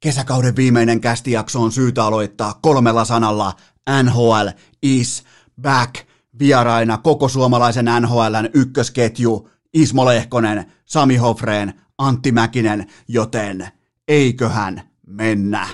Kesäkauden viimeinen kästijakso on syytä aloittaa 3 sanalla. NHL is back. Vieraina koko suomalaisen NHL:n ykkösketju Ismo Lehkonen, Sami Hofrén, Antti Mäkinen, joten eiköhän mennä.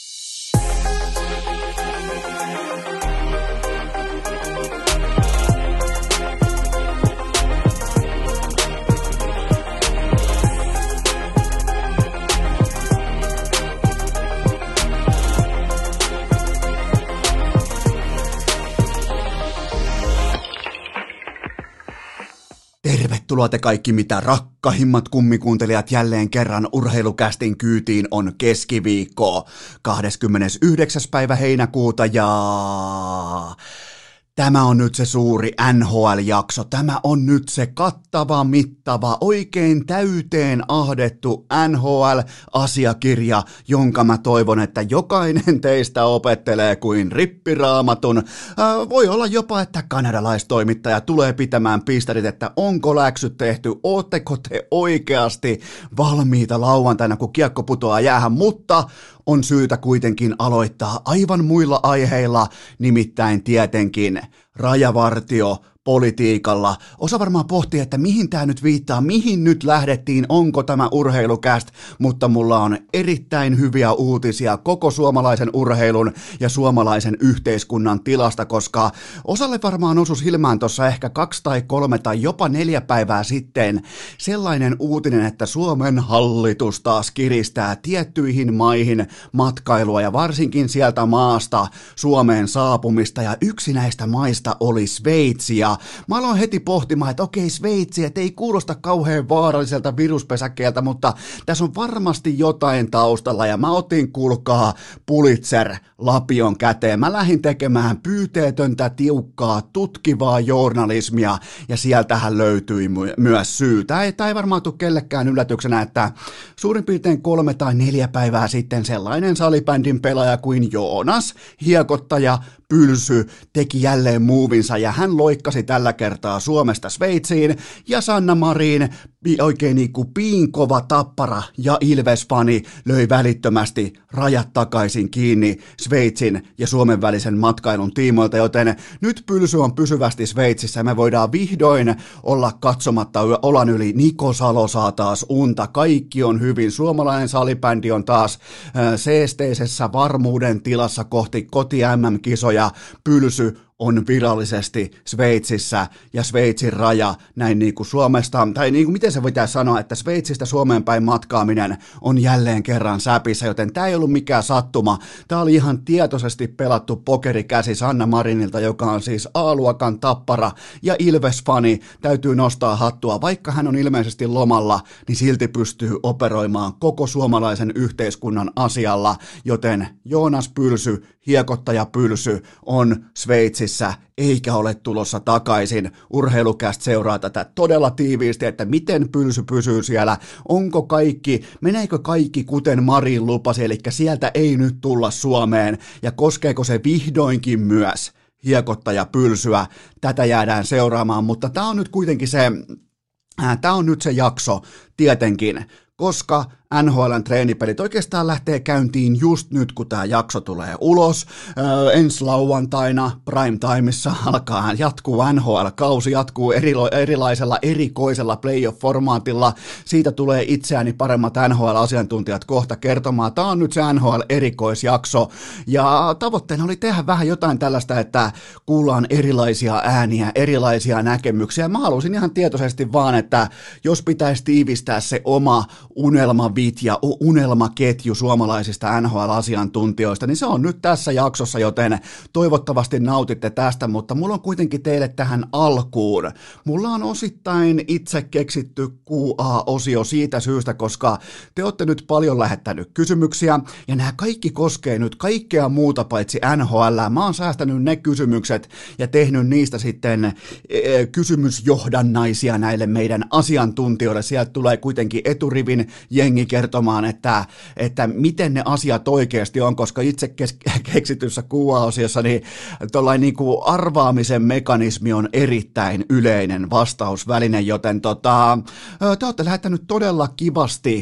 Tervetuloa te kaikki mitä rakkahimmat kummikuuntelijat jälleen kerran Urheilukästin kyytiin on keskiviikko 29. päivä heinäkuuta ja tämä on nyt se suuri NHL-jakso, tämä on nyt se kattava, mittava, oikein täyteen ahdettu NHL-asiakirja, jonka mä toivon, että jokainen teistä opettelee kuin rippiraamatun. Voi olla jopa, että kanadalaistoimittaja tulee pitämään pistarit, että onko läksyt tehty, ootteko te oikeasti valmiita lauantaina, kun kiekko putoaa jäähän, mutta on syytä kuitenkin aloittaa aivan muilla aiheilla, nimittäin tietenkin rajavartio politiikalla. Osa varmaan pohtii, että mihin tämä nyt viittaa, mihin nyt lähdettiin, onko tämä urheilukäst, mutta mulla on erittäin hyviä uutisia koko suomalaisen urheilun ja suomalaisen yhteiskunnan tilasta, koska osalle varmaan osui silmään tuossa ehkä 2 tai 3 tai jopa 4 päivää sitten sellainen uutinen, että Suomen hallitus taas kiristää tiettyihin maihin matkailua ja varsinkin sieltä maasta Suomeen saapumista ja yksi näistä maista oli Sveitsi ja mä aloin heti pohtimaan, että okei, Sveitsi, että ei kuulosta kauhean vaaralliselta viruspesäkkeeltä, mutta tässä on varmasti jotain taustalla ja mä otin, kuulkaa, Pulitzer-lapion käteen. Mä lähdin tekemään pyyteetöntä, tiukkaa, tutkivaa journalismia ja sieltähän löytyi myös syy. Tämä ei varmaan tule kellekään yllätyksenä, että suurin piirtein 3 tai 4 päivää sitten sellainen salibändin pelaaja kuin Joonas, hiekottaja, Pylsy, teki jälleen muuvinsa ja hän loikkasi tällä kertaa Suomesta Sveitsiin ja Sanna Marin, oikein niin kuin piinkova Tappara ja Ilves-fani löi välittömästi rajat takaisin kiinni Sveitsin ja Suomen välisen matkailun tiimoilta, joten nyt Pylsy on pysyvästi Sveitsissä ja me voidaan vihdoin olla katsomatta olan yli. Niko Salo saa taas unta, kaikki on hyvin, suomalainen salibändi on taas seesteisessä varmuuden tilassa kohti koti MM-kisoja, Pylsy on virallisesti Sveitsissä ja Sveitsin raja, näin niin kuin Suomesta, tai niin kuin miten se voitaisiin sanoa, että Sveitsistä Suomeen päin matkaaminen on jälleen kerran säpissä, joten tämä ei ollut mikään sattuma, tämä oli ihan tietoisesti pelattu pokerikäsi Sanna Marinilta, joka on siis A-luokan Tappara ja Ilves-fani, täytyy nostaa hattua, vaikka hän on ilmeisesti lomalla, niin silti pystyy operoimaan koko suomalaisen yhteiskunnan asialla, joten Joonas Pylsy, hiekottaja Pylsy on Sveitsissä, eikä ole tulossa takaisin. Urheilukäst seuraa tätä todella tiiviisti, että miten Pylsy pysyy siellä, onko kaikki, meneekö kaikki kuten Marin lupasi, eli sieltä ei nyt tulla Suomeen, ja koskeeko se vihdoinkin myös hiekottaja Pylsyä, tätä jäädään seuraamaan, mutta tämä on nyt kuitenkin se jakso tietenkin, koska NHL:n treenipelit oikeastaan lähtee käyntiin just nyt, kun tämä jakso tulee ulos. Ensi lauantaina prime timeissa jatkuu NHL-kausi, jatkuu erilaisella erikoisella playoff-formaatilla. Siitä tulee itseäni paremmat NHL-asiantuntijat kohta kertomaan. Tämä on nyt se NHL-erikoisjakso ja tavoitteena oli tehdä vähän jotain tällaista, että kuullaan erilaisia ääniä, erilaisia näkemyksiä. Mä halusin ihan tietoisesti vaan, että jos pitäisi tiivistää se oma ja unelmaketju suomalaisista NHL-asiantuntijoista, niin se on nyt tässä jaksossa, joten toivottavasti nautitte tästä, mutta mulla on kuitenkin teille tähän alkuun. Mulla on osittain itse keksitty QA-osio siitä syystä, koska te olette nyt paljon lähettänyt kysymyksiä, ja nämä kaikki koskee nyt kaikkea muuta paitsi NHL. Mä oon säästänyt ne kysymykset ja tehnyt niistä sitten kysymysjohdannaisia näille meidän asiantuntijoille. Sieltä tulee kuitenkin eturivin jengi kertomaan, että miten ne asiat oikeasti on, koska itse keksityssä QA-osiossa niin tuollainen niin kuin arvaamisen mekanismi on erittäin yleinen vastausväline, joten te olette lähettänyt todella kivasti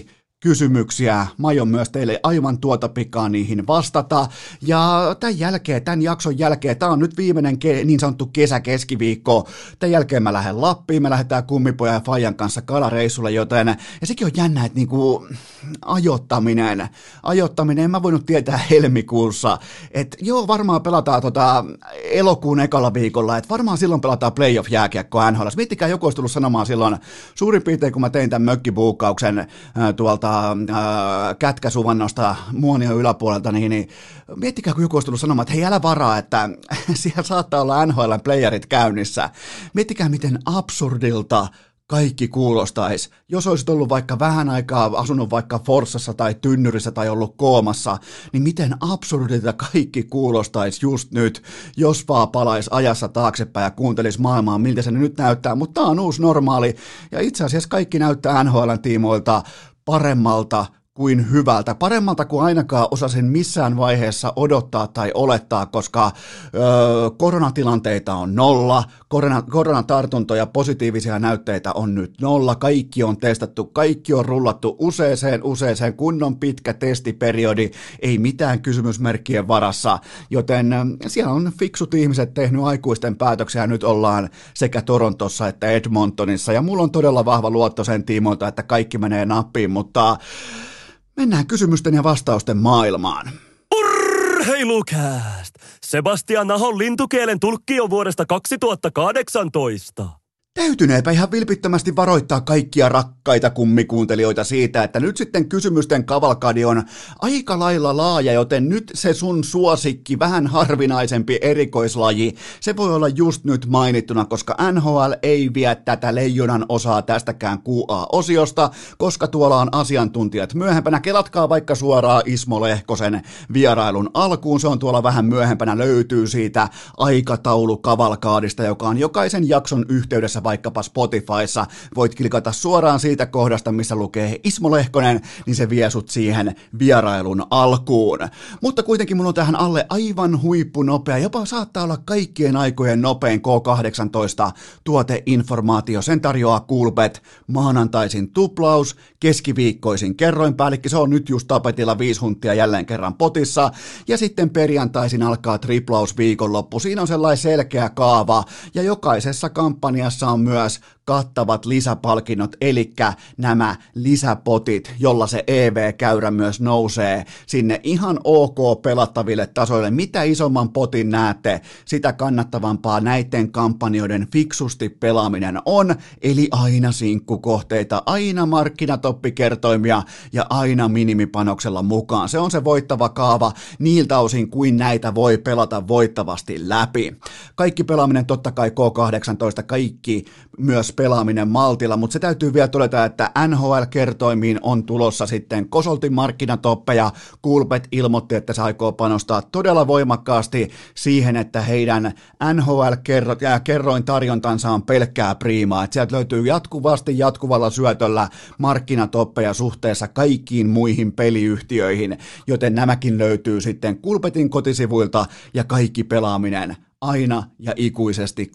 kysymyksiä. Mä aion myös teille aivan tuota pikaa niihin vastata. Ja tämän jakson jälkeen, tää on nyt viimeinen niin sanottu kesäkeskiviikko. Tämän jälkeen mä lähden Lappiin, me lähdetään kummipojan ja Fajan kanssa kalareissulle, joten, ja sekin on jännä, että niinku ajoittaminen, en mä voinut tietää helmikuussa, että joo, varmaan pelataan elokuun ekalla viikolla, että varmaan silloin pelataan playoff-jääkiekkoa NHL. Miettikää, joku olisi tullut sanomaan silloin suurin piirtein, kun mä tein tämän mökkibuukkauksen tuolta Kätkäsuvannosta Muonion yläpuolelta, niin miettikää, kun joku olisi tullut sanomaan, että hei, älä varaa, että siellä saattaa olla NHL:n playerit käynnissä. Miettikää, miten absurdilta kaikki kuulostaisi, jos olisit ollut vaikka vähän aikaa asunut vaikka Forssassa tai Tynnyrissä tai ollut koomassa, niin miten absurdilta kaikki kuulostaisi just nyt, jos vaan palaisi ajassa taaksepäin ja kuuntelisi maailmaa, miltä se nyt näyttää, mutta tämä on uusi normaali, ja itse asiassa kaikki näyttää NHL:n tiimoilta paremmalta kuin hyvältä, paremmalta kuin ainakaan osasin missään vaiheessa odottaa tai olettaa, koska koronatilanteita on nolla, koronatartuntoja, positiivisia näytteitä on nyt nolla, kaikki on testattu, kaikki on rullattu useeseen kunnon pitkä testiperiodi, ei mitään kysymysmerkkien varassa, joten siellä on fiksut ihmiset tehnyt aikuisten päätöksiä ja nyt ollaan sekä Torontossa että Edmontonissa, ja mulla on todella vahva luotto sen tiimoilta, että kaikki menee nappiin, mutta mennään kysymysten ja vastausten maailmaan. Urheilukääst! Sebastian Ahon lintukielen tulkki on vuodesta 2018. Täytyneepä ihan vilpittömästi varoittaa kaikkia rakkaita kummikuuntelijoita siitä, että nyt sitten kysymysten kavalkadi on aika lailla laaja, joten nyt se sun suosikki, vähän harvinaisempi erikoislaji, se voi olla just nyt mainittuna, koska NHL ei vie tätä leijonan osaa tästäkään QA-osiosta, koska tuolla on asiantuntijat myöhempänä. Kelatkaa vaikka suoraan Ismo Lehkosen vierailun alkuun, se on tuolla vähän myöhempänä, löytyy siitä aikataulu kavalkaadista, joka on jokaisen jakson yhteydessä vaikkapa Spotifyssa, voit klikata suoraan siitä kohdasta, missä lukee Ismo Lehkonen, niin se vie sut siihen vierailun alkuun. Mutta kuitenkin mulla on tähän alle aivan huippunopea, jopa saattaa olla kaikkien aikojen nopein K18 tuoteinformaatio. Sen tarjoaa Coolbet, maanantaisin tuplaus, keskiviikkoisin kerroinpäällikki, se on nyt just tapetilla 5 huntia jälleen kerran potissa, ja sitten perjantaisin alkaa triplaus viikonloppu. Siinä on sellainen selkeä kaava, ja jokaisessa kampanjassa on myös kattavat lisäpalkinnot, eli nämä lisäpotit, jolla se EV-käyrä myös nousee sinne ihan ok pelattaville tasoille. Mitä isomman potin näette, sitä kannattavampaa näiden kampanjoiden fiksusti pelaaminen on, eli aina sinkkukohteita, aina markkinatoppikertoimia ja aina minimipanoksella mukaan. Se on se voittava kaava niiltä osin, kuin näitä voi pelata voittavasti läpi. Kaikki pelaaminen totta kai K18, kaikki myös pelaaminen maltilla, mutta se täytyy vielä todeta, että NHL-kertoimiin on tulossa sitten Kosoltin markkinatoppeja. Coolbet ilmoitti, että se aikoo panostaa todella voimakkaasti siihen, että heidän NHL-kerroin tarjontansa on pelkkää priimaa, että sieltä löytyy jatkuvalla syötöllä markkinatoppeja suhteessa kaikkiin muihin peliyhtiöihin, joten nämäkin löytyy sitten Coolbetin kotisivuilta ja kaikki pelaaminen aina ja ikuisesti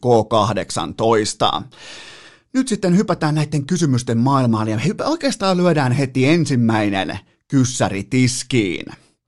K18. Nyt sitten hypätään näiden kysymysten maailmaan ja oikeastaan lyödään heti ensimmäinen kyssäri tiskiin.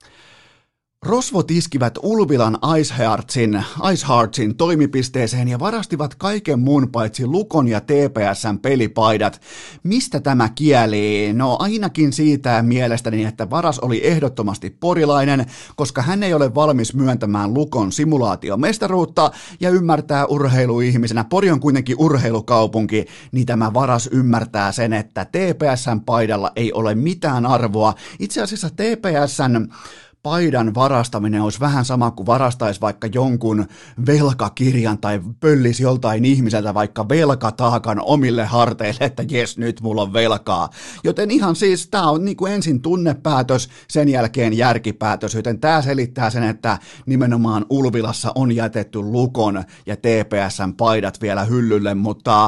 Rosvot iskivät Ulvilan Ice Heartsin toimipisteeseen ja varastivat kaiken muun paitsi Lukon ja TPS:n pelipaidat. Mistä tämä kieli? No ainakin siitä mielestäni, että varas oli ehdottomasti porilainen, koska hän ei ole valmis myöntämään Lukon simulaatiomestaruutta ja ymmärtää urheiluihmisenä. Pori on kuitenkin urheilukaupunki, niin tämä varas ymmärtää sen, että TPS:n paidalla ei ole mitään arvoa. Itse asiassa TPS:n paidan varastaminen olisi vähän sama kuin varastaisi vaikka jonkun velkakirjan tai pöllisi joltain ihmiseltä vaikka velkataakan omille harteille, että jes, nyt mulla on velkaa. Joten ihan siis tämä on niin kuin ensin tunnepäätös, sen jälkeen järkipäätös, joten tämä selittää sen, että nimenomaan Ulvilassa on jätetty Lukon ja TPS:n paidat vielä hyllylle, mutta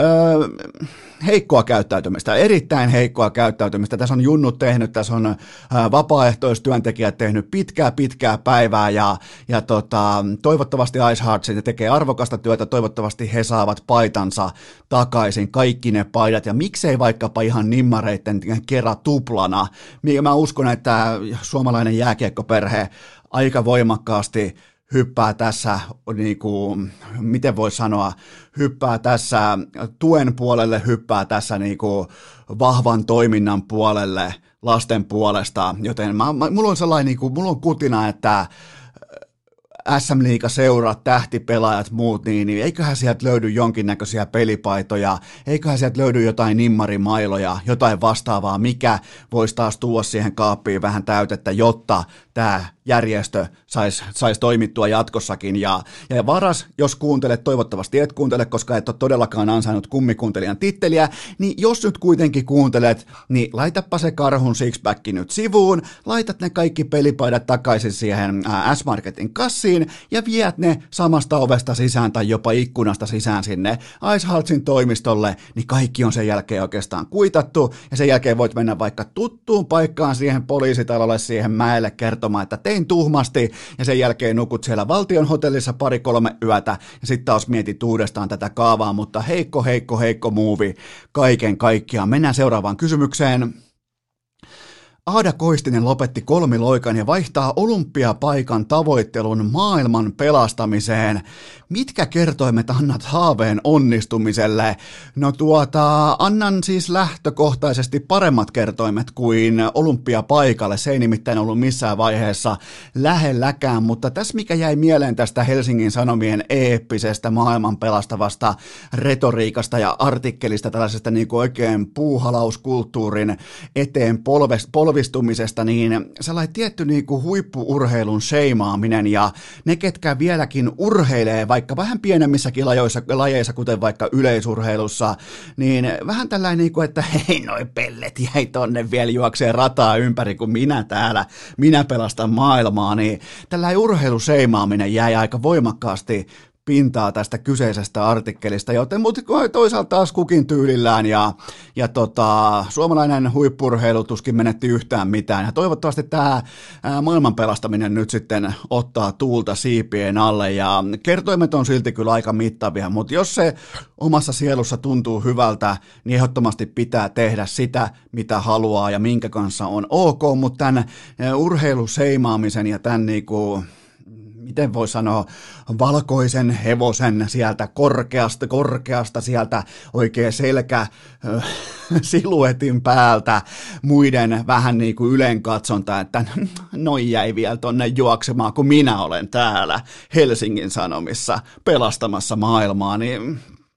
heikkoa käyttäytymistä, erittäin heikkoa käyttäytymistä. Tässä on junnut tehnyt, tässä on vapaaehtoistyöntekijät tehnyt pitkää päivää ja toivottavasti Ice Heart tekee arvokasta työtä, toivottavasti he saavat paitansa takaisin, kaikki ne paidat ja miksei vaikkapa ihan nimmareitten kerran tuplana. Mä uskon, että suomalainen jääkiekkoperhe aika voimakkaasti hyppää tässä, niin kuin, miten voi sanoa, hyppää tässä tuen puolelle, hyppää tässä niin kuin vahvan toiminnan puolelle lasten puolesta, joten mulla on sellainen, niin kuin, mulla on kutina, että SM-liiga seurat, tähtipelaajat, muut, niin eiköhän sieltä löydy jonkinnäköisiä pelipaitoja, eiköhän sieltä löydy jotain nimmarimailoja, jotain vastaavaa, mikä voisi taas tuoda siihen kaappiin vähän täytettä, jotta tämä järjestö saisi toimittua jatkossakin. Ja varas, jos kuuntelet, toivottavasti et kuuntele, koska et ole todellakaan ansainnut kummikuuntelijan titteliä, niin jos nyt kuitenkin kuuntelet, niin laitapa se karhun sixpack nyt sivuun, laitat ne kaikki pelipaidat takaisin siihen S-Marketin kassiin ja viet ne samasta ovesta sisään tai jopa ikkunasta sisään sinne Ice Heartsin toimistolle, niin kaikki on sen jälkeen oikeastaan kuitattu ja sen jälkeen voit mennä vaikka tuttuun paikkaan siihen poliisitalolle, siihen mäelle kertomaan, että tein tuhmasti ja sen jälkeen nukut siellä valtion hotellissa 2-3 yötä ja sitten taas mietit uudestaan tätä kaavaa, mutta heikko muuvi kaiken kaikkiaan. Mennään seuraavaan kysymykseen. Aada Koistinen lopetti kolmiloikan ja vaihtaa olympiapaikan tavoittelun maailman pelastamiseen. Mitkä kertoimet annat haaveen onnistumiselle? No annan siis lähtökohtaisesti paremmat kertoimet kuin olympiapaikalle. Se ei nimittäin ollut missään vaiheessa lähelläkään, mutta tässä mikä jäi mieleen tästä Helsingin Sanomien eeppisestä maailman pelastavasta retoriikasta ja artikkelista, tällaisesta niin kuin oikein puuhalauskulttuurin eteen polvistumisesta, niin sellainen tietty niin kuin huippu-urheilun sheimaaminen ja ne, ketkä vieläkin urheilee vaikka vähän pienemmissäkin lajeissa, kuten vaikka yleisurheilussa, niin vähän tällainen, niin kuin, että hei, noi pellet jäi tonne vielä juokseen rataa ympäri, kun minä pelastan maailmaa, niin tällainen urheilusheimaaminen jäi aika voimakkaasti pintaa tästä kyseisestä artikkelista, joten mutta toisaalta taas kukin tyylillään ja suomalainen huippu-urheilu tuskin menetti yhtään mitään ja toivottavasti tämä maailman pelastaminen nyt sitten ottaa tuulta siipien alle ja kertoimet on silti kyllä aika mittavia, mutta jos se omassa sielussa tuntuu hyvältä, niin ehdottomasti pitää tehdä sitä, mitä haluaa ja minkä kanssa on ok, mutta tämän urheiluseimaamisen ja tämän niinku miten voi sanoa, valkoisen hevosen sieltä korkeasta sieltä oikein selkä siluetin päältä muiden vähän niin kuin ylenkatsonta, että noi jäi vielä tonne juoksemaan, kun minä olen täällä Helsingin Sanomissa pelastamassa maailmaa, niin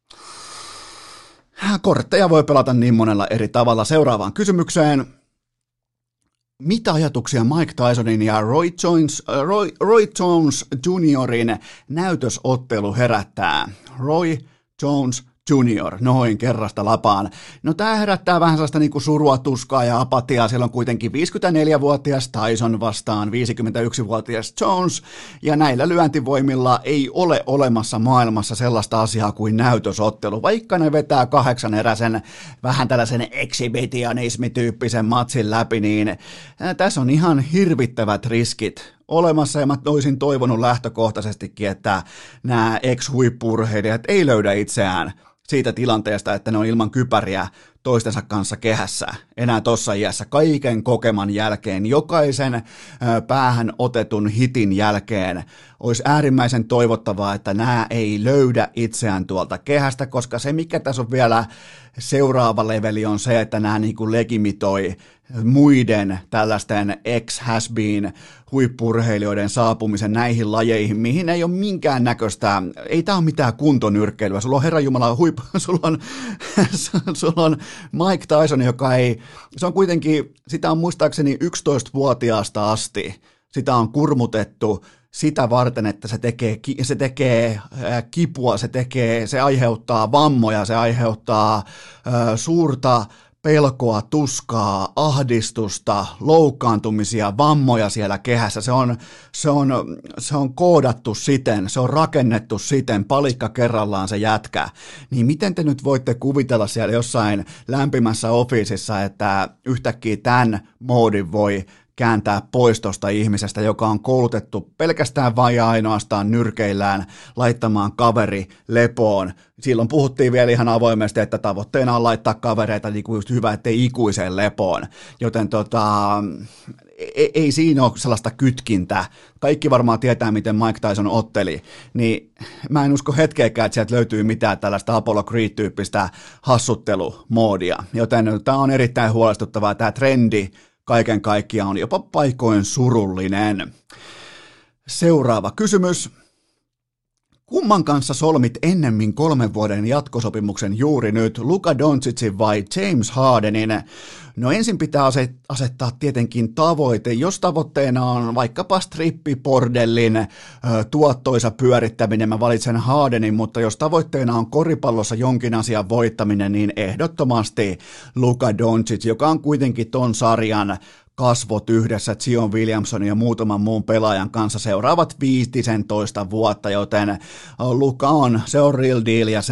kortteja voi pelata niin monella eri tavalla. Seuraavaan kysymykseen. Mitä ajatuksia Mike Tysonin ja Roy Jones Juniorin näytösottelu herättää? Roy Jones Junior, noin kerrasta lapaan. No tää herättää vähän sellaista niinku surua, tuskaa ja apatiaa. Siellä on kuitenkin 54-vuotias Tyson vastaan 51-vuotias Jones, ja näillä lyöntivoimilla ei ole olemassa maailmassa sellaista asiaa kuin näytösottelu. Vaikka ne vetää 8-eräisen, vähän tällaisen exhibitionismityyppisen matsin läpi, niin tässä on ihan hirvittävät riskit olemassa, ja mä olisin toivonut lähtökohtaisestikin, että nämä ex-huippu-urheilijat ei löydä itseään siitä tilanteesta, että ne on ilman kypäriä toistensa kanssa kehässä enää tuossa iässä kaiken kokeman jälkeen, jokaisen päähän otetun hitin jälkeen olisi äärimmäisen toivottavaa, että nämä ei löydä itseään tuolta kehästä, koska se mikä tässä on vielä seuraava leveli on se, että nämä niin kuin legimitoi muiden tällaisten ex-has-been huippu-urheilijoiden saapumisen näihin lajeihin, mihin ei ole minkään näköistä, ei tämä ole mitään kuntonyrkkeilyä, sulla on herranjumala sulla on Mike Tyson, joka ei, se on kuitenkin, sitä on muistaakseni 11-vuotiaasta asti, sitä on kurmutettu sitä varten, että se tekee kipua, se aiheuttaa vammoja, se aiheuttaa suurta pelkoa, tuskaa, ahdistusta, loukkaantumisia, vammoja siellä kehässä. Se on koodattu siten, se on rakennettu siten, palikka kerrallaan se jätkä. Niin miten te nyt voitte kuvitella siellä jossain lämpimässä officeissa, että yhtäkkiä tämän moodin voi kääntää pois tuosta ihmisestä, joka on koulutettu pelkästään vain ja ainoastaan nyrkeillään laittamaan kaveri lepoon. Silloin puhuttiin vielä ihan avoimesti, että tavoitteena on laittaa kavereita niin kuin just hyvä, ettei ikuiseen lepoon. Joten ei siinä ole sellaista kytkintä. Kaikki varmaan tietää, miten Mike Tyson otteli, niin mä en usko hetkeäkään, että sieltä löytyy mitään tällaista Apollo Creed-tyyppistä hassuttelumoodia. Joten tämä on erittäin huolestuttavaa. Tämä trendi kaiken kaikkiaan on jopa paikoin surullinen. Seuraava kysymys. Kumman kanssa solmit ennemmin 3 vuoden jatkosopimuksen juuri nyt, Luka Doncicin vai James Hardenin? No ensin pitää asettaa tietenkin tavoite. Jos tavoitteena on vaikkapa strippibordellin tuottoisa pyörittäminen, mä valitsen Hardenin, mutta jos tavoitteena on koripallossa jonkin asian voittaminen, niin ehdottomasti Luka Doncic, joka on kuitenkin ton sarjan kasvot yhdessä Zion Williamsonin ja muutaman muun pelaajan kanssa seuraavat 15 vuotta, joten Luka se on real deal ja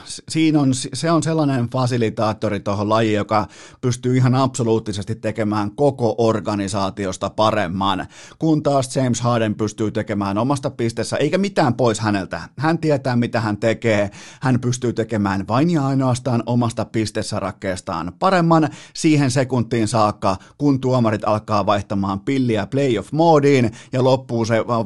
se on sellainen fasilitaattori tuohon lajiin, joka pystyy ihan absoluuttisesti tekemään koko organisaatiosta paremman, kun taas James Harden pystyy tekemään omasta pisteessä, eikä mitään pois häneltä. Hän tietää, mitä hän tekee, hän pystyy tekemään vain ja ainoastaan omasta pistesarakkeestaan paremman siihen sekuntiin saakka, kun tuomarit alkaa vaihtamaan pilliä playoff-moodiin ja loppuu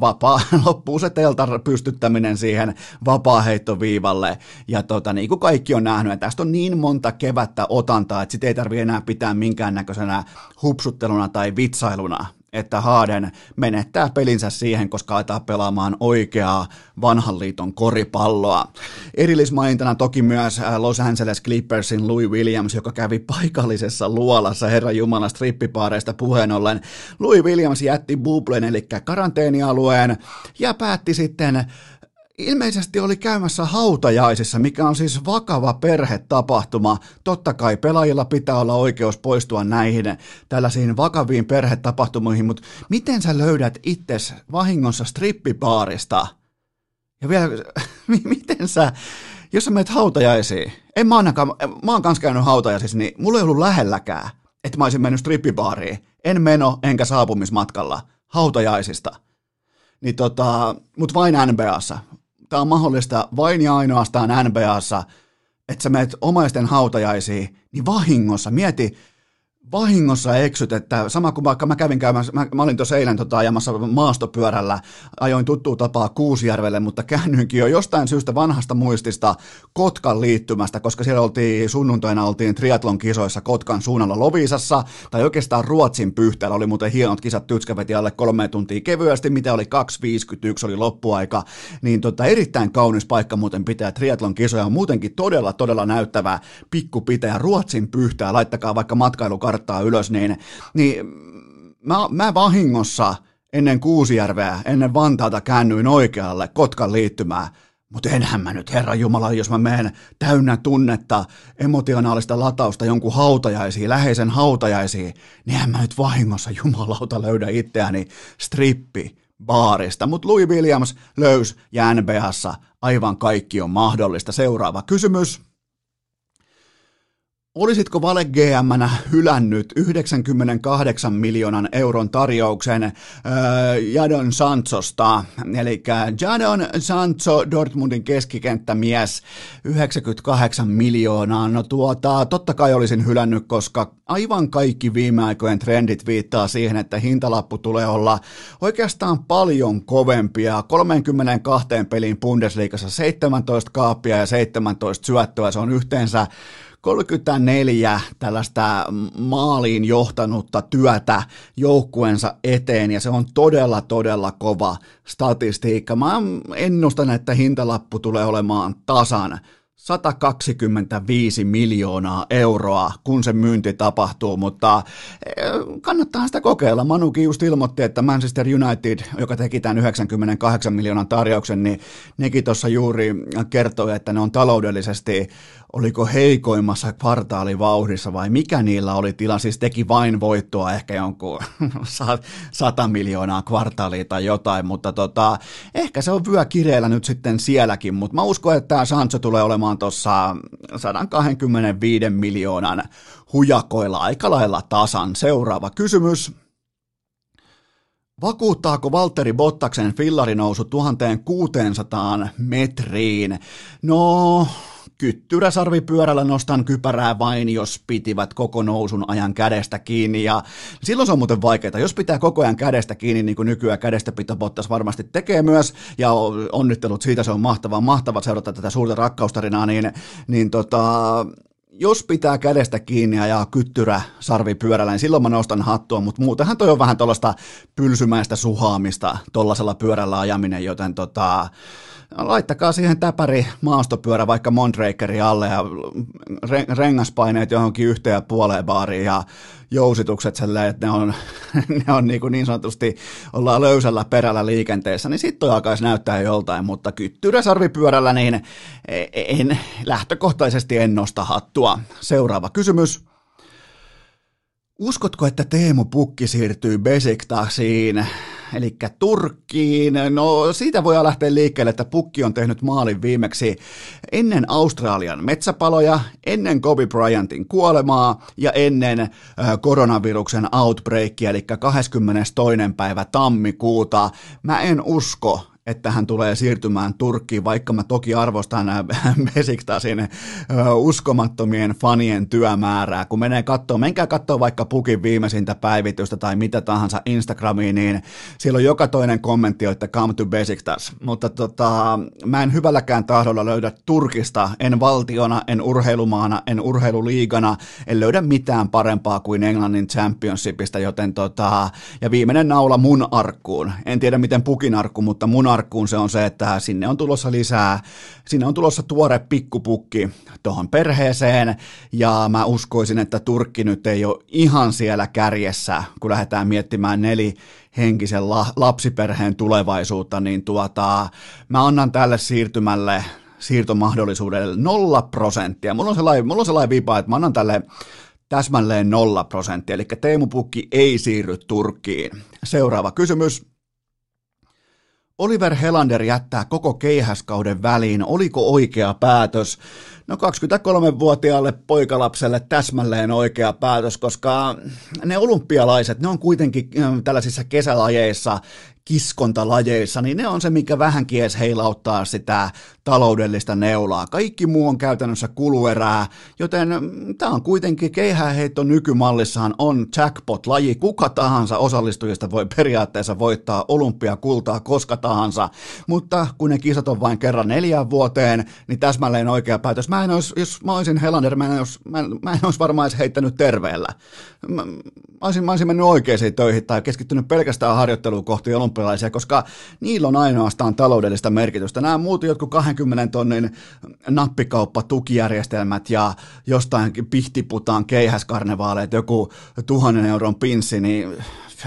se teltar pystyttäminen siihen vapaaheittoviivalle. Ja niin kuin kaikki on nähnyt, että tästä on niin monta kevättä otantaa, että sitä ei tarvitse enää pitää minkäännäköisenä hupsutteluna tai vitsailuna, että Harden menettää pelinsä siihen, koska aletaan pelaamaan oikeaa vanhan liiton koripalloa. Erillismainintana toki myös Los Angeles Clippersin Louis Williams, joka kävi paikallisessa luolassa Herran Jumala strippipaareista puheen ollen. Louis Williams jätti bubblen, eli karanteenialueen, ja päätti sitten ilmeisesti oli käymässä hautajaisissa, mikä on siis vakava perhetapahtuma. Totta kai pelaajilla pitää olla oikeus poistua näihin tällaisiin vakaviin perhetapahtumiin, mutta miten sä löydät itses vahingossa strippibaarista? Ja vielä, miten jos sä menet hautajaisiin, mä oon kanssa käynyt hautajaisissa, niin mulla ei ollut lähelläkään, että mä olisin mennyt strippibaariin. En meno enkä saapumismatkalla hautajaisista. Niin mut vain NBAssa. Tämä on mahdollista vain ja ainoastaan NBAssa, että sä menet omaisten hautajaisiin, niin vahingossa eksyt, että sama kuin vaikka mä kävin käymässä, mä olin tuossa eilen ajamassa maastopyörällä, ajoin tuttua tapaa Kuusijärvelle, mutta käännyinkin jo jostain syystä vanhasta muistista Kotkan liittymästä, koska siellä sunnuntaina oltiin triathlon kisoissa Kotkan suunnalla Loviisassa, tai oikeastaan Ruotsin Pyhtäällä, oli muuten hienot kisat, Tytskä veti alle 3 tuntia kevyesti, mitä oli 2.51 oli loppuaika, niin erittäin kaunis paikka muuten pitää triathlon kisoja, on muutenkin todella näyttävä pikkupitäjä Ruotsin Pyhtää, laittakaa vaikka matkailukarttaa ylös, niin mä vahingossa ennen Kuusijärveä, ennen Vantaata käännyin oikealle Kotkan liittymään, mutta enhän mä nyt, Herran Jumala, jos mä menen täynnä tunnetta, emotionaalista latausta jonkun hautajaisiin, läheisen hautajaisiin, niin enhän mä nyt vahingossa jumalauta löydä itseäni strippibaarista, mutta Louis Williams löysi ja NBAssa aivan kaikki on mahdollista. Seuraava kysymys. Olisitko Vale GM:nä hylännyt 98 miljoonan euron tarjouksen Jadon Sanchosta, eli Jadon Sancho, Dortmundin keskikenttämies, 98 miljoonaa, no totta kai olisin hylännyt, koska aivan kaikki viime aikojen trendit viittaa siihen, että hintalappu tulee olla oikeastaan paljon kovempia, 32 pelin Bundesliigassa 17 kaappia ja 17 syöttöä, se on yhteensä 34 tällaista maaliin johtanutta työtä joukkueensa eteen, ja se on todella kova statistiikka. Mä ennustan, että hintalappu tulee olemaan tasan 125 miljoonaa euroa, kun se myynti tapahtuu, mutta kannattaa sitä kokeilla. Manukin just ilmoitti, että Manchester United, joka teki tämän 98 miljoonan tarjouksen, niin nekin tuossa juuri kertoi, että ne on taloudellisesti, oliko heikoimmassa kvartaalivauhdissa vai mikä niillä oli tila, siis teki vain voittoa ehkä jonkun 100 miljoonaa kvartaalia tai jotain, mutta ehkä se on vyökireellä nyt sitten sielläkin, mutta mä uskon, että tämä Sancho tulee olemaan tuossa 125 miljoonan hujakoilla aika lailla tasan. Seuraava kysymys. Vakuuttaako Valtteri Bottaksen fillarinousu 1600 metriin? No, kyttyräsarvipyörällä nostan kypärää vain, jos pitivät koko nousun ajan kädestä kiinni, ja silloin se on muuten vaikeaa. Jos pitää koko ajan kädestä kiinni, niin kuin nykyään kädestäpito Bottas varmasti tekee myös, ja onnittelut siitä, se on mahtava seurata tätä suurta rakkaustarinaa, jos pitää kädestä kiinni ja ajaa kyttyrä-sarvipyörällä, niin silloin mä nostan hattua, mutta muutenhan toi on vähän tuollaista pylsymäistä suhaamista, tollasella pyörällä ajaminen, joten laittakaa siihen täpäri maastopyörä vaikka Mondrakerin alle ja rengaspaineet johonkin 1,5 baariin ja jousitukset sellainen, että ne on niin sanotusti, ollaan löysällä perällä liikenteessä, niin sitten toi alkaisi näyttää joltain, mutta kyttyräsarvipyörällä niin lähtökohtaisesti en nosta hattua. Seuraava kysymys. Uskotko, että Teemu Pukki siirtyy Beşiktaşiin, eli Turkkiin? No siitä voi lähteä liikkeelle, että Pukki on tehnyt maalin viimeksi ennen Australian metsäpaloja, ennen Kobe Bryantin kuolemaa ja ennen koronaviruksen outbreakia, eli 22. päivä tammikuuta. Mä en usko, että hän tulee siirtymään Turkkiin, vaikka mä toki arvostan Beşiktaşin uskomattomien fanien työmäärää. Kun menkää kattoo vaikka Pukin viimeisintä päivitystä tai mitä tahansa Instagramiin, niin siellä on joka toinen kommentti, että come to Beşiktaş. Mutta mä en hyvälläkään tahdolla löydä Turkista, en valtiona, en urheilumaana, en urheiluliigana, en löydä mitään parempaa kuin Englannin Championshipista, joten ja viimeinen naula mun arkkuun. En tiedä miten Pukin arkku, mutta mun arkkuun se on se, että sinne on tulossa lisää, sinne on tulossa tuore pikkupukki tuohon perheeseen, ja mä uskoisin, että Turkki nyt ei ole ihan siellä kärjessä, kun lähdetään miettimään nelihenkisen lapsiperheen tulevaisuutta, niin mä annan tälle siirtomahdollisuudelle 0%. Mulla on sellainen vipa, että mä annan tälle täsmälleen 0%, eli Teemu Pukki ei siirry Turkkiin. Seuraava kysymys. Oliver Helander jättää koko keihäskauden väliin. Oliko oikea päätös? No 23-vuotiaalle poikalapselle täsmälleen oikea päätös, koska ne olympialaiset, ne on kuitenkin tällaisissa kesälajeissa, kiskontalajeissa, niin ne on se, mikä vähän kies heilauttaa sitä taloudellista neulaa. Kaikki muu on käytännössä kuluerää, joten tämä on kuitenkin keihäänheitto nykymallissaan on jackpot-laji. Kuka tahansa osallistujista voi periaatteessa voittaa olympiakultaa koska tahansa, mutta kun ne kisat on vain kerran 4 vuoteen, niin täsmälleen oikea päätös. Jos mä olisin Helander, mä en olisi varmaan edes heittänyt terveellä. Mä olisin mennyt oikeisiin töihin tai keskittynyt pelkästään harjoitteluun kohti olympialaisia, koska niillä on ainoastaan taloudellista merkitystä. Nämä muut jotkut 20 tonnin nappikauppatukijärjestelmät ja jostain pihtiputaan keihäskarnevaaleet, joku 1,000 euron pinssi, niin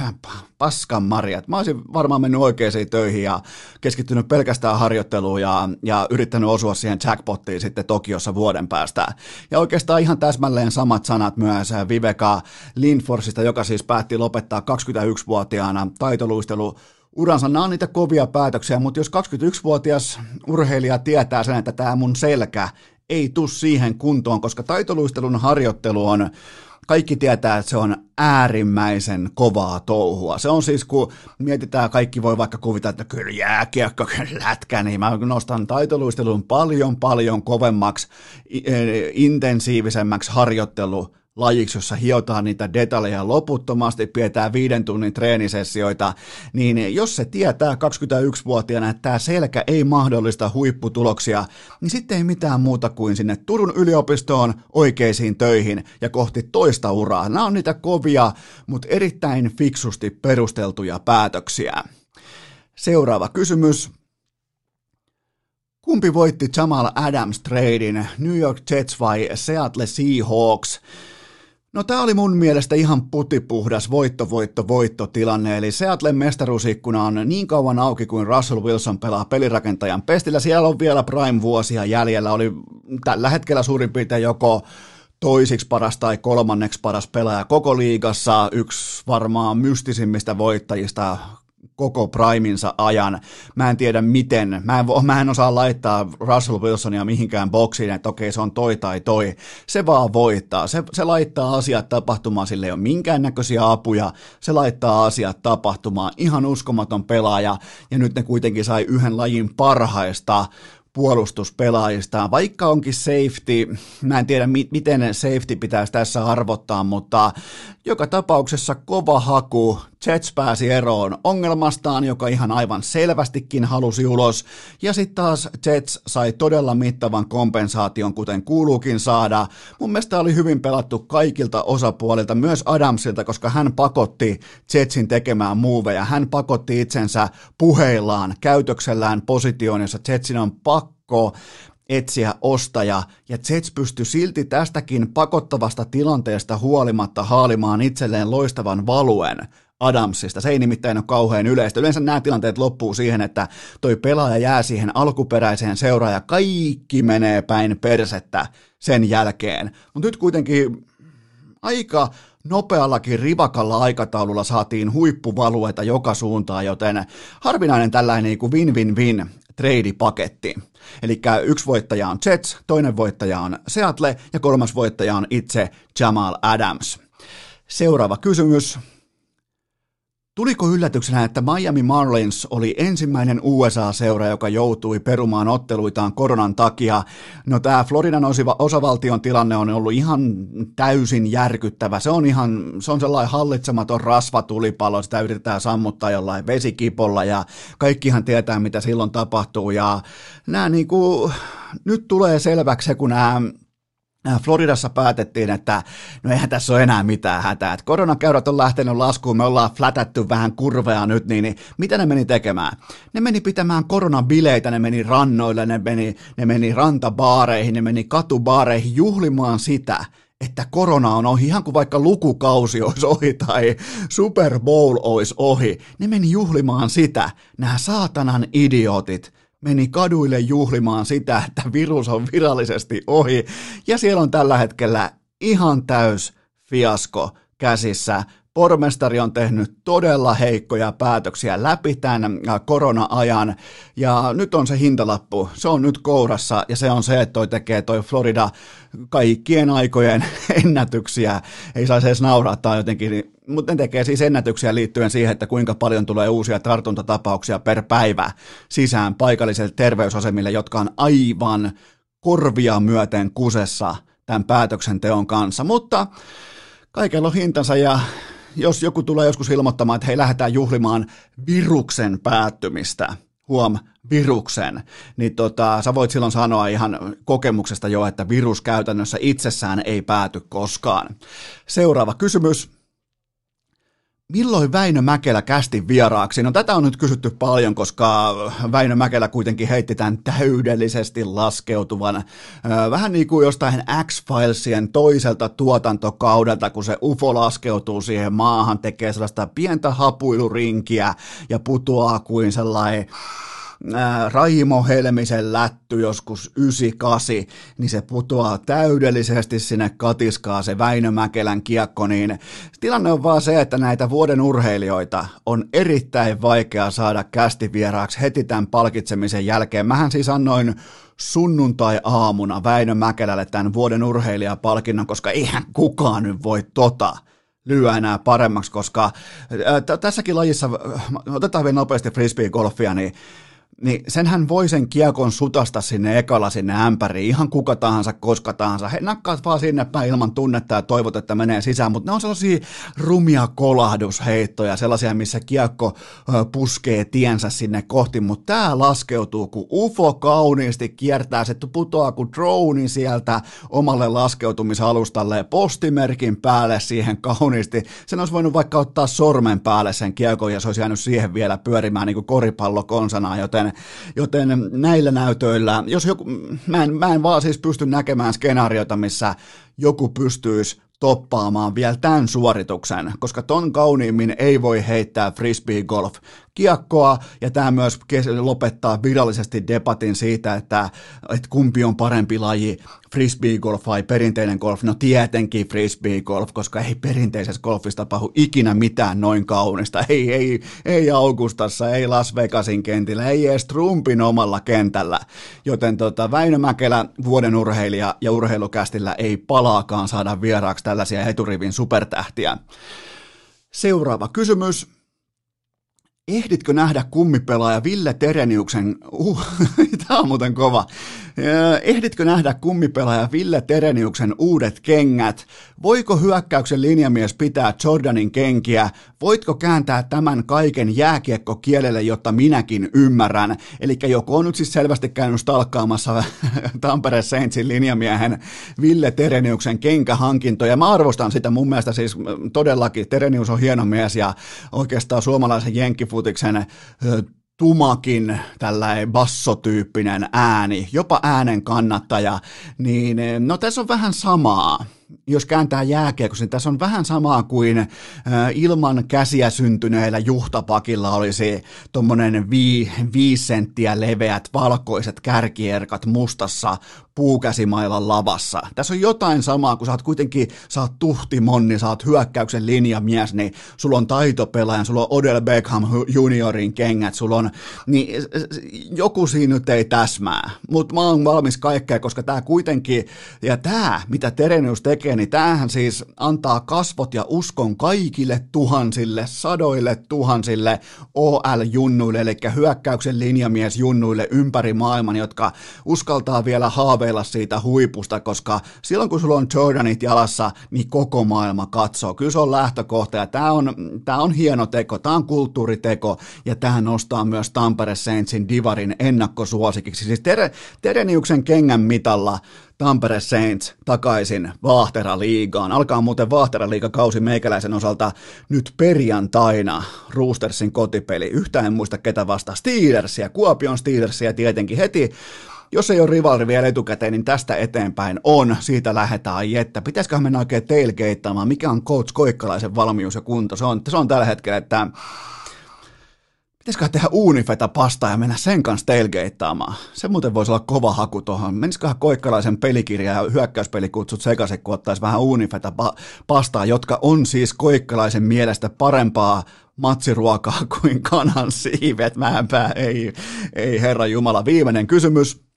paskan marjat. Mä olisin varmaan mennyt oikeisiin töihin ja keskittynyt pelkästään harjoitteluun ja yrittänyt osua siihen jackpottiin sitten Tokiossa vuoden päästä. Ja oikeastaan ihan täsmälleen samat sanat myös Viveka Lindforsista, joka siis päätti lopettaa 21-vuotiaana taitoluistelu uransa. Nämä on niitä kovia päätöksiä, mutta jos 21-vuotias urheilija tietää sen, että tämä mun selkä ei tule siihen kuntoon, koska taitoluistelun harjoittelu on, kaikki tietää, että se on äärimmäisen kovaa touhua. Se on siis, kun mietitään, kaikki voi vaikka kuvitella, että kyllä jääkiekko, kyllä lätkä, niin mä nostan taitoluistelun paljon kovemmaksi, intensiivisemmäksi harjoittelulajiksi, jossa hiotaan niitä detaljeja loputtomasti, pidetään 5 tunnin treenisessioita, niin jos se tietää 21-vuotiaana, että tämä selkä ei mahdollista huipputuloksia, niin sitten ei mitään muuta kuin sinne Turun yliopistoon oikeisiin töihin ja kohti toista uraa. Nämä on niitä kovia, mutta erittäin fiksusti perusteltuja päätöksiä. Seuraava kysymys. Kumpi voitti Jamal Adams-treidin, New York Jets vai Seattle Seahawks? No tämä oli mun mielestä ihan putipuhdas voitto-tilanne, eli Seattlen mestaruusikkuna on niin kauan auki kuin Russell Wilson pelaa pelirakentajan pestillä. Siellä on vielä prime-vuosia jäljellä, oli tällä hetkellä suurin piirtein joko toisiksi paras tai kolmanneksi paras pelaaja koko liigassa, yksi varmaan mystisimmistä voittajista koko priminsa ajan. Mä en tiedä miten, mä en osaa laittaa Russell Wilsonia mihinkään boksiin, että okei, se on toi tai toi. Se vaan voittaa, se laittaa asiat tapahtumaan, sille ei ole minkäännäköisiä apuja, se laittaa asiat tapahtumaan, ihan uskomaton pelaaja, ja nyt ne kuitenkin sai yhden lajin parhaista puolustuspelaajista, vaikka onkin safety, mä en tiedä miten safety pitäisi tässä arvottaa, mutta joka tapauksessa kova haku, Jets pääsi eroon ongelmastaan, joka ihan aivan selvästikin halusi ulos, ja sitten taas Jets sai todella mittavan kompensaation, kuten kuuluukin saada. Mun mielestä oli hyvin pelattu kaikilta osapuolilta, myös Adamsilta, koska hän pakotti Jetsin tekemään moveja, hän pakotti itsensä puheillaan, käytöksellään positioon, jossa Jetsin on pakko etsiä ostaja, ja Jets pystyi silti tästäkin pakottavasta tilanteesta huolimatta haalimaan itselleen loistavan valuen Adamsista. Se ei nimittäin ole kauhean yleistä. Yleensä nämä tilanteet loppuu siihen, että toi pelaaja jää siihen alkuperäiseen seuraan ja kaikki menee päin persettä sen jälkeen. Mutta nyt kuitenkin aika nopeallakin rivakalla aikataululla saatiin huippuvalueita joka suuntaan, joten harvinainen tällainen niin kuin win-win-win trade-paketti. Eli yksi voittaja on Jets, toinen voittaja on Seattle ja kolmas voittaja on itse Jamal Adams. Seuraava kysymys. Tuliko yllätyksenä, että Miami Marlins oli ensimmäinen USA-seura, joka joutui perumaan otteluitaan koronan takia? No tämä Floridan osavaltion tilanne on ollut ihan täysin järkyttävä. Se on sellainen hallitsematon rasvatulipalo, sitä yritetään sammuttaa jollain vesikipolla ja kaikkihan tietää, mitä silloin tapahtuu. Ja nämä nyt tulee selväksi se, kun nämä Floridassa päätettiin, että no eihän tässä ole enää mitään hätää, että koronakäyrät on lähtenyt laskuun, me ollaan flätätty vähän kurvea nyt, niin mitä ne meni tekemään? Ne meni pitämään koronabileitä, ne meni rannoille, ne meni rantabaareihin, ne meni katubaareihin juhlimaan sitä, että korona on ohi, ihan kuin vaikka lukukausi olisi ohi tai Super Bowl olisi ohi. Ne meni juhlimaan sitä, nämä saatanan idiootit meni kaduille juhlimaan sitä, että virus on virallisesti ohi, ja siellä on tällä hetkellä ihan täys fiasko käsissä. Pormestari on tehnyt todella heikkoja päätöksiä läpi tämän korona-ajan, ja nyt on se hintalappu, se on nyt kourassa, ja se on se, että toi Florida kaikkien aikojen ennätyksiä, ei saisi edes nauraa tai jotenkin, mutta ne tekee siis ennätyksiä liittyen siihen, että kuinka paljon tulee uusia tartuntatapauksia per päivä sisään paikallisille terveysasemille, jotka on aivan korvia myöten kusessa tämän päätöksenteon kanssa, mutta kaikella on hintansa, ja jos joku tulee joskus ilmoittamaan, että hei, lähdetään juhlimaan viruksen päättymistä, viruksen, niin sä voit silloin sanoa ihan kokemuksesta jo, että virus käytännössä itsessään ei pääty koskaan. Seuraava kysymys. Milloin Väinö Mäkelä kästin vieraaksi? No tätä on nyt kysytty paljon, koska Väinö Mäkelä kuitenkin heitti tämän täydellisesti laskeutuvan, vähän niin kuin jostain X-Filesien toiselta tuotantokaudelta, kun se UFO laskeutuu siihen maahan, tekee sellaista pientä hapuilurinkiä ja putoaa kuin sellainen Raimo Helmisen lätty joskus 98, niin se putoaa täydellisesti sinne katiskaa se Väinö Mäkelän kiekko, niin tilanne on vaan se, että näitä vuoden urheilijoita on erittäin vaikea saada kästivieraaksi heti tämän palkitsemisen jälkeen. Mähän siis annoin sunnuntai-aamuna Väinö Mäkelälle tämän vuoden urheilijapalkinnon, koska eihän kukaan nyt voi lyö enää paremmaksi, koska tässäkin lajissa, otetaan vielä nopeasti frisbee-golfia, niin senhän voi sen kiekon sutasta sinne ekalla sinne ämpäriin, ihan kuka tahansa, koska tahansa. He nakkaat vaan sinne päin ilman tunnetta ja toivot, että menee sisään, mutta ne on sellaisia rumia kolahdusheittoja, sellaisia, missä kiekko puskee tiensä sinne kohti, mutta tämä laskeutuu, kun UFO kauniisti kiertää, se putoaa kuin drone sieltä omalle laskeutumisalustalle, postimerkin päälle siihen kauniisti. Sen olisi voinut vaikka ottaa sormen päälle sen kiekon ja se olisi jäänyt siihen vielä pyörimään niin kuin koripallo konsanaan, joten näillä näytöillä, jos joku, mä en vaan siis pysty näkemään skenaariota, missä joku pystyisi toppaamaan vielä tämän suorituksen, koska ton kauniimmin ei voi heittää frisbee golf kiekkoa, ja tämä myös lopettaa virallisesti debatin siitä, että kumpi on parempi laji, frisbee-golf vai perinteinen golf. No tietenkin frisbee-golf, koska ei perinteisessä golfissa tapahdu ikinä mitään noin kaunista. Ei Augustassa, ei Las Vegasin kentillä, ei edes Trumpin omalla kentällä. Joten Väinö Mäkelä, vuoden urheilija ja urheilukästillä ei palaakaan saada vieraaksi tällaisia eturivin supertähtiä. Seuraava kysymys. Ehditkö nähdä kummipelaaja Ville Tereniuksen, tämä on muuten kova, ehditkö nähdä kummipelaaja Ville Tereniuksen uudet kengät? Voiko hyökkäyksen linjamies pitää Jordanin kenkiä? Voitko kääntää tämän kaiken jääkiekkokielelle, jotta minäkin ymmärrän? Eli joko on nyt siis selvästi käynyt stalkkaamassa Tampere Saintsin linjamiehen Ville Tereniuksen kenkähankintoja. Mä arvostan sitä, mun mielestä siis todellakin Terenius on hieno mies ja oikeastaan suomalaisen jenkkifutiksen tumakin tällainen bassotyyppinen ääni, jopa äänen kannattaja, niin no tässä on vähän samaa. Jos kääntää jääkiekossa, niin tässä on vähän samaa kuin ilman käsiä syntyneellä juhtapakilla olisi tuommoinen 5 senttiä leveät valkoiset kärkierkat mustassa puukäsimailan lavassa. Tässä on jotain samaa, kun sä oot tuhtimonni, sä oot hyökkäyksen linjamies, niin sulla on taitopelaaja, sulla on Odell Beckham juniorin kengät, sulla on, niin joku siinä nyt ei täsmää, mutta mä oon valmis kaikkea, koska tää kuitenkin, ja tää, mitä Terenius tekee, niin tämähän siis antaa kasvot ja uskon kaikille tuhansille, sadoille tuhansille OL-junnuille, eli hyökkäyksen linjamies junnuille ympäri maailman, jotka uskaltaa vielä haaveilla siitä huipusta, koska silloin kun sulla on Jordanit jalassa, niin koko maailma katsoo. Kyllä se on lähtökohta, ja tämä on hieno teko, tämä on kulttuuriteko, ja tämä nostaa myös Tampere Saintsin divarin ennakkosuosikiksi. Siis Tereniuksen kengän mitalla Tampere Saints takaisin Vaahtera-liigaan. Alkaa muuten Vaahtera-liigakausi meikäläisen osalta nyt perjantaina Roostersin kotipeli. Yhtään en muista ketä vastaa. Steelersia, Kuopion Steelersia tietenkin heti. Jos ei ole rivalri vielä etukäteen, niin tästä eteenpäin on. Siitä lähdetään jettä. Pitäisiköhän mennä oikein tailgateamaan? Mikä on coach Koikkalaisen valmius ja kunto? Se on tällä hetkellä, että pitäisiköhän tehdä uunifeta pastaa ja mennä sen kanssa tailgateaamaan? Se muuten voisi olla kova haku tuohon. Menisiköhän Koikkalaisen pelikirja ja hyökkäyspelikutsut sekaisin, kun ottaisi vähän uunifeta pastaa, jotka on siis Koikkalaisen mielestä parempaa matsiruokaa kuin kanan siivet. Määnpää, ei herra jumala. Viimeinen kysymys.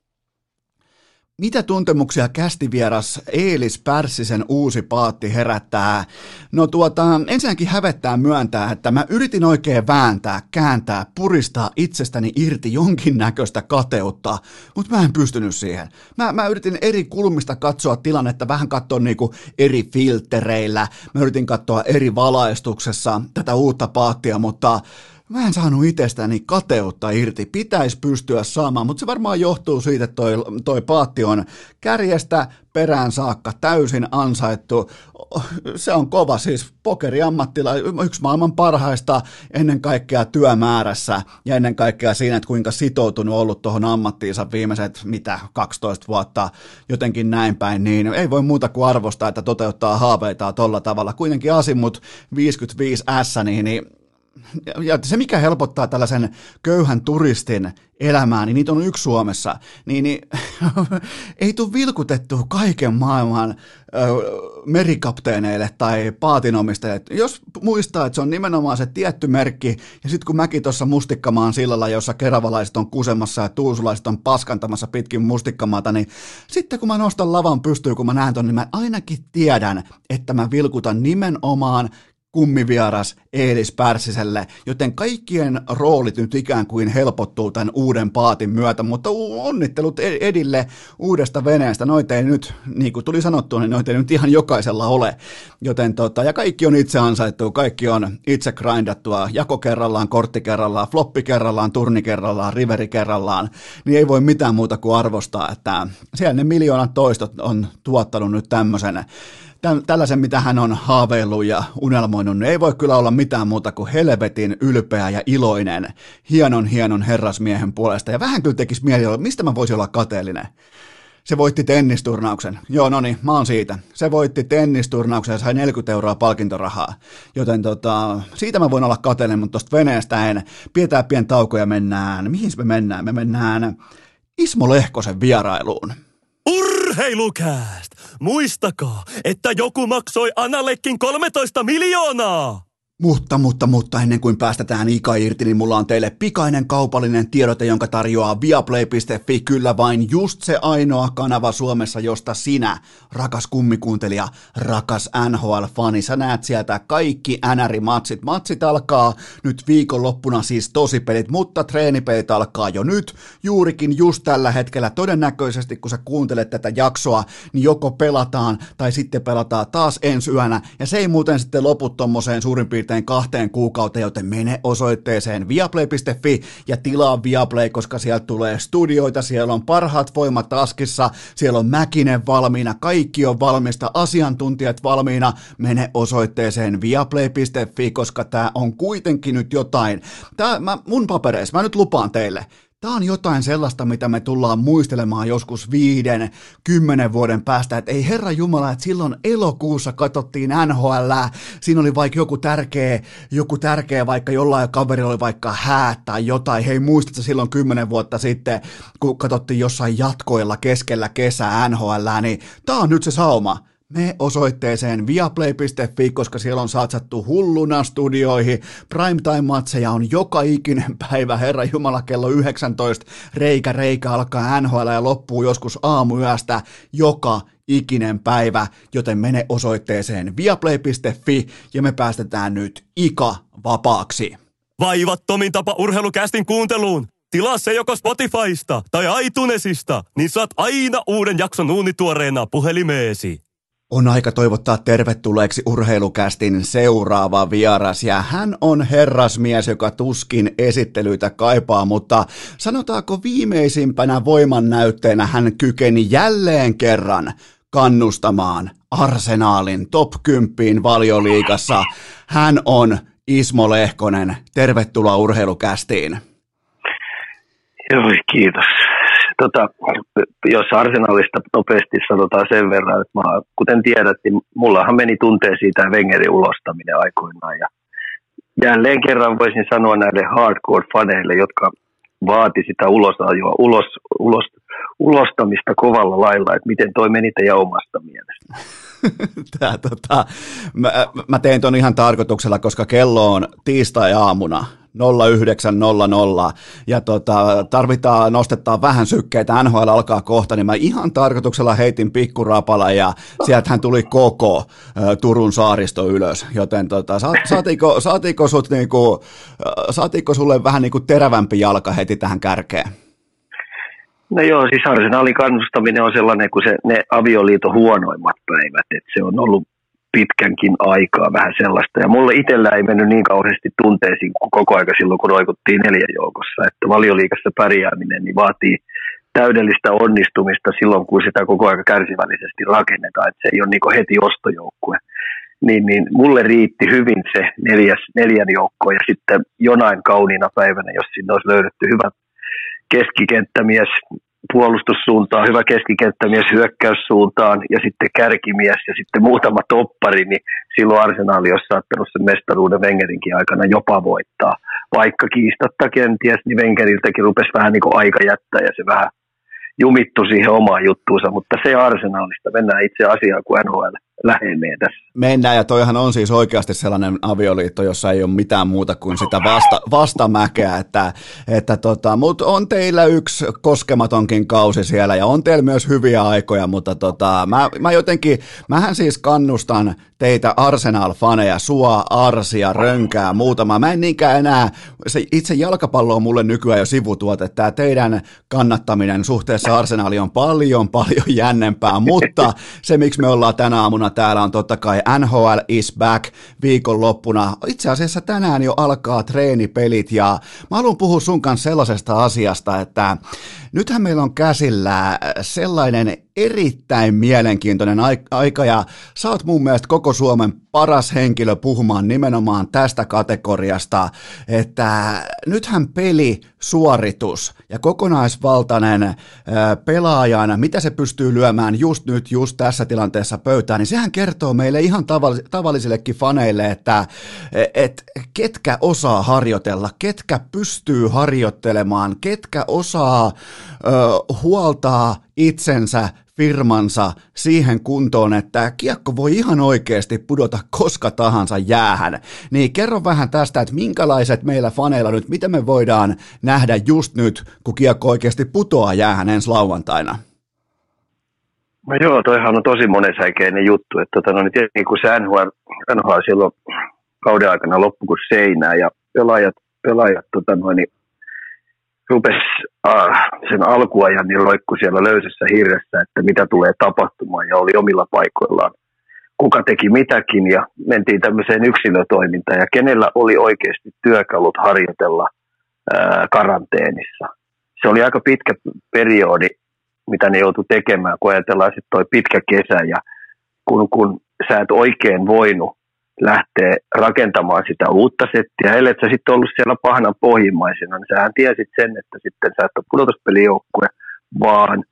Mitä tuntemuksia kästivieras Eelis Pärssisen uusi paatti herättää? No ensinnäkin hävettää myöntää, että mä yritin oikein vääntää, kääntää, puristaa itsestäni irti jonkinnäköistä kateutta, mutta mä en pystynyt siihen. Mä yritin eri kulmista katsoa tilannetta, vähän katsoa niinku eri filttereillä, mä yritin katsoa eri valaistuksessa tätä uutta paattia, mutta mä en saanut itsestäni kateutta irti, pitäisi pystyä saamaan, mutta se varmaan johtuu siitä, että toi paatti on kärjestä perään saakka täysin ansaittu. Se on kova, siis pokeriammattila, yksi maailman parhaista ennen kaikkea työmäärässä ja ennen kaikkea siinä, että kuinka sitoutunut ollut tuohon ammattiinsa viimeiset 12 vuotta, jotenkin näin päin, niin ei voi muuta kuin arvostaa, että toteuttaa haaveitaan tolla tavalla. Kuitenkin Asimut 55 S, niin ja se, mikä helpottaa tällaisen köyhän turistin elämää, niin niitä on yksi Suomessa, niin ei tule vilkutettua kaiken maailman merikapteeneille tai paatinomistajille. Jos muistaa, että se on nimenomaan se tietty merkki, ja sitten kun mäkin tuossa Mustikkamaan sillalla, jossa keravalaiset on kusemassa ja tuusulaiset on paskantamassa pitkin Mustikkamaata, niin sitten kun mä nostan lavan pystyyn, kun mä näen ton, niin mä ainakin tiedän, että mä vilkutan nimenomaan kummivieras Eelis Pärssiselle, joten kaikkien roolit nyt ikään kuin helpottuu tämän uuden paatin myötä, mutta onnittelut Edille uudesta veneestä, noita ei nyt, niin kuin tuli sanottua, niin noita ei nyt ihan jokaisella ole, joten ja kaikki on itse ansaittu, kaikki on itse grindattua, jako kerrallaan, kortti kerrallaan, floppi kerrallaan, turni kerrallaan, riveri kerrallaan, niin ei voi mitään muuta kuin arvostaa, että siellä ne miljoonat toistot on tuottanut nyt tällaisen, mitä hän on haaveillut ja unelmoinut, niin ei voi kyllä olla mitään muuta kuin helvetin ylpeä ja iloinen hienon herrasmiehen puolesta. Ja vähän kyllä tekisi mieli olla, mistä mä voisin olla kateellinen. Se voitti tennisturnauksen. Joo, no niin, mä oon siitä. Se voitti tennisturnauksen ja sai 40 € palkintorahaa. Joten siitä mä voin olla kateellinen, mutta tosta veneestä en. Pidetään pieni tauko ja mennään. Mihin me mennään? Me mennään Ismo Lehkosen vierailuun. Urheilukääst! Muistakaa, että joku maksoi Anallekin 13 miljoonaa! Mutta ennen kuin päästetään Ika irti, niin mulla on teille pikainen kaupallinen tiedote, jonka tarjoaa Viaplay.fi, kyllä vain just se ainoa kanava Suomessa, josta sinä, rakas kummikuuntelija, rakas NHL-fani, sä näet sieltä kaikki NR-matsit. Matsit alkaa nyt viikonloppuna, siis tosipelit, mutta treenipelit alkaa jo nyt, juurikin just tällä hetkellä. Todennäköisesti, kun sä kuuntelet tätä jaksoa, niin joko pelataan tai sitten pelataan taas ensi yönä, ja se ei muuten sitten lopu tommoseen suurin piirtein 2 kuukauteen, joten mene osoitteeseen viaplay.fi ja tilaa Viaplay, koska sieltä tulee studioita, siellä on parhaat voimat taskissa, siellä on Mäkinen valmiina, kaikki on valmista, asiantuntijat valmiina, mene osoitteeseen viaplay.fi, koska tää on kuitenkin nyt jotain. Mun papereissa, mä nyt lupaan teille, tämä on jotain sellaista, mitä me tullaan muistelemaan joskus 5-10 vuoden päästä, että ei herra jumala, että silloin elokuussa katsottiin NHL, siinä oli vaikka joku tärkeä, vaikka jollain kaverilla oli vaikka häät tai jotain, hei muistatko silloin 10 vuotta sitten, kun katsottiin jossain jatkoilla keskellä kesää NHL, niin tämä on nyt se sauma. Me osoitteeseen viaplay.fi, koska siellä on satsattu hulluna studioihin. Primetime-matseja on joka ikinen päivä, herra jumala, kello 19. Reikä alkaa NHL ja loppuu joskus aamuyöstä joka ikinen päivä, joten mene osoitteeseen viaplay.fi ja me päästetään nyt Ika vapaaksi. Vaivattomin tapa urheilukästin kuunteluun. Tilaa se joko Spotifysta tai iTunesista, niin saat aina uuden jakson uunituoreena puhelimeesi. On aika toivottaa tervetulleeksi Urheilukästin seuraava vieras, ja hän on herrasmies, joka tuskin esittelyitä kaipaa, mutta sanotaanko viimeisimpänä voimannäytteenä hän kykeni jälleen kerran kannustamaan Arsenaalin top 10 Valioliigassa. Hän on Ismo Lehkonen. Tervetuloa Urheilukästiin. Joo, kiitos. Jos Arsenalista nopeasti sanotaan sen verran, että kuten tiedät, niin mullahan meni tunteen siitä Wengerin ulostaminen aikoinaan. Ja jälleen kerran voisin sanoa näille hardcore-faneille, jotka vaati sitä ulostamista kovalla lailla, että miten toi meni teidän omasta mielestä. Mä tein ton ihan tarkoituksella, koska kello on tiistai-aamuna 09:00 ja nostetaan vähän sykkeitä, NHL alkaa kohta, niin mä ihan tarkoituksella heitin pikkurapala ja sieltähän tuli koko Turun saaristo ylös, joten saatiinko sulle vähän niinku terävämpi jalka heti tähän kärkeen? No joo, siis Arsenalin kannustaminen on sellainen kuin ne avioliiton huonoimmat päivät, että se on ollut pitkänkin aikaa vähän sellaista. Ja mulle itsellä ei mennyt niin kauheasti tunteisiin koko aika silloin, kun roikuttiin 4 joukossa. Että Valioliigassa pärjääminen niin vaatii täydellistä onnistumista silloin, kun sitä koko aika kärsivällisesti rakennetaan. Että se ei ole niin heti ostojoukkue. Niin mulle riitti hyvin se 4 joukkoa ja sitten jonain kauniina päivänä, jos sinne olisi löydetty hyvä keskikenttämies puolustussuuntaan, hyvä keskikenttämies hyökkäyssuuntaan ja sitten kärkimies ja sitten muutama toppari, niin silloin Arsenali olisi saattanut sen mestaruuden Wengerinkin aikana jopa voittaa. Vaikka kiistatta kenties, niin Wengeriltäkin rupesi vähän niin kuin aika jättää ja se vähän jumittu siihen omaan juttuunsa, mutta se Arsenalista mennään itse asiaan, kun NHL lähenee tässä. Mennään, ja toihan on siis oikeasti sellainen avioliitto, jossa ei ole mitään muuta kuin sitä vastamäkeä, mutta on teillä yksi koskematonkin kausi siellä, ja on teillä myös hyviä aikoja, mutta mähän siis kannustan teitä Arsenal-faneja, sua, Arsia, Rönkää, muutama. Mä en niinkään enää, se itse jalkapallo on mulle nykyään jo sivutuote, tämä teidän kannattaminen suhteessa Arsenaliin on paljon jännempää, mutta se miksi me ollaan tänä aamuna täällä on totta kai NHL is back viikonloppuna. Itse asiassa tänään jo alkaa treenipelit ja mä haluan puhua sun kanssa sellaisesta asiasta, että nythän meillä on käsillä sellainen erittäin mielenkiintoinen aika ja sä oot mun mielestä koko Suomen paras henkilö puhumaan nimenomaan tästä kategoriasta, että nythän pelisuoritus ja kokonaisvaltainen pelaajana, mitä se pystyy lyömään just nyt, just tässä tilanteessa pöytään, niin sehän kertoo meille ihan tavallisillekin faneille, että ketkä osaa harjoitella, ketkä pystyy harjoittelemaan, ketkä osaa huoltaa itsensä, firmansa siihen kuntoon, että kiekko voi ihan oikeasti pudota koska tahansa jäähän. Niin kerro vähän tästä, että minkälaiset meillä faneilla nyt, mitä me voidaan nähdä just nyt, kun kiekko oikeasti putoaa jäähän ensi lauantaina? No joo, toihan on tosi monensäikeinen juttu, että niin tietenkin kun se NHL silloin kauden aikana loppui kuin seinää ja pelaajat rupesi sen alkuajan niin roikku siellä löysässä hirressä, että mitä tulee tapahtumaan ja oli omilla paikoillaan. Kuka teki mitäkin ja mentiin tämmöiseen yksilötoimintaan ja kenellä oli oikeasti työkalut harjoitella karanteenissa. Se oli aika pitkä periodi, mitä ne joutui tekemään, kun ajatellaan sitten toi pitkä kesä ja kun sä et oikein voinut lähteä rakentamaan sitä uutta settiä, ellet sä sitten ollut siellä pahana pohjimmaisena, niin sähän tiesit sen, että sitten sä et ole pudotuspelijoukkue, vaan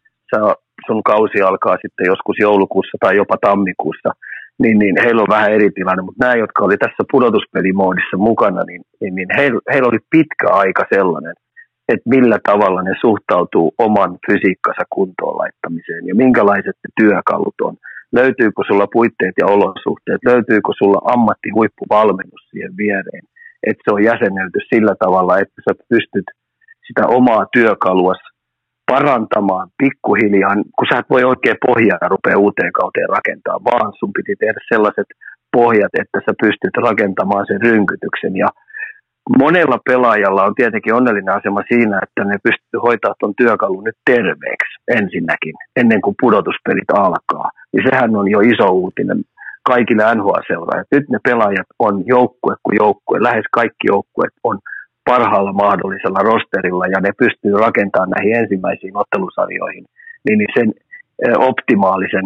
sun kausi alkaa sitten joskus joulukuussa tai jopa tammikuussa, niin heillä on vähän eri tilanne, mutta nämä, jotka oli tässä pudotuspelimoodissa mukana, niin heillä oli pitkä aika sellainen, että millä tavalla ne suhtautuu oman fysiikkansa kuntoon laittamiseen ja minkälaiset ne työkalut on. Löytyykö sulla puitteet ja olosuhteet, löytyykö sulla ammattihuippuvalmennus siihen viereen, että se on jäsennelty sillä tavalla, että sä pystyt sitä omaa työkaluas parantamaan pikkuhiljaa, kun sä et voi oikein pohjaa rupea uuteen kauteen rakentaa, vaan sun piti tehdä sellaiset pohjat, että sä pystyt rakentamaan sen rynkytyksen ja monella pelaajalla on tietenkin onnellinen asema siinä, että ne pystyy hoitaa tuon työkalun nyt terveeksi ensinnäkin, ennen kuin pudotuspelit alkaa. Ja sehän on jo iso uutinen kaikille NHL-seuraajille. Nyt ne pelaajat on joukkue kuin joukkue, lähes kaikki joukkueet on parhaalla mahdollisella rosterilla ja ne pystyy rakentamaan näihin ensimmäisiin ottelusarjoihin. Niin sen optimaalisen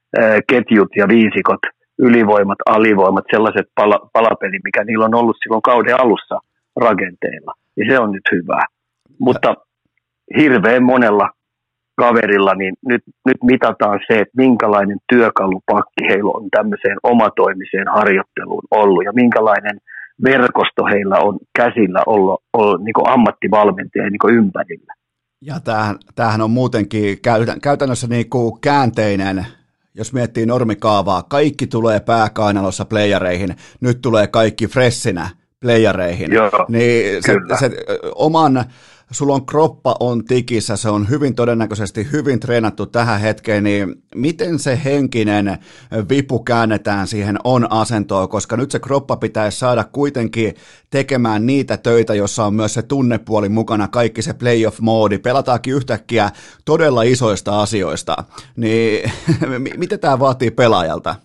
ketjut ja viisikot, ylivoimat, alivoimat, sellaiset palapeli, mikä niillä on ollut silloin kauden alussa rakenteilla. Ja se on nyt hyvä. Mutta hirveän monella kaverilla, niin nyt mitataan se, että minkälainen työkalupakki heillä on tämmöiseen omatoimiseen harjoitteluun ollut ja minkälainen verkosto heillä on käsillä ollut niin kuin ammattivalmentajia niin ympärillä. Ja tämähän on muutenkin käytännössä niin kuin käänteinen. Jos miettii normikaavaa, kaikki tulee pääkainalossa playereihin, nyt tulee kaikki freshinä playereihin. Joo, niin sulla on kroppa on tikissä, se on hyvin todennäköisesti hyvin treenattu tähän hetkeen, niin miten se henkinen vipu käännetään siihen on-asentoon, koska nyt se kroppa pitäisi saada kuitenkin tekemään niitä töitä, jossa on myös se tunnepuoli mukana, kaikki se playoff-moodi, pelataankin yhtäkkiä todella isoista asioista, niin mitä tämä vaatii pelaajalta?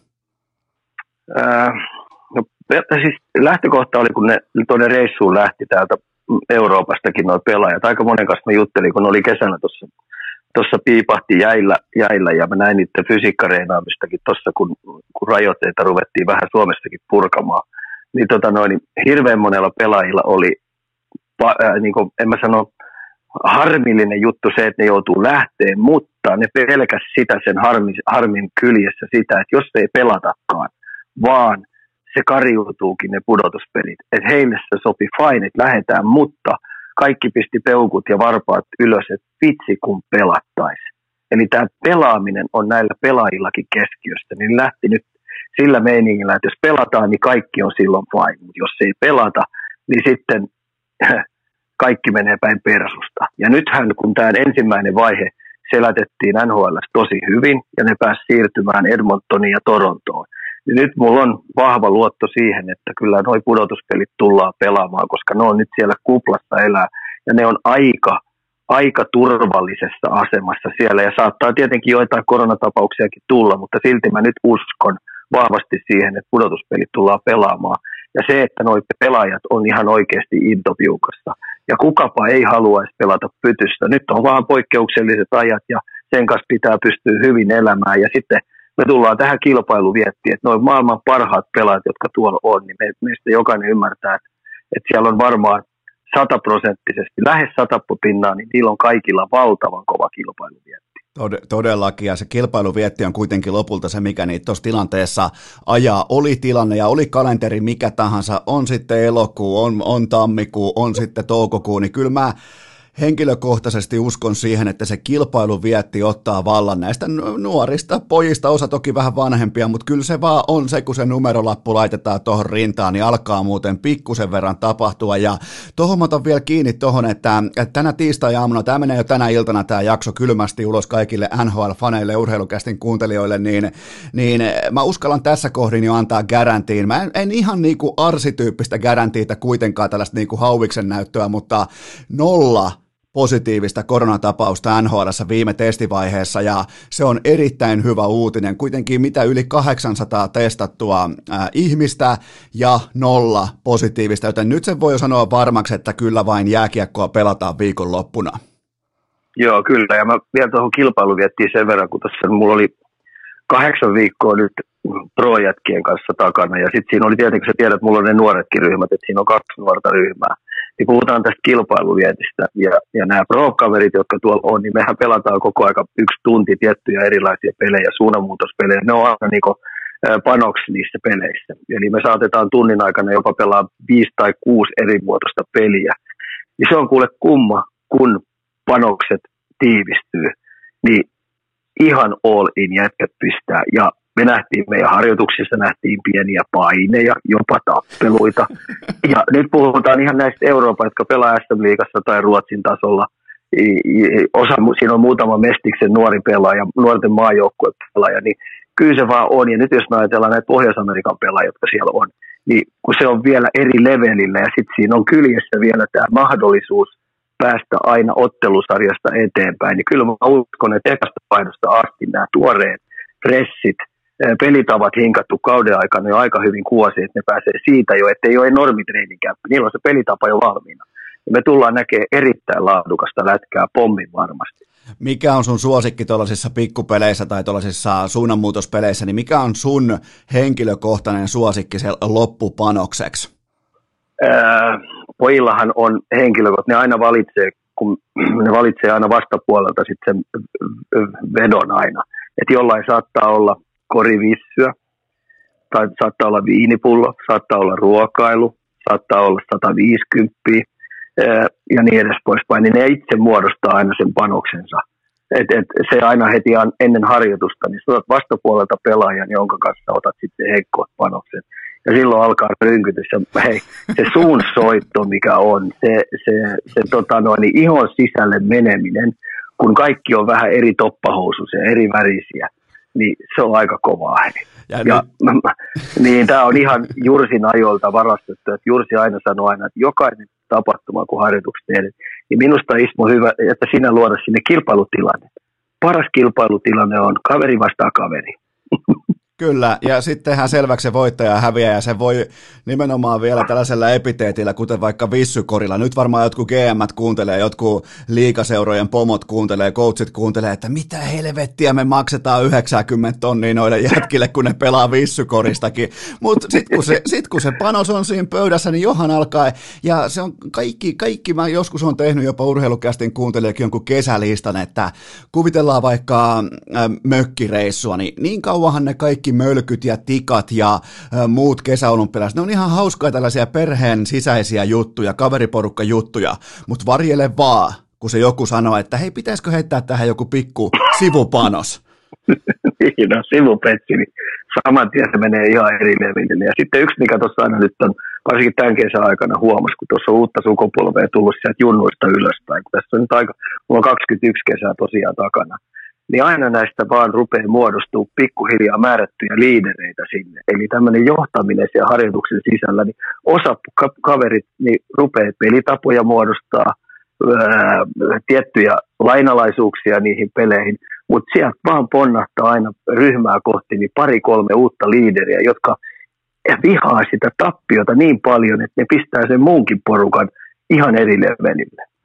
Siis lähtökohta oli, kun ne tuonne reissuun lähti täältä Euroopastakin nuo pelaajat. Aika monen kanssa mä juttelin, kun ne oli kesänä tuossa piipahti jäillä ja mä näin niiden fysiikkareenaamistakin tuossa, kun rajoitteita ruvettiin vähän Suomessakin purkamaan. Niin hirveän monella pelaajilla oli, niin kuin, en mä sano, harmillinen juttu se, että ne joutuu lähteen, mutta ne pelkäs sitä sen harmin kyljessä sitä, että jos ei pelatakaan, vaan se kariutuukin ne pudotuspelit. Että heille se sopi fine, että lähdetään, mutta kaikki pisti peukut ja varpaat ylös, että vitsi kun pelattaisi. Eli tämä pelaaminen on näillä pelaajillakin keskiöstä, niin lähti nyt sillä meiningillä, että jos pelataan, niin kaikki on silloin fine, mutta jos ei pelata, niin sitten kaikki menee päin persusta. Ja nythän, kun tämä ensimmäinen vaihe selätettiin NHL tosi hyvin, ja ne pääsi siirtymään Edmontoniin ja Torontoon, niin nyt mulla on vahva luotto siihen, että kyllä nuo pudotuspelit tullaan pelaamaan, koska ne on nyt siellä kuplassa elää, ja ne on aika turvallisessa asemassa siellä, ja saattaa tietenkin joitain koronatapauksiakin tulla, mutta silti mä nyt uskon vahvasti siihen, että pudotuspelit tullaan pelaamaan. Ja se, että nuo pelaajat on ihan oikeasti intopiukassa. Ja kukapa ei haluaisi pelata pytystä. Nyt on vaan poikkeukselliset ajat ja sen kanssa pitää pystyä hyvin elämään. Ja sitten me tullaan tähän kilpailuviettiin, että noin maailman parhaat pelaajat, jotka tuolla on, niin meistä jokainen ymmärtää, että siellä on varmaan 100%, lähes 100%, niin niillä on kaikilla valtavan kova kilpailuvietti. Todellakin, ja se kilpailuvietti on kuitenkin lopulta se, mikä niitä tuossa tilanteessa ajaa. Oli tilanne ja oli kalenteri mikä tahansa, on sitten elokuu, on tammikuu, on sitten toukokuu, niin kyllä mä henkilökohtaisesti uskon siihen, että se kilpailuvietti ottaa vallan näistä nuorista pojista, osa toki vähän vanhempia, mutta kyllä se vaan on se, kun se numerolappu laitetaan tuohon rintaan, niin alkaa muuten pikkusen verran tapahtua. Ja tuohon mä otan vielä kiinni tuohon, että tänä tiistai-aamuna, tämä menee jo tänä iltana tämä jakso kylmästi ulos kaikille NHL-faneille ja urheilukästin kuuntelijoille, niin mä uskallan tässä kohdin jo antaa garantiin. Mä en ihan niinku arsityyppistä garantiita kuitenkaan tällaista niinku hauviksen näyttöä, mutta 0 positiivista koronatapausta NHL:ssä viime testivaiheessa, ja se on erittäin hyvä uutinen. Kuitenkin mitä yli 800 testattua ihmistä ja 0 positiivista, joten nyt sen voi sanoa varmaksi, että kyllä vain jääkiekkoa pelataan viikonloppuna. Joo, kyllä, ja mä vielä tuohon kilpailuviettiin sen verran, kun tuossa mulla oli 8 viikkoa nyt pro-jätkien kanssa takana, ja sitten siinä oli tietenkin, kun sä tiedät, että mulla on ne nuoretkin ryhmät, että siinä on 2 nuorta ryhmää. Niin puhutaan tästä kilpailuvietistä, ja nämä pro-kaverit, jotka tuolla on, niin mehän pelataan koko aika 1 tunti tiettyjä erilaisia pelejä, suunnanmuutospelejä, ne on aina niin panoksi niissä peleissä. Eli me saatetaan tunnin aikana jopa pelaa 5 tai 6 eri muotoista peliä. Ja se on kuule kumma, kun panokset tiivistyy, niin ihan all in jätkät pistää, ja me nähtiin meidän harjoituksissa, nähtiin pieniä paineja, jopa tappeluita. Ja nyt puhutaan ihan näistä Euroopan, jotka pelaa SM-liigassa tai Ruotsin tasolla. Siinä on muutama Mestiksen nuori pelaaja, nuorten maajoukkuepelaaja, niin kyllä se vaan on. Ja nyt jos me ajatellaan näitä Pohjois-Amerikan pelaajia, jotka siellä on, niin kun se on vielä eri levelillä, ja sitten siinä on kyljessä vielä tämä mahdollisuus päästä aina ottelusarjasta eteenpäin, niin kyllä mä uskon, että ekasta painosta asti nämä tuoreet pressit, pelitavat hinkattu kauden aikana jo aika hyvin kuosi, että ne pääsee siitä jo, ettei ole normitreenikämppä. Niillä on se pelitapa jo valmiina. Ja me tullaan näkemään erittäin laadukasta lätkää pommin varmasti. Mikä on sun suosikki tuollaisissa pikkupeleissä tai tuollaisissa suunnanmuutospeleissä, niin mikä on sun henkilökohtainen suosikki loppupanokseksi? Pojillahan on henkilökohtainen, ne aina valitsee, kun ne valitsee aina vastapuolelta sitten sen vedon aina. Että jollain saattaa olla korivissyä, tai saattaa olla viinipullo, saattaa olla ruokailu, saattaa olla 150 ja niin edes poispäin, niin ne itse muodostaa aina sen panoksensa. Se aina heti ennen harjoitusta, niin otat vastapuolelta pelaajan, jonka kanssa otat sitten heikkoat panoksen. Ja silloin alkaa rynkytys. Hei, se suun soitto, mikä on, se ihon sisälle meneminen, kun kaikki on vähän eri toppahousuisia, eri värisiä, niin se on aika kovaa. Niin tämä on ihan Jursin ajoilta varastettu, että Jursi aina sanoo aina, että jokainen tapahtuma, kun harjoitukset tehdään, niin minusta Ismo hyvä, että sinä luoda sinne kilpailutilanne. Paras kilpailutilanne on kaveri vastaan kaveri. Kyllä, ja sitten tehdään selväksi se voittaja ja häviäjä, ja se voi nimenomaan vielä tällaisella epiteetillä, kuten vaikka vissykorilla. Nyt varmaan jotkut GM:t kuuntelee, jotkut liigaseurojen pomot kuuntelee, coachit kuuntelee, että mitä helvettiä me maksetaan 90 tonnia noille jätkille, kun ne pelaa vissykoristakin. Mutta sitten kun se panos on siinä pöydässä, niin johan alkaa, ja se on kaikki mä joskus on tehnyt jopa urheilukästin kuuntelijakin jonkun kesälistan, että kuvitellaan vaikka mökkireissua, niin kauanhan ne kaikki mölkyt ja tikat ja muut kesäolympialaiset, ne on ihan hauskaa tällaisia perheen sisäisiä juttuja, kaveriporukka-juttuja, mutta varjele vaan, kun se joku sanoo, että hei, pitäisikö heittää tähän joku pikku sivupanos? Niin, no sivupetsi, niin saman tien se menee ihan eri levelille. Ja sitten yksi, mikä tuossa aina nyt on, varsinkin tämän kesän aikana huomasi, kun tuossa on uutta sukupolvea tullut sieltä junnuista ylöspäin, kun tässä on nyt mulla on 21 kesää tosiaan takana, niin aina näistä vaan rupeaa muodostuu pikkuhiljaa määrättyjä liidereitä sinne. Eli tämmöinen johtaminen siellä harjoituksen sisällä, niin osa kaverit niin rupeaa pelitapoja muodostaa, tiettyjä lainalaisuuksia niihin peleihin, mutta sieltä vaan ponnahtaa aina ryhmää kohti niin 2-3 uutta liideriä, jotka vihaa sitä tappiota niin paljon, että ne pistää sen muunkin porukan ihan eri levelille.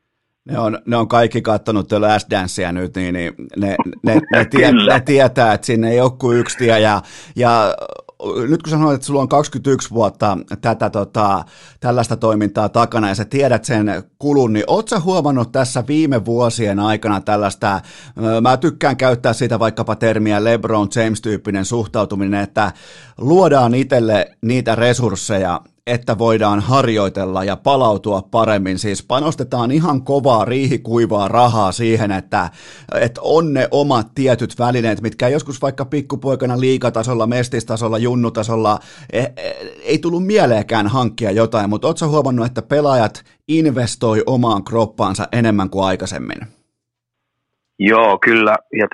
Ne on kaikki kattonut The Last Dancea nyt, niin ne tietää, että sinne ei ole kuin yksi tie, ja nyt kun sanoit, että sulla on 21 vuotta tällaista toimintaa takana ja sä tiedät sen kulun, niin ootko sä huomannut tässä viime vuosien aikana tällaista, mä tykkään käyttää siitä vaikkapa termiä LeBron James-tyyppinen suhtautuminen, että luodaan itselle niitä resursseja, että voidaan harjoitella ja palautua paremmin. Siis panostetaan ihan kovaa riihikuivaa rahaa siihen, että on ne omat tietyt välineet, mitkä joskus vaikka pikkupoikana liigatasolla, mestistasolla, junnutasolla ei tullut mieleenkään hankkia jotain, mutta ootko sä huomannut, että pelaajat investoi omaan kroppaansa enemmän kuin aikaisemmin? Joo, kyllä. Ja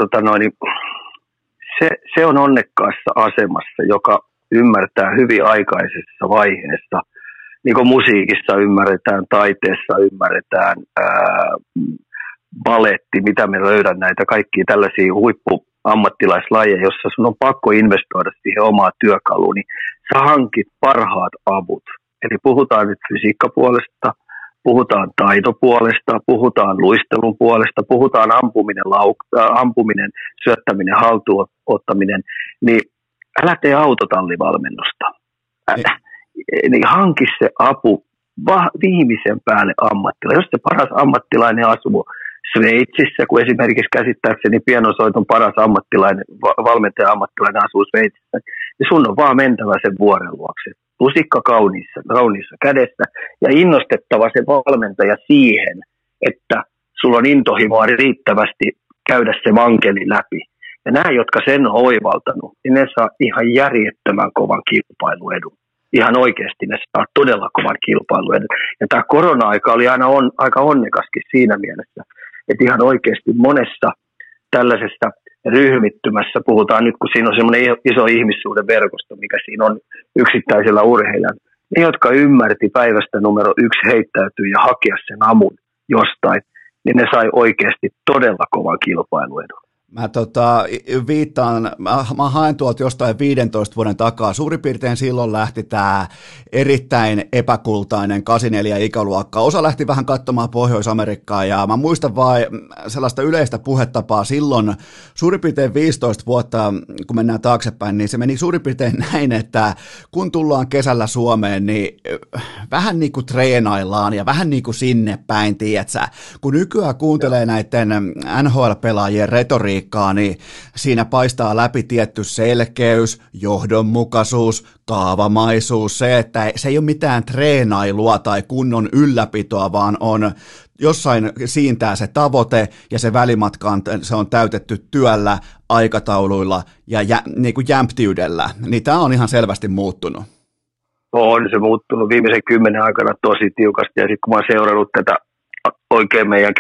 se on onnekkaassa asemassa, joka ymmärtää hyvin aikaisessa vaiheessa, niin kuin musiikissa ymmärretään, taiteessa ymmärretään, baletti, mitä me löydän näitä kaikkia tällaisia huippuammattilaislajeja, jossa sun on pakko investoida siihen omaa työkaluun, niin sä hankit parhaat avut. Eli puhutaan nyt fysiikkapuolesta, puhutaan taitopuolesta, puhutaan luistelun puolesta, puhutaan ampuminen, syöttäminen, haltuun ottaminen, niin älä tee autotallivalmennusta. Niin hanki se apu viimeisen päälle ammattilainen. Jos se paras ammattilainen asuu Sveitsissä, kun esimerkiksi käsittääkseni pianosoiton paras ammattilainen, valmentaja ammattilainen asuu Sveitsissä, niin sun on vaan mentävä sen vuoren luokse. Lusikka kauniissa kädessä ja innostettava se valmentaja siihen, että sulla on intohimoa riittävästi käydä se mankeli läpi. Ja nämä, jotka sen on oivaltanut, niin ne saa ihan järjettömän kovan kilpailuedun. Ihan oikeasti ne saa todella kovan kilpailuedun. Ja tämä korona-aika oli aina aika onnekaskin siinä mielessä, että ihan oikeasti monessa tällaisessa ryhmittymässä, puhutaan nyt, kun siinä on semmoinen iso ihmissuuden verkosto, mikä siinä on yksittäisellä urheilijalla, ne, jotka ymmärti päivästä numero 1 heittäytyä ja hakea sen amun jostain, niin ne sai oikeasti todella kovan kilpailuedun. Mä viittaan, mä haen tuolta jostain 15 vuoden takaa. Suurin piirtein silloin lähti tää erittäin epäkultainen 84 ikäluokka. Osa lähti vähän katsomaan Pohjois-Amerikkaa ja mä muistan vain sellaista yleistä puhetapaa silloin suurin piirtein 15 vuotta, kun mennään taaksepäin, niin se meni suurin piirtein näin, että kun tullaan kesällä Suomeen, niin vähän niin kuin treenaillaan ja vähän niin kuin sinne päin, tiedätkö? Kun nykyään kuuntelee näiden NHL-pelaajien retoriikkaa, niin siinä paistaa läpi tietty selkeys, johdonmukaisuus, kaavamaisuus, se, että se ei ole mitään treenailua tai kunnon ylläpitoa, vaan on jossain siintää se tavoite ja se välimatka se on täytetty työllä, aikatauluilla ja niin kuin jämptiydellä. Niin tämä on ihan selvästi muuttunut. On se muuttunut viimeisen 10 aikana tosi tiukasti ja sitten kun mä oon seurannut tätä oikein meidän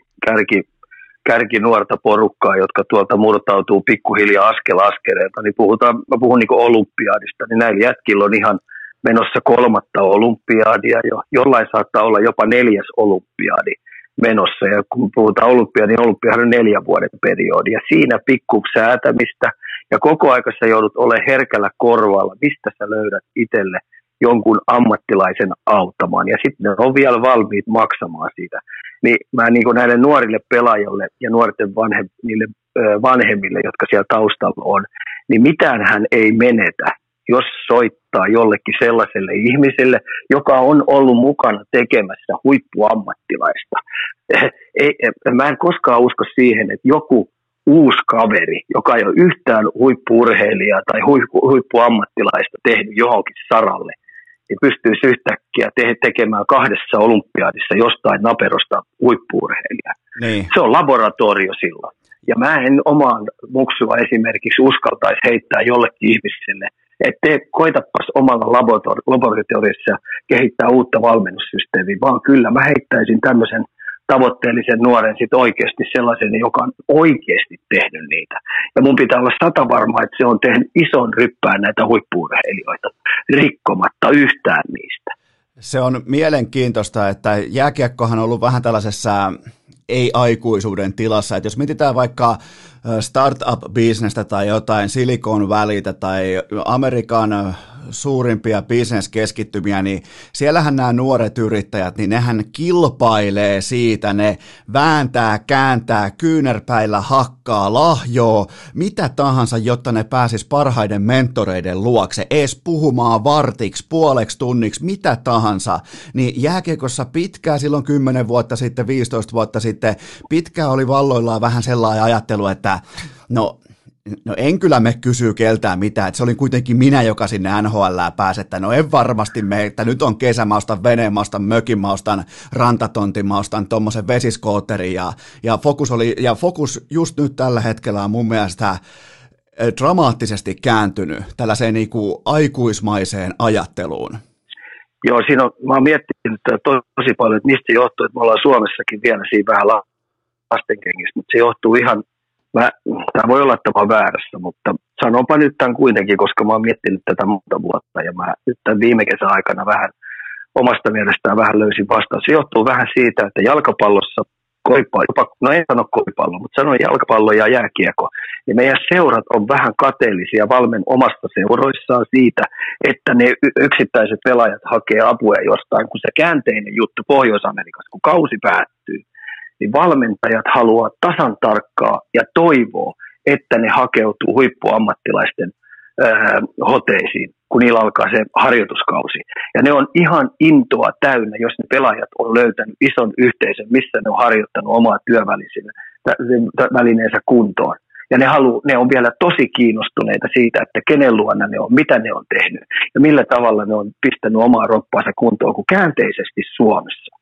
kärki nuorta porukkaa, jotka tuolta murtautuu pikkuhiljaa askel askeleelta, niin mä puhun niin kuin olympiadista, niin näillä jätkillä on ihan menossa 3. olympiadia jo, jollain saattaa olla jopa 4. olympiadi menossa, ja kun puhutaan olympiadia, niin olympiahan on 4 vuoden periodi, ja siinä pikku säätämistä, ja koko aika sä joudut olemaan herkällä korvalla, mistä sä löydät itselle jonkun ammattilaisen auttamaan, ja sitten ne on vielä valmiit maksamaan siitä. Niin mä niin kuin näille nuorille pelaajille ja nuorten vanhemmille, jotka siellä taustalla on, niin mitään hän ei menetä, jos soittaa jollekin sellaiselle ihmiselle, joka on ollut mukana tekemässä huippuammattilaista. Mä en koskaan usko siihen, että joku uusi kaveri, joka ei ole yhtään huippu-urheilijaa tai huippuammattilaista tehnyt johonkin saralle, niin pystyisi yhtäkkiä tekemään 2 olympiadissa jostain naperosta huippu-urheilijaa. Niin. Se on laboratorio silloin. Ja mä en omaan muksua esimerkiksi uskaltaisi heittää jollekin ihmiselle, että koitapas omalla laboratoriossa kehittää uutta valmennussysteemiä, vaan kyllä mä heittäisin tämmöisen tavoitteellisen nuoren sit oikeasti sellaisen, joka on oikeasti tehnyt niitä. Ja mun pitää olla 100 varma, että se on tehnyt ison ryppään näitä huippu-urheilijoita, rikkomatta yhtään niistä. Se on mielenkiintoista, että jääkiekkohan on ollut vähän tällaisessa ei-aikuisuuden tilassa, että jos mietitään vaikka startup-bisnestä tai jotain Silicon Valleytä tai Amerikan suurimpia bisneskeskittymiä, niin siellähän nämä nuoret yrittäjät, niin nehän kilpailee siitä, ne vääntää, kääntää, kyynärpäillä hakkaa, lahjoo, mitä tahansa, jotta ne pääsis parhaiden mentoreiden luokse, ees puhumaan vartiksi, puoleksi tunniksi, mitä tahansa, niin jääkiekossa pitkään silloin 10 vuotta sitten, 15 vuotta sitten, pitkään oli valloillaan vähän sellainen ajattelu, että No en kyllä me kysyä keltään mitään, että se oli kuitenkin minä, joka sinne NHL:ään pääsi, että no en varmasti me, että nyt on kesämaustan, venemaustan, mökinmaustan, rantatontimaustan, tuommoisen vesiskooterin ja fokus just nyt tällä hetkellä on mun mielestä dramaattisesti kääntynyt tällaiseen niin kuin aikuismaiseen ajatteluun. Joo, mä oon miettinyt tosi paljon, että mistä se johtuu, että me ollaan Suomessakin vielä siinä vähän lastenkengissä, mutta se johtuu ihan. Tämä voi olla, että mä oon väärässä, mutta sanonpa nyt tämän kuitenkin, koska mä oon miettinyt tätä monta vuotta ja mä nyt tämän viime kesän aikana vähän omasta mielestään vähän löysin vastaan. Se johtuu vähän siitä, että jalkapallossa, no en sano koripallo, mutta sanon jalkapallo ja jääkiekko. Ja meidän seurat on vähän kateellisia omasta seuroissaan siitä, että ne yksittäiset pelaajat hakee apua jostain, kun se käänteinen juttu Pohjois-Amerikassa, kun kausi päättyy. Niin valmentajat haluaa tasan tarkkaa ja toivoo, että ne hakeutuu huippuammattilaisten hoteisiin, kun niillä alkaa se harjoituskausi. Ja ne on ihan intoa täynnä, jos ne pelaajat on löytänyt ison yhteisön, missä ne on harjoittanut omaa työvälineensä kuntoon. Ja ne on vielä tosi kiinnostuneita siitä, että kenen luona ne on, mitä ne on tehnyt ja millä tavalla ne on pistänyt omaa roppaansa kuntoon kuin käänteisesti Suomessa.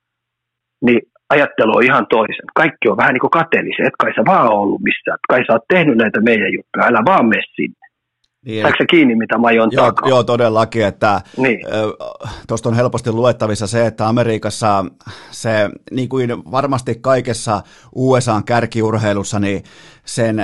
Niin ajattelu on ihan toisen. Kaikki on vähän niin kuin kateellisia, et kai sä vaan ollut missään, et kai sä oot tehnyt näitä meidän juttuja, älä vaan mene sinne. Niin, saatko sä kiinni, mitä mä aion takaa? Joo, todellakin, että niin. Tuosta on helposti luettavissa se, että Amerikassa se, niin kuin varmasti kaikessa USA:n kärkiurheilussa, niin sen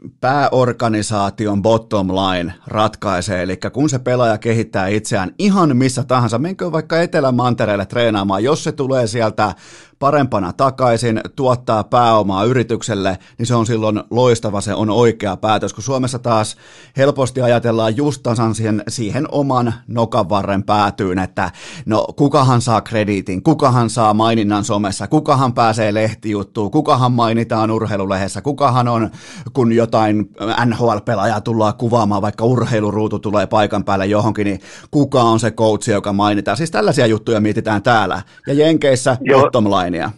pääorganisaation bottom line ratkaisee, eli kun se pelaaja kehittää itseään ihan missä tahansa, menkö vaikka Etelämantereelle treenaamaan, jos se tulee sieltä parempana takaisin, tuottaa pääomaa yritykselle, niin se on silloin loistava, se on oikea päätös, kun Suomessa taas helposti ajatellaan just tasan siihen oman nokanvarren päätyyn, että no kukahan saa krediitin, kukahan saa maininnan somessa, kukahan pääsee lehtijuttuun, kukahan mainitaan urheilulehdessä, kukahan on, kun jotain NHL-pelaajaa tullaan kuvaamaan, vaikka urheiluruutu tulee paikan päälle johonkin, niin kuka on se coach, joka mainitaan. Siis tällaisia juttuja mietitään täällä. Ja Jenkeissä bottom linea.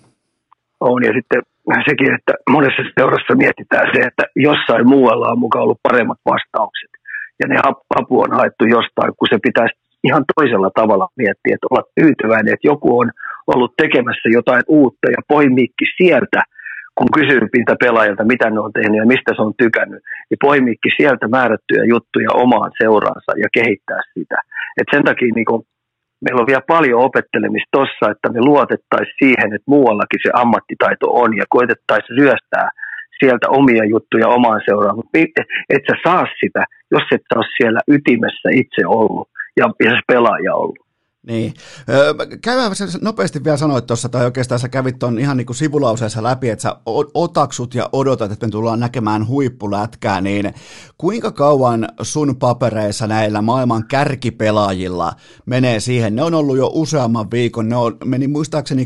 On, ja sitten sekin, että monessa seurassa mietitään se, että jossain muualla on mukaan ollut paremmat vastaukset. Ja ne apu on haettu jostain, kun se pitäisi ihan toisella tavalla miettiä, että olla tyytyväinen, että joku on ollut tekemässä jotain uutta ja poimiikki sieltä, kun kysyy pinta pelaajalta, mitä ne on tehnyt ja mistä se on tykännyt, niin poimiikki sieltä määrättyjä juttuja omaan seuraansa ja kehittää sitä. Et sen takia niin kun, meillä on vielä paljon opettelemista tossa, että me luotettaisiin siihen, että muuallakin se ammattitaito on ja koetettaisiin ryöstää sieltä omia juttuja omaan seuraan, mutta et sä saa sitä, jos et sä ole siellä ytimessä itse ollut ja se pelaaja ollut. Niin. Käydään nopeasti vielä sanoit tuossa, tai oikeastaan sä kävit tuon ihan niin kuin sivulauseessa läpi, että sä otaksut ja odotat, että me tullaan näkemään huippulätkää, niin kuinka kauan sun papereissa näillä maailman kärkipelaajilla menee siihen? Ne on ollut jo useamman viikon, meni muistaakseni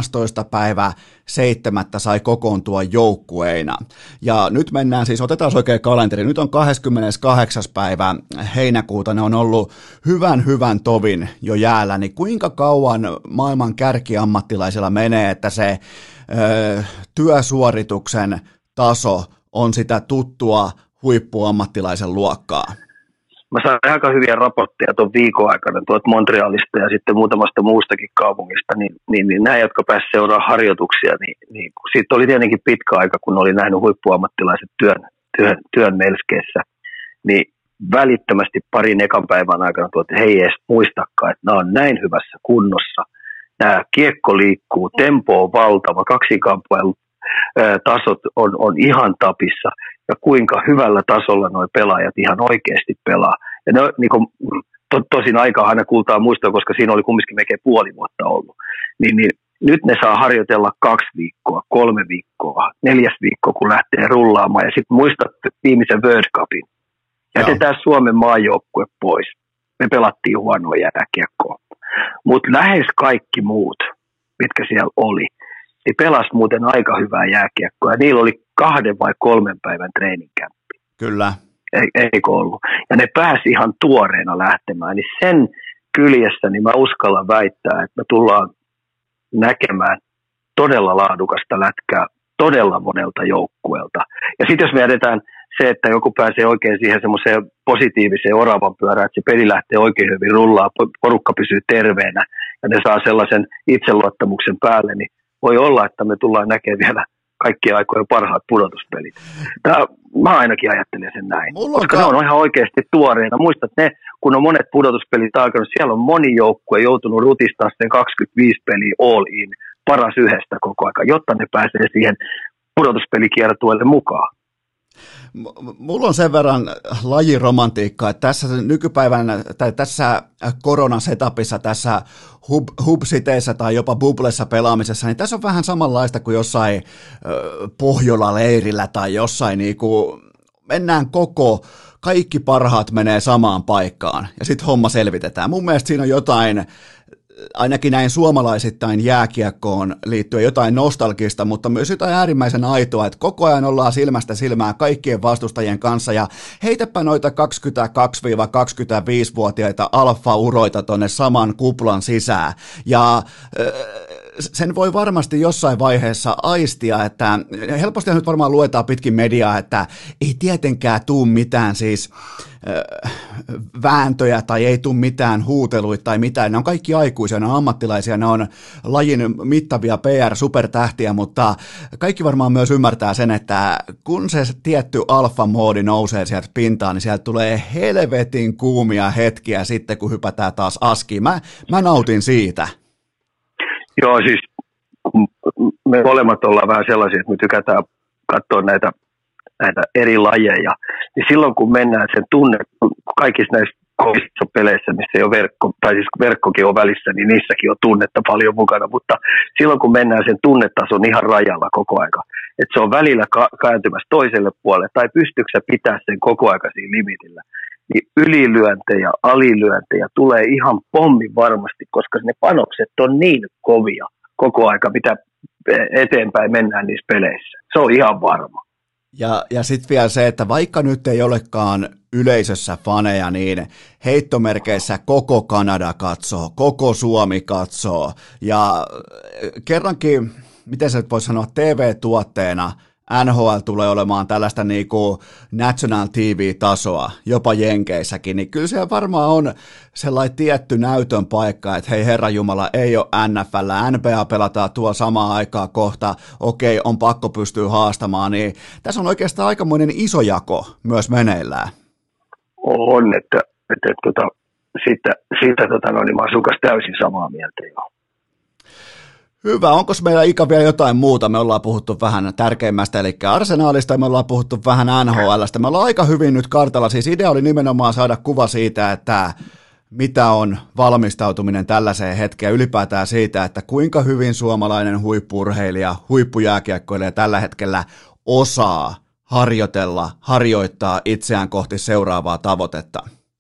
13.7. sai kokoontua joukkueina. Ja nyt mennään siis, otetaan oikein kalenteri, nyt on 28. päivä heinäkuuta, ne on ollut hyvän tovin jo jäällä, niin kuinka kauan maailman kärkiammattilaisilla menee, että se työsuorituksen taso on sitä tuttua huippuammattilaisen luokkaa? Mä sain aika hyviä raportteja tuon viikon aikana tuolta Montrealista ja sitten muutamasta muustakin kaupungista, niin nämä, jotka pääsivät seuraamaan harjoituksia, niin siitä oli tietenkin pitkä aika, kun oli nähnyt huippuammattilaiset työn melskeissä, niin välittömästi parin ekan päivän aikana että hei edes muistakaan, että nämä on näin hyvässä kunnossa. Tämä kiekko liikkuu, tempo on valtava, kaksikamppailu tasot on ihan tapissa ja kuinka hyvällä tasolla nuo pelaajat ihan oikeasti pelaa. Ja ne, niin kuin, tosin aikaa aina kultaa muistaa, koska siinä oli kumminkin melkein puoli vuotta ollut. Niin nyt ne saa harjoitella 2 viikkoa, 3 viikkoa, 4 viikkoa, kun lähtee rullaamaan. Ja sitten muistatte viimeisen World Cupin. Jätetään Suomen maajoukkue pois. Me pelattiin huonoa jääkiekkoa. Mutta lähes kaikki muut, mitkä siellä oli, niin pelasi muuten aika hyvää jääkiekkoa. Ja niillä oli 2 vai 3 päivän treeninkämppi. Kyllä. Eikö ollut? Ja ne pääsi ihan tuoreena lähtemään. Niin sen kyljessä niin mä uskallan väittää, että me tullaan näkemään todella laadukasta lätkää todella monelta joukkueelta. Ja sitten jos me jätetään se, että joku pääsee oikein siihen semmoiseen positiiviseen oravan pyörään, että se peli lähtee oikein hyvin rullaa, porukka pysyy terveenä ja ne saa sellaisen itseluottamuksen päälle, niin voi olla, että me tullaan näkemään vielä kaikkien aikojen parhaat pudotuspelit. Mä ainakin ajattelen sen näin, koska ne on ihan oikeasti tuoreita. Muistat ne, kun on monet pudotuspelit alkanut, siellä on moni joukkue joutunut rutistaa sen 25 peliä all in, paras yhdestä koko ajan, jotta ne pääsee siihen pudotuspelikiertueelle mukaan. Mulla on sen verran lajiromantiikkaa, että tässä nykypäivän tai tässä koronasetapissa, tässä hubsiteissa tai jopa bublessa pelaamisessa, niin tässä on vähän samanlaista kuin jossain Pohjola-leirillä tai jossain niinku mennään kaikki parhaat menee samaan paikkaan ja sitten homma selvitetään. Mun mielestä siinä on jotain, ainakin näin suomalaisittain jääkiekkoon liittyen jotain nostalgista, mutta myös jotain äärimmäisen aitoa, että koko ajan ollaan silmästä silmään kaikkien vastustajien kanssa ja heitäpä noita 22-25-vuotiaita alfa-uroita tonne saman kuplan sisään ja sen voi varmasti jossain vaiheessa aistia, että helposti nyt varmaan luetaan pitkin mediaa, että ei tietenkään tuu mitään siis vääntöjä tai ei tule mitään huuteluita tai mitään. Ne on kaikki aikuisia, ne on ammattilaisia, ne on lajin mittavia PR-supertähtiä, mutta kaikki varmaan myös ymmärtää sen, että kun se tietty alfa-moodi nousee sieltä pintaan, niin sieltä tulee helvetin kuumia hetkiä sitten, kun hypätään taas askiin. Mä nautin siitä. Joo, siis me molemmat ollaan vähän sellaisia, että me tykätään katsoa näitä eri lajeja. Niin silloin kun mennään sen tunne, kaikissa näissä kovissa peleissä, missä ei ole verkko, tai siis verkkokin on välissä, niin niissäkin on tunnetta paljon mukana, mutta silloin kun mennään sen tunnetason ihan rajalla koko aika, että se on välillä kääntymässä toiselle puolelle, tai pystyykö sä pitää sen koko aika siinä limitillä, niin ylilyöntejä, alilyöntejä tulee ihan pommin varmasti, koska ne panokset on niin kovia koko aika, mitä eteenpäin mennään niissä peleissä. Se on ihan varma. Ja sitten vielä se, että vaikka nyt ei olekaan yleisössä faneja, niin heittomerkeissä koko Kanada katsoo, koko Suomi katsoo. Ja kerrankin, miten se nyt voisi sanoa, TV-tuotteena NHL tulee olemaan tällaista niin kuin National TV-tasoa, jopa Jenkeissäkin, niin kyllä se varmaan on sellainen tietty näytön paikka, että hei herranjumala, ei ole NFL, NBA pelataan tuo samaan aikaa kohta, okei, on pakko pystyä haastamaan, niin tässä on oikeastaan aikamoinen iso jako myös meneillään. On, että siitä niin mä oon sun kanssa täysin samaa mieltä jo. Hyvä. Onko meillä Ika vielä jotain muuta? Me ollaan puhuttu vähän tärkeimmästä, eli Arsenaalista, ja me ollaan puhuttu vähän NHLstä. Me ollaan aika hyvin nyt kartalla. Siis idea oli nimenomaan saada kuva siitä, että mitä on valmistautuminen tällaiseen hetkeen, ylipäätään siitä, että kuinka hyvin suomalainen huippu-urheilija, huippujääkiekkoilija tällä hetkellä osaa harjoittaa itseään kohti seuraavaa tavoitetta.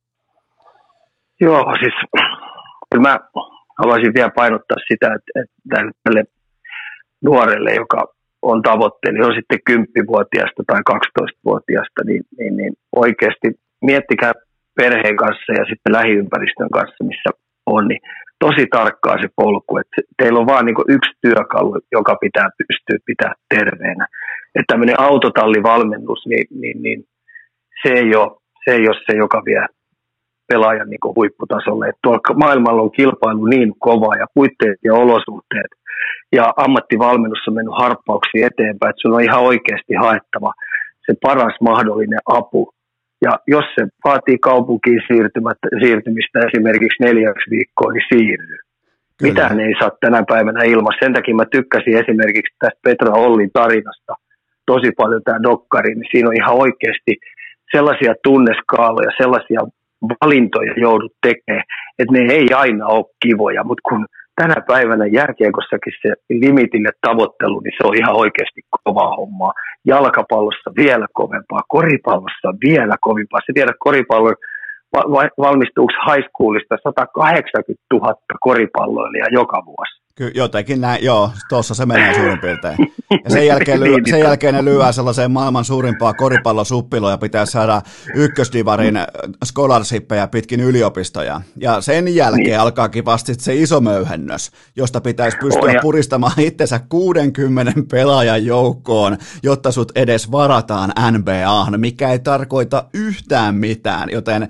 Joo, siis kyllä mä haluaisin vielä painottaa sitä, että tälle nuorelle, joka on tavoitteella, on sitten 10-vuotiaasta tai 12-vuotiaasta, niin oikeasti miettikää perheen kanssa ja sitten lähiympäristön kanssa, missä on, niin tosi tarkkaa se polku, että teillä on vaan niin kuin yksi työkalu, joka pitää pystyä pitää terveenä. Että tämmöinen autotallivalmennus, niin se ei ole se, joka vie pelaajan niin kuin huipputasolle. Että tuolla maailmalla on kilpailu niin kova ja puitteet ja olosuhteet ja ammattivalmennus on mennyt harppauksia eteenpäin, että sun on ihan oikeasti haettava se paras mahdollinen apu. Ja jos se vaatii kaupunkiin siirtymistä esimerkiksi 4 viikkoa, niin siirry. Mitään ei saa tänä päivänä ilmassa. Sen takia mä tykkäsin esimerkiksi tästä Petra Ollin tarinasta tosi paljon tämä dokkari, niin siinä on ihan oikeasti sellaisia tunneskaaloja, sellaisia valintoja joudut tekemään, että ne ei aina ole kivoja, mutta kun tänä päivänä jääkiekossakin se limitille tavoittelu, niin se on ihan oikeasti kovaa hommaa. Jalkapallossa vielä kovempaa, koripallossa vielä kovempaa. Se tiedät koripallon valmistuuko high schoolista 180 000 koripalloilijaa joka vuosi. Jotenkin näin, joo, tuossa se menee suurin piirtein. Ja sen jälkeen ne lyö sellaiseen maailman suurimpaa koripallosuppiloa ja pitää saada ykkösdivarin scholarshippeja pitkin yliopistoja. Ja sen jälkeen alkaakin vasta se iso möyhennös, josta pitäisi pystyä puristamaan itsensä 60 pelaajan joukkoon, jotta sut edes varataan NBA:han, mikä ei tarkoita yhtään mitään, joten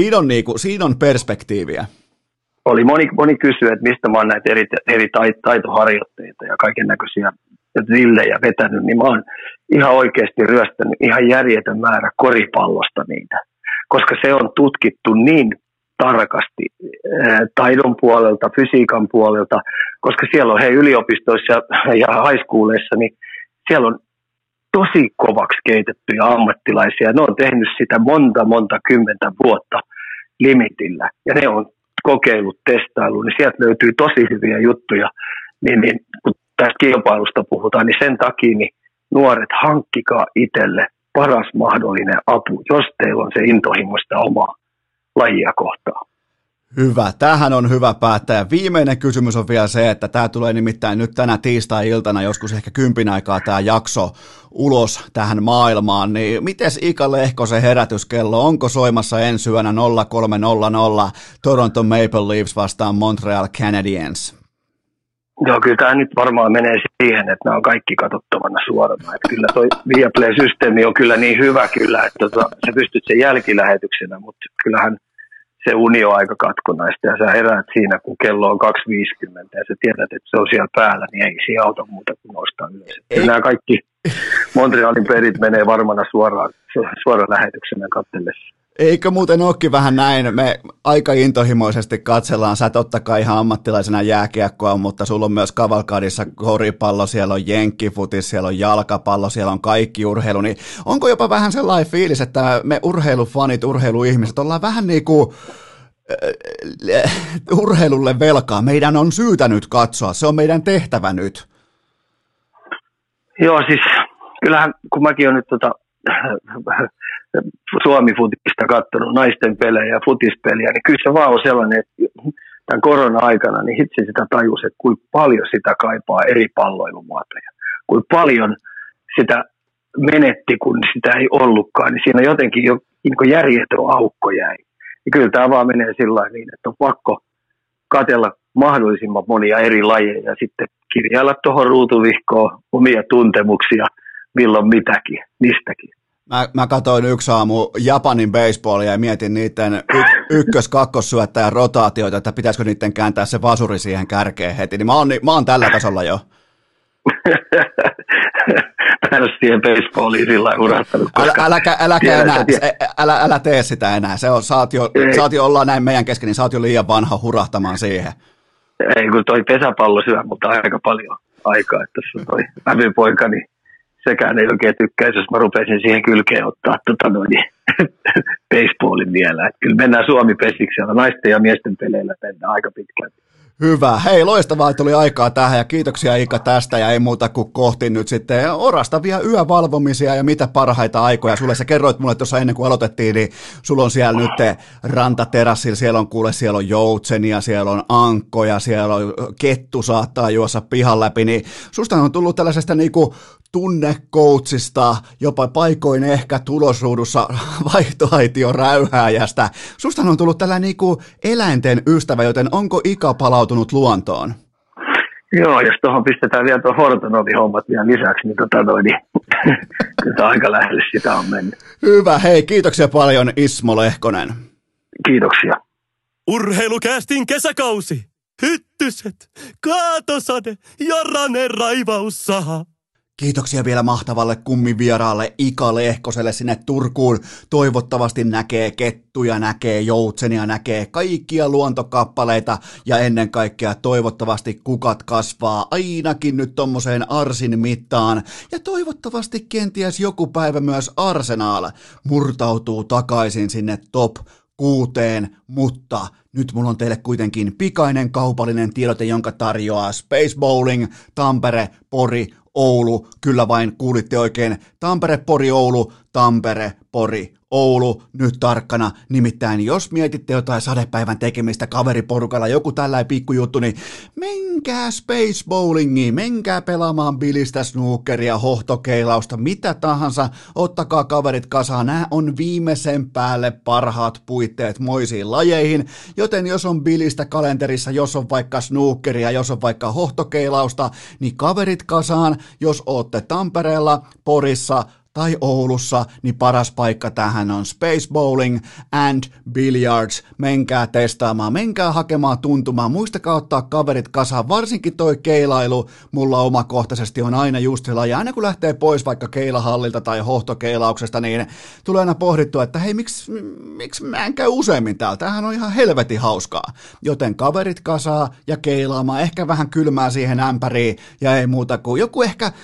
siinä on perspektiiviä. Oli moni kysyä, että mistä mä oon näitä eri taitoharjoitteita ja kaiken näköisiä drillejä vetänyt, niin mä oon ihan oikeasti ryöstänyt ihan järjetön määrä koripallosta niitä, koska se on tutkittu niin tarkasti taidon puolelta, fysiikan puolelta, koska siellä on yliopistoissa ja high schooleissa, niin siellä on tosi kovaksi keitettyjä ammattilaisia. Ne on tehnyt sitä monta kymmentä vuotta limitillä ja ne on kokeilut, testailu, niin sieltä löytyy tosi hyviä juttuja, niin kun tästä kilpailusta puhutaan, niin sen takia niin nuoret, hankkikaa itselle paras mahdollinen apu, jos teillä on se intohimo sitä omaa lajia kohtaan. Hyvä, tähän on hyvä päättää. Ja viimeinen kysymys on vielä se, että tämä tulee nimittäin nyt tänä tiistai-iltana, joskus ehkä 10 aikaa tämä jakso ulos tähän maailmaan, niin mites Ika Lehkosen herätyskello, onko soimassa ensi yönä 03:00 Toronto Maple Leafs vastaan Montreal Canadiens? Joo, kyllä tämä nyt varmaan menee siihen, että nämä on kaikki katsottavana suorana. Että kyllä toi Viaplay-systeemi on kyllä niin hyvä kyllä, että sä pystyt sen jälkilähetyksenä, mutta kyllähän se uni on aika katkonaista ja sä heräät siinä, kun kello on 2.50 ja sä tiedät, että se on siellä päällä, niin ei siinä auta muuta kuin nostaa ylös. Nämä kaikki Montrealin perit menee varmana suoraan lähetyksenä katsellessa. Eikö muuten olekin vähän näin? Me aika intohimoisesti katsellaan, sä totta kai ihan ammattilaisena jääkiekkoa, mutta sulla on myös kavalkadissa koripallo, siellä on jenkkifutis, siellä on jalkapallo, siellä on kaikki urheilu, niin onko jopa vähän sellainen fiilis, että me urheilufanit, urheiluihmiset ollaan vähän niin kuin urheilulle velkaa, meidän on syytä nyt katsoa, se on meidän tehtävä nyt. Joo, siis kyllähän kun mäkin olen nyt Suomi-futista katsonut naisten pelejä ja futispeliä, niin kyllä se vaan on sellainen, että tämän korona-aikana niin hitsi sitä tajusi, että kuinka paljon sitä kaipaa eri palloilumuotoja. Kuinka paljon sitä menetti, kun sitä ei ollutkaan, niin siinä jotenkin jo niin järjetön aukko jäi. Ja kyllä tämä vaan menee sillä niin, että on pakko katsella mahdollisimman monia eri lajeja ja sitten kirjailla tuohon ruutuvihkoon omia tuntemuksia, milloin mitäkin, mistäkin. Mä katsoin yksi aamu Japanin baseballia ja mietin niiden ykkös-kakkossyöttäjän rotaatioita, että pitäisikö niiden kääntää se vasuri siihen kärkeen heti. Niin mä oon tällä tasolla jo. Mä en ole siihen baseballiin sillä lailla urahtanut. Älä tee sitä enää. Saat jo ollaan näin meidän kesken, niin sä oot jo liian vanha hurahtamaan siihen. Ei, kun toi pesäpallo syö, mutta aika paljon aikaa. Että tässä on toi ävypoika, niin sekään ei oikein tykkäisi, jos mä rupesin siihen kylkeen ottaa baseballin vielä. Että kyllä mennään Suomi-pesiksellä, naisten ja miesten peleillä mennään aika pitkään. Hyvä. Hei, loistavaa, että tuli aikaa tähän ja kiitoksia Ika tästä ja ei muuta kuin kohti nyt sitten orastavia yövalvomisia ja mitä parhaita aikoja sulle. Sä kerroit mulle tuossa ennen kuin aloitettiin, niin sulla on siellä nyt rantaterassilla, siellä on joutsenia, siellä on ankkoja, siellä on kettu saattaa juossa pihan läpi, niin susta on tullut tällaisesta niinku tunnekoutsista, jopa paikoin ehkä tulosruudussa vaihtoaition räyhääjästä. Susta on tullut tällainen niinku eläinten ystävä, joten onko Ika palautunut luontoon? Joo, jos tuohon pistetään vielä tuon Hortonovin hommat vielä lisäksi, niin, kyllä aika lähelle sitä on mennyt. Hyvä, hei, kiitoksia paljon Ismo Lehkonen. Kiitoksia. Urheilukästin kesäkausi. Hyttyset, kaatosade ja Rane raivaussaha. Kiitoksia vielä mahtavalle kummivieraalle Ika Lehkoselle sinne Turkuun. Toivottavasti näkee kettuja, näkee joutsenia, näkee kaikkia luontokappaleita ja ennen kaikkea toivottavasti kukat kasvaa ainakin nyt tommoseen arsin mittaan. Ja toivottavasti kenties joku päivä myös Arsenal murtautuu takaisin sinne top mutta nyt mulla on teille kuitenkin pikainen kaupallinen tiedote, jonka tarjoaa Space Bowling, Tampere, Pori, Oulu. Kyllä vain kuulitte oikein. Tampere, Pori, Oulu, Tampere, Pori, Oulu, nyt tarkkana, nimittäin jos mietitte jotain sadepäivän tekemistä kaveriporukalla, joku tällainen pikkujuttu, niin menkää Space Bowlingiin, menkää pelaamaan bilistä, snookeria, hohtokeilausta, mitä tahansa, ottakaa kaverit kasaan, nämä on viimeisen päälle parhaat puitteet moisiin lajeihin, joten jos on bilistä kalenterissa, jos on vaikka snookeria, jos on vaikka hohtokeilausta, niin kaverit kasaan, jos ootte Tampereella, Porissa, tai Oulussa, niin paras paikka tähän on Space Bowling and Billiards. Menkää testaamaan, menkää hakemaan tuntumaan, muistakaa ottaa kaverit kasaan, varsinkin toi keilailu, mulla omakohtaisesti on aina just se laji, aina kun lähtee pois vaikka keilahallilta tai hohtokeilauksesta, niin tulee aina pohdittua, että hei, miksi mä en käy useammin täällä, tämähän on ihan helvetin hauskaa, joten kaverit kasaa ja keilaamaan, ehkä vähän kylmää siihen ämpäriin ja ei muuta kuin joku ehkä,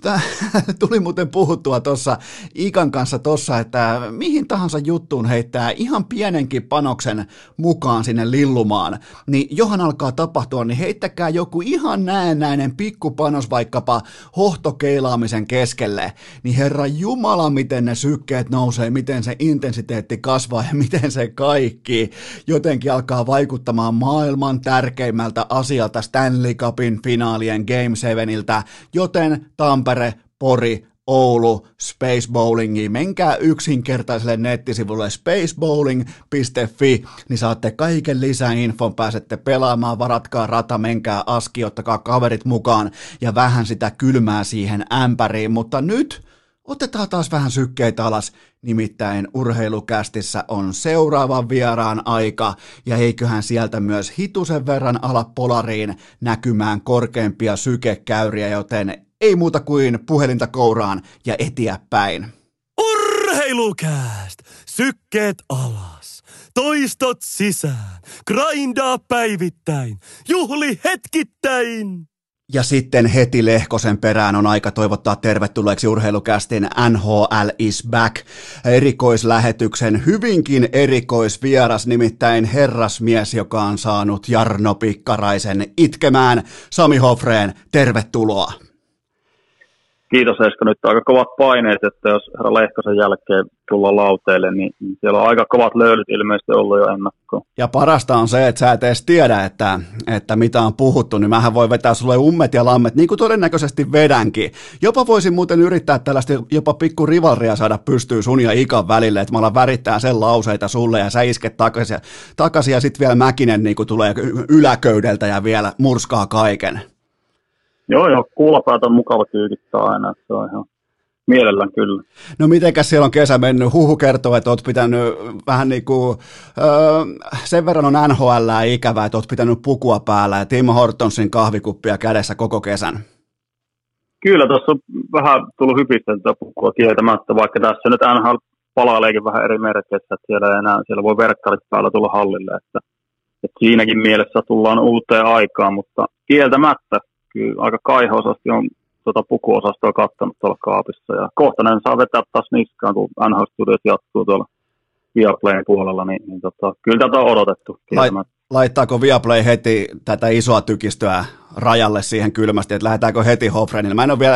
tuli muuten puhuttua tuossa Ikan kanssa tossa, että mihin tahansa juttuun heittää ihan pienenkin panoksen mukaan sinne lillumaan, niin johan alkaa tapahtua, niin heittäkää joku ihan näennäinen pikkupanos vaikkapa hohtokeilaamisen keskelle, niin herra jumala, miten ne sykkeet nousee, miten se intensiteetti kasvaa ja miten se kaikki jotenkin alkaa vaikuttamaan maailman tärkeimmältä asialta Stanley Cupin finaalien Game 7iltä, joten Tampere, Pori, Oulu, Space Bowlingiin, menkää yksinkertaiselle nettisivulle spacebowling.fi, niin saatte kaiken lisäinfon, pääsette pelaamaan, varatkaa rata, menkää aski, ottakaa kaverit mukaan ja vähän sitä kylmää siihen ämpäriin, mutta nyt otetaan taas vähän sykkeitä alas, nimittäin urheilukästissä on seuraavan vieraan aika, ja eiköhän sieltä myös hitusen verran ala polariin näkymään korkeampia sykekäyriä, joten ei muuta kuin puhelinta kouraan ja eteenpäin. Urheilukääst! Sykkeet alas, toistot sisään, grindaa päivittäin, juhli hetkittäin! Ja sitten heti Lehkosen perään on aika toivottaa tervetulleeksi urheilukästin NHL is back erikoislähetyksen hyvinkin erikoisvieras, nimittäin herrasmies, joka on saanut Jarno Pikkaraisen itkemään. Sami Hofrén, tervetuloa. Kiitos Esko, nyt on aika kovat paineet, että jos herra Lehkosen jälkeen tullaan lauteille, niin siellä on aika kovat löylyt ilmeisesti ollut jo ennakkoon. Ja parasta on se, että sä et edes tiedä, että mitä on puhuttu, niin mähän voi vetää sulle ummet ja lammet, niin kuin todennäköisesti vedänkin. Jopa voisin muuten yrittää tällaista jopa pikku rivalria saada pystyyn sun ja Ikan välille, että mä alan värittää sen lauseita sulle ja sä isket takaisin ja sitten vielä Mäkinen niin kuin tulee yläköydeltä ja vielä murskaa kaiken. Joo, kuulapäät on mukava kyykittää aina, se on ihan mielellään kyllä. No mitenkäs siellä on kesä mennyt? Huhu kertoo, että oot pitänyt vähän niin kuin, sen verran on NHL:ää ikävää, että oot pitänyt pukua päällä ja Tim Hortonsin kahvikuppia kädessä koko kesän. Kyllä, tuossa on vähän tullut hypisteltyä pukua kieltämättä, vaikka tässä nyt NHL palaileekin vähän eri merkeissä, että siellä voi verkkarit päällä tulla hallille, että siinäkin mielessä tullaan uuteen aikaan, mutta kieltämättä. Kyllä aika kaihoisasti on pukuosastoa kattanut tuolla kaapissa ja kohtainen saa vetää taas niskaan, kun NHL-studiot jatkuu tuolla Viaplayn puolella, niin kyllä tätä on odotettu. Laittaako Viaplay heti tätä isoa tykistöä rajalle siihen kylmästi, että lähdetäänkö heti Hofrénille?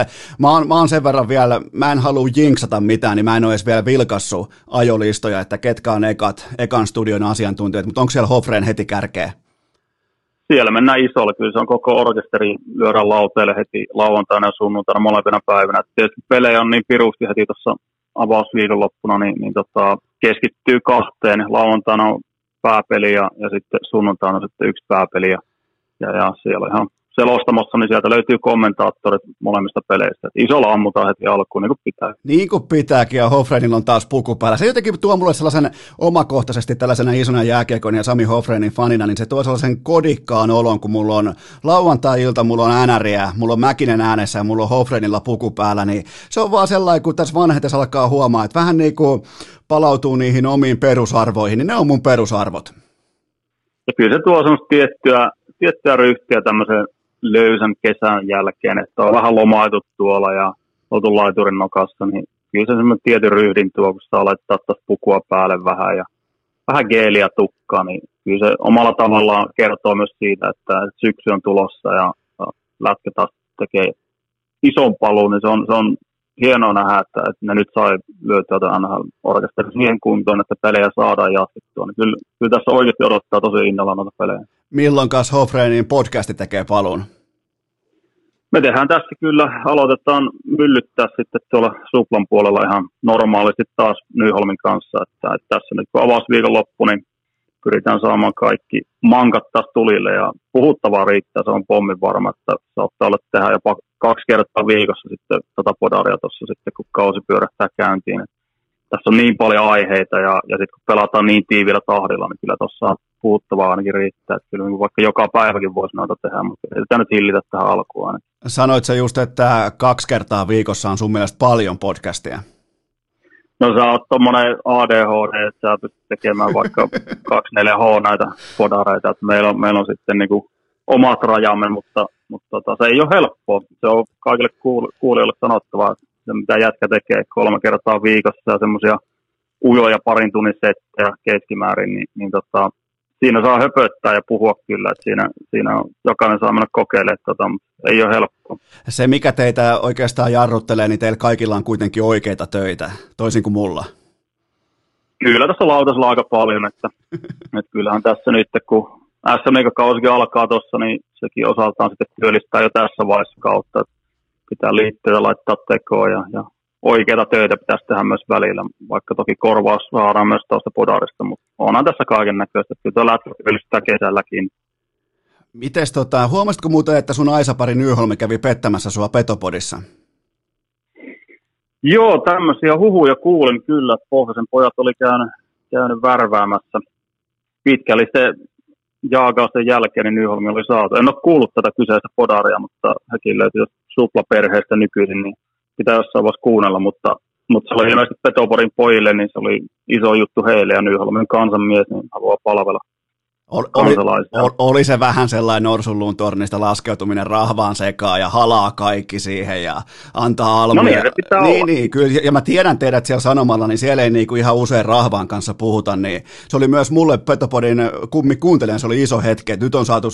Mä oon sen verran vielä, mä en halua jinksata mitään, niin mä en ole edes vielä vilkassut ajolistoja, että ketkä on ekan studion asiantuntijat, mutta onko siellä Hofrén heti kärkeä? Siellä mennään isolla, kyllä se on koko orkesteri lyödään lauteille heti lauantaina ja sunnuntaina molempina päivinä. Tietysti pelejä on niin pirusti heti tuossa avausviikonloppuna, niin keskittyy kahteen. Lauantaina on pääpeli ja sitten sunnuntaina on sitten yksi pääpeli ja siellä on ihan selostamossa, niin sieltä löytyy kommentaattorit molemmista peleistä. Et isolla ammutaan heti alkuun, niin kuin pitää. Niin kuin pitääkin, ja Hofrénilla on taas puku päällä. Se jotenkin tuo mulle sellaisen omakohtaisesti tällaisena isona jääkiekon ja Sami Hofrénin fanina, niin se tuo sellaisen kodikkaan olon, kun mulla on lauantai-ilta, mulla on NRiä, mulla on Mäkinen äänessä ja mulla on Hofrénilla puku päällä, niin se on vaan sellainen, kun tässä vanhetessa alkaa huomaa, että vähän niin kuin palautuu niihin omiin perusarvoihin, niin ne on mun perusarvot. Ja kyllä se tuo semmoista tiettyä ryhtiä tämmöisen löysän kesän jälkeen, että on vähän lomaitu tuolla ja oltu laiturin nokassa, niin kyllä se semmoinen tietyn ryhdin tuo, kun saa laittaa taas pukua päälle vähän ja vähän geeliä tukkaa, niin kyllä se omalla tavallaan kertoo myös siitä, että syksy on tulossa ja lätkä taas tekee ison paluun, niin se on hienoa nähdä, että ne nyt sai löytyä tämän orkesterin siihen kuntoon, että pelejä saadaan jatkettua. Niin kyllä tässä oikeasti odottaa tosi innolla noita pelejä. Milloinkas Hofreenin podcasti tekee paluun? Me tehdään tässä kyllä, aloitetaan myllyttää sitten tuolla Suplan puolella ihan normaalisti taas Nyholmin kanssa. Että tässä nyt kun avausviikon loppu, niin pyritään saamaan kaikki mankat taas tulille ja puhuttavaa riittää, se on pommin varma, että saattaa olla tehdä jopa 2 kertaa viikossa sitten podaria tuossa sitten, kun kausi pyörähtää käyntiin. Et tässä on niin paljon aiheita ja sitten kun pelataan niin tiivillä tahdilla, niin kyllä tuossa puhuttavaa ainakin riittää. Että kyllä niin vaikka joka päiväkin voisi noita tehdä, mutta ei tämä nyt hillitä tähän alkuun ainakin. Sanoit sä just, että 2 kertaa viikossa on sun mielestä paljon podcastia? No sä oot tommonen ADHD, että sä pystyt tekemään vaikka 2-4H näitä podareita, että meillä on sitten niinku omat rajamme, mutta se ei ole helppoa. Se on kaikille kuulijoille sanottavaa, että se mitä jätkä tekee 3 kertaa viikossa ja semmoisia ujoja parin tunnin settejä keskimäärin, niin siinä saa höpöttää ja puhua kyllä, että siinä on, jokainen saa mennä kokeilemaan, mutta ei ole helppoa. Se, mikä teitä oikeastaan jarruttelee, niin teillä kaikilla on kuitenkin oikeita töitä, toisin kuin mulla. Kyllä tässä on lautasella aika paljon, että kyllähän tässä nyt, kun SM-kausikin alkaa tuossa, niin sekin osaltaan sitten työllistää jo tässä vaiheessa kautta, että pitää liittyä laittaa tekoon ja oikeita töitä pitäisi tehdä myös välillä, vaikka toki korvaus saadaan myös tuosta podarista, mutta onhan tässä kaiken näköistä, että kyllä lätkä työllistää kesälläkin. Mites huomasitko muuten, että sun Aisa-pari Nyholmi kävi pettämässä sua Petopodissa? Joo, tämmöisiä huhuja kuulin kyllä, että Pohjoisen pojat oli käynyt värväämässä pitkällisten jaakausten jälkeen, niin Nyholmi oli saatu. En ole kuullut tätä kyseistä podaria, mutta hekin löytyi Supla-perheestä nykyisin, niin pitää jossain vaiheessa kuunnella, mutta se oli ilmeisesti Petoporin pojille, niin se oli iso juttu heille, ja Nyholmin kansanmies niin haluaa palvella kansalaisia. Oli se vähän sellainen Norsunluun tornista laskeutuminen rahvaan sekaan ja halaa kaikki siihen ja antaa almuja. No niin, se pitää olla. Niin, kyllä, ja mä tiedän teidät siellä sanomalla, niin siellä ei niinku ihan usein rahvaan kanssa puhuta, niin se oli myös mulle Petopodin kuuntelijan, se oli iso hetki, että nyt on saatu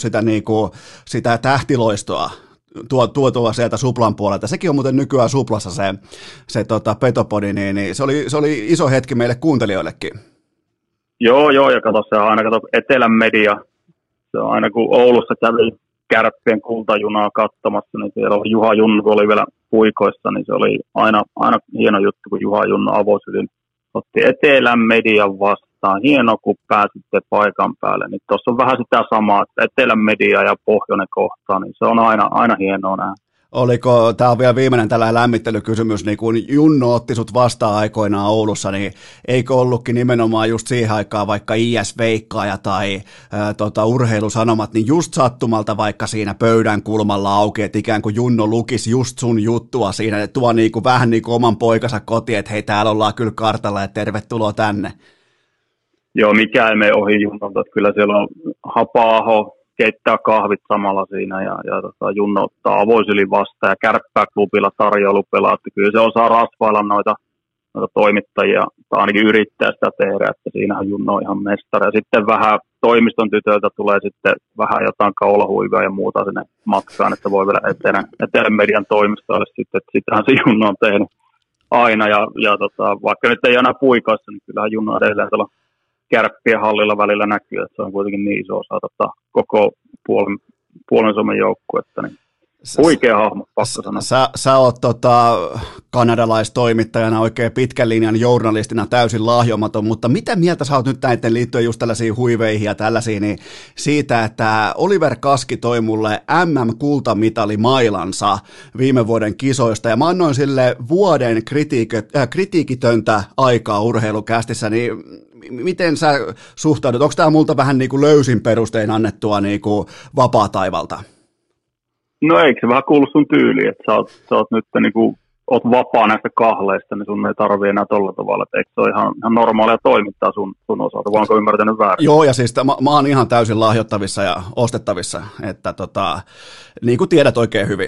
sitä tähtiloistoa tuotua sieltä Suplan puolelta. Sekin on muuten nykyään Suplassa se Petopodi, niin se oli iso hetki meille kuuntelijoillekin. Joo, ja se on aina Etelän media. Se on aina kun Oulussa kävi Kärppien kultajunaa katsomassa, niin siellä oli Juha Junnu, kun oli vielä puikoissa, niin se oli aina hieno juttu, kun Juha Junnu avosylin otti Etelän median vastaan. Hieno, kun pääsitte paikan päälle. Niin tuossa on vähän sitä samaa, että Etelän media ja Pohjoinen kohtaa, niin se on aina hienoa nähdä. Tämä on vielä viimeinen tällainen lämmittelykysymys, niin kun Junno otti sut vastaan aikoinaan Oulussa, niin eikö ollutkin nimenomaan just siihen aikaan vaikka IS-veikkaaja tai urheilusanomat, niin just sattumalta vaikka siinä pöydän kulmalla auki, että ikään kuin Junno lukisi just sun juttua siinä, että tuo niinku vähän niin kuin oman poikansa kotiin, että hei, täällä ollaan kyllä kartalla ja tervetuloa tänne. Joo, mikä ei mene ohi Junnolta, että kyllä siellä on Hapa-aho, keittää kahvit samalla siinä ja Junno ottaa avoisylin vastaan ja Kärppää klubilla tarjoulupelaa, että kyllä se osaa rasvailla noita toimittajia, tai ainakin yrittää sitä tehdä, että siinähän Junno on ihan mestari. Ja sitten vähän toimiston tytöiltä tulee sitten vähän jotain kaulahuivia ja muuta sinne matkaan, että voi vielä etelän median toimistoille sitten, että sitähän se Junno on tehnyt aina ja vaikka nyt ei enää puikoissa, niin kyllähän Junno edelleen tuolla Kärppien hallilla välillä näkyy, että se on kuitenkin niin iso osa koko puolen Suomen joukkuetta. Niin huikea hahmo, pakko sanoa. Sä oot kanadalaistoimittajana oikein pitkän linjan journalistina täysin lahjomaton, mutta mitä mieltä sä oot nyt näiden liittyen just tällaisiin huiveihin ja tällaisiin, niin siitä, että Oliver Kaski toi mulle MM-kultamitallimailansa viime vuoden kisoista, ja mä annoin sille vuoden kritiikitöntä aikaa urheilukästissä, niin miten sä suhtaudut? Onko tämä multa vähän niin kuin löysin perustein annettua niin kuin vapaataivalta? No eikö se vähän kuulu sun tyyliin, että sä oot nyt niin kuin, oot vapaa näistä kahleista, niin sun ei tarvitse enää tolla tavalla. Että eikö se ole ihan normaalia toimintaa sun osalta, vai onko ymmärtänyt väärin? Joo, ja siis mä oon ihan täysin lahjottavissa ja ostettavissa, että niin kuin tiedät oikein hyvin.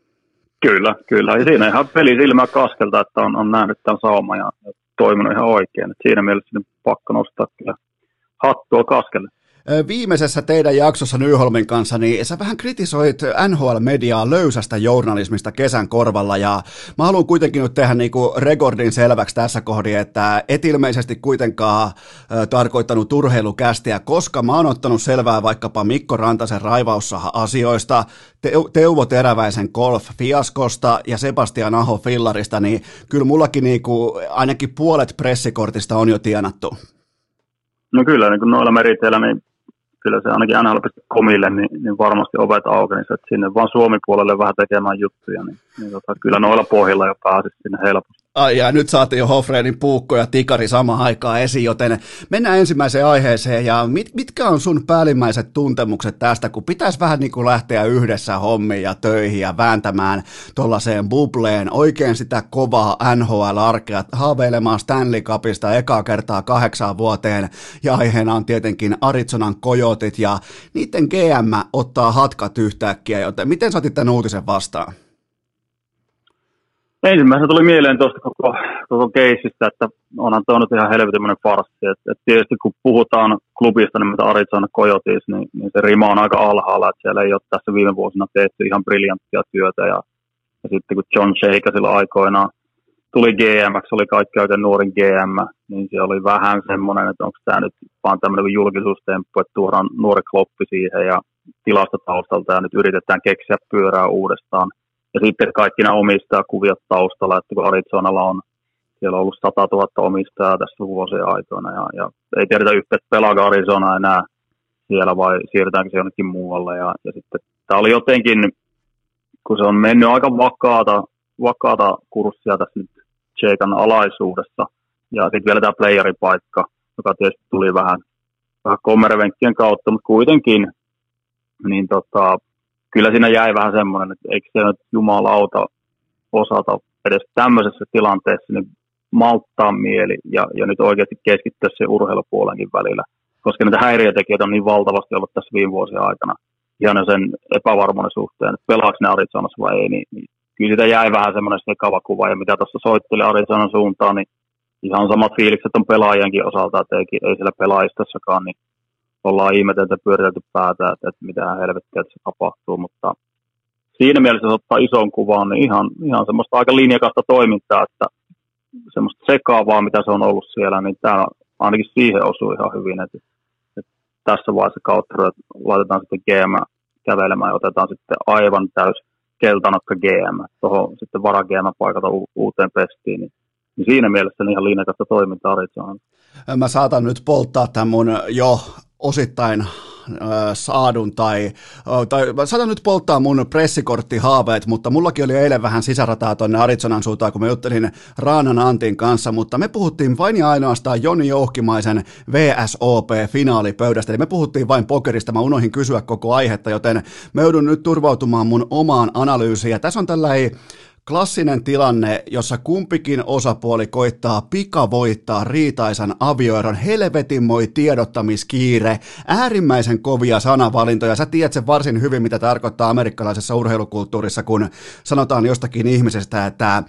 Kyllä. Ja siinä ihan pelisilmää Kaskelta, että on nähnyt tämän sauman ja toiminut ihan oikein. Et siinä mielessä pakko nostaa kyllä hattua kaskelle. Viimeisessä teidän jaksossa Nyholmin kanssa, niin sä vähän kritisoit NHL-mediaa löysästä journalismista kesän korvalla, ja mä haluan kuitenkin nyt tehdä niinku rekordin selväksi tässä kohdin, että et ilmeisesti kuitenkaan tarkoittanut urheilukästiä, koska mä oon ottanut selvää vaikkapa Mikko Rantasen raivaussaha-asioista, Teuvo Teräväisen golf-fiaskosta ja Sebastian Aho fillarista, niin kyllä mullakin niinku ainakin puolet pressikortista on jo tienattu. No kyllä, niin kuin noilla meriteillä, niin kyllä se ainakin NHL.comille niin varmasti ovet aukenisi, että sinne vaan Suomi-puolelle vähän tekemään juttuja, niin kyllä noilla pohjilla jo pääsisi sinne helposti. Ai ja nyt saatiin jo Hofreenin puukko ja tikari samaan aikaan esiin, joten mennään ensimmäiseen aiheeseen, ja mitkä on sun päällimmäiset tuntemukset tästä, kun pitäisi vähän niin kuin lähteä yhdessä hommiin ja töihin ja vääntämään tuollaiseen bubleen oikein sitä kovaa NHL-arkea, haaveilemaan Stanley Cupista ekaa kertaa 8 vuoteen, ja aiheena on tietenkin Arizonan Coyotet, ja niiden GM ottaa hatkat yhtäkkiä, joten miten sä otit tämän uutisen vastaan? Ensimmäisenä tuli mieleen tuosta koko keissistä, että onhan tuo nyt ihan helvetin farssi. Et tietysti kun puhutaan klubista nimeltä Arizona Coyotes, niin se rima on aika alhaalla, että siellä ei ole tässä viime vuosina tehty ihan briljanttia työtä. Ja sitten kun John Shaka silloin aikoinaan tuli GM:ksi, oli kaikki oikein nuorin GM, niin se oli vähän semmoinen, että onko tämä nyt vaan tämmöinen julkisuustemppu, että tuodaan nuori kloppi siihen ja tilastotaustalta ja nyt yritetään keksiä pyörää uudestaan. Ja sitten kaikki nämä omistajakuviot taustalla, että kun Arizonalla on, siellä on ollut 100 000 omistajaa tässä vuosien aikana, ja ei tiedetä yhtä, että pelaako Arizona enää siellä vai siirrytäänkö se jonnekin muualle. Ja sitten tämä oli jotenkin, kun se on mennyt aika vakaata kurssia tässä nyt Shakan alaisuudessa, ja sitten vielä tämä playeripaikka, joka tietysti tuli vähän kommervenkkien kautta, mutta kuitenkin, niin kyllä siinä jäi vähän semmoinen, että eikö se nyt jumalauta osata edes tämmöisessä tilanteessa niin malttaa mieli ja nyt oikeasti keskittyä sen urheilupuolenkin välillä. Koska niitä häiriötekijöitä on niin valtavasti ollut tässä viime vuosien aikana. Ihan sen epävarmuuden suhteen, että pelaako ne Arizonassa vai ei, niin kyllä siitä jäi vähän semmoinen sekava kuva. Ja mitä tuossa soitteli Arizonan suuntaan, niin ihan samat fiilikset on pelaajienkin osalta, että ei siellä pelaajistossakaan, niin ollaan ihmetelty ja pyöritelty päätä, että mitä helvettiä se tapahtuu, mutta siinä mielessä se ottaa ison kuvan, niin ihan semmoista aika linjakasta toimintaa, että semmoista sekaavaa, mitä se on ollut siellä, niin tämä ainakin siihen osuu ihan hyvin, että tässä vaiheessa kautta laitetaan sitten GM kävelemään ja otetaan sitten aivan täys keltanokka GM tuohon sitten vara GM paikata uuteen pestiin, niin siinä mielessä ihan linjakasta toimintaa Arizonaan. Mä saatan nyt polttaa tämän mun jo osittain saadun tai saatan nyt polttaa mun pressikorttihaaveet, mutta mullakin oli eilen vähän sisärataa tonne Arizonan suuntaan, kun mä juttelin Raanan Antin kanssa, mutta me puhuttiin vain ja ainoastaan Joni Jouhkimaisen VSOP-finaalipöydästä, eli me puhuttiin vain pokerista, mä unohdin kysyä koko aihetta, joten mä joudun nyt turvautumaan mun omaan analyysiin, ja tässä on tällainen klassinen tilanne, jossa kumpikin osapuoli koittaa pikavoittaa riitaisan avioeron, helvetinmoi tiedottamiskiire, äärimmäisen kovia sanavalintoja. Sä tiedät sen varsin hyvin, mitä tarkoittaa amerikkalaisessa urheilukulttuurissa, kun sanotaan jostakin ihmisestä, että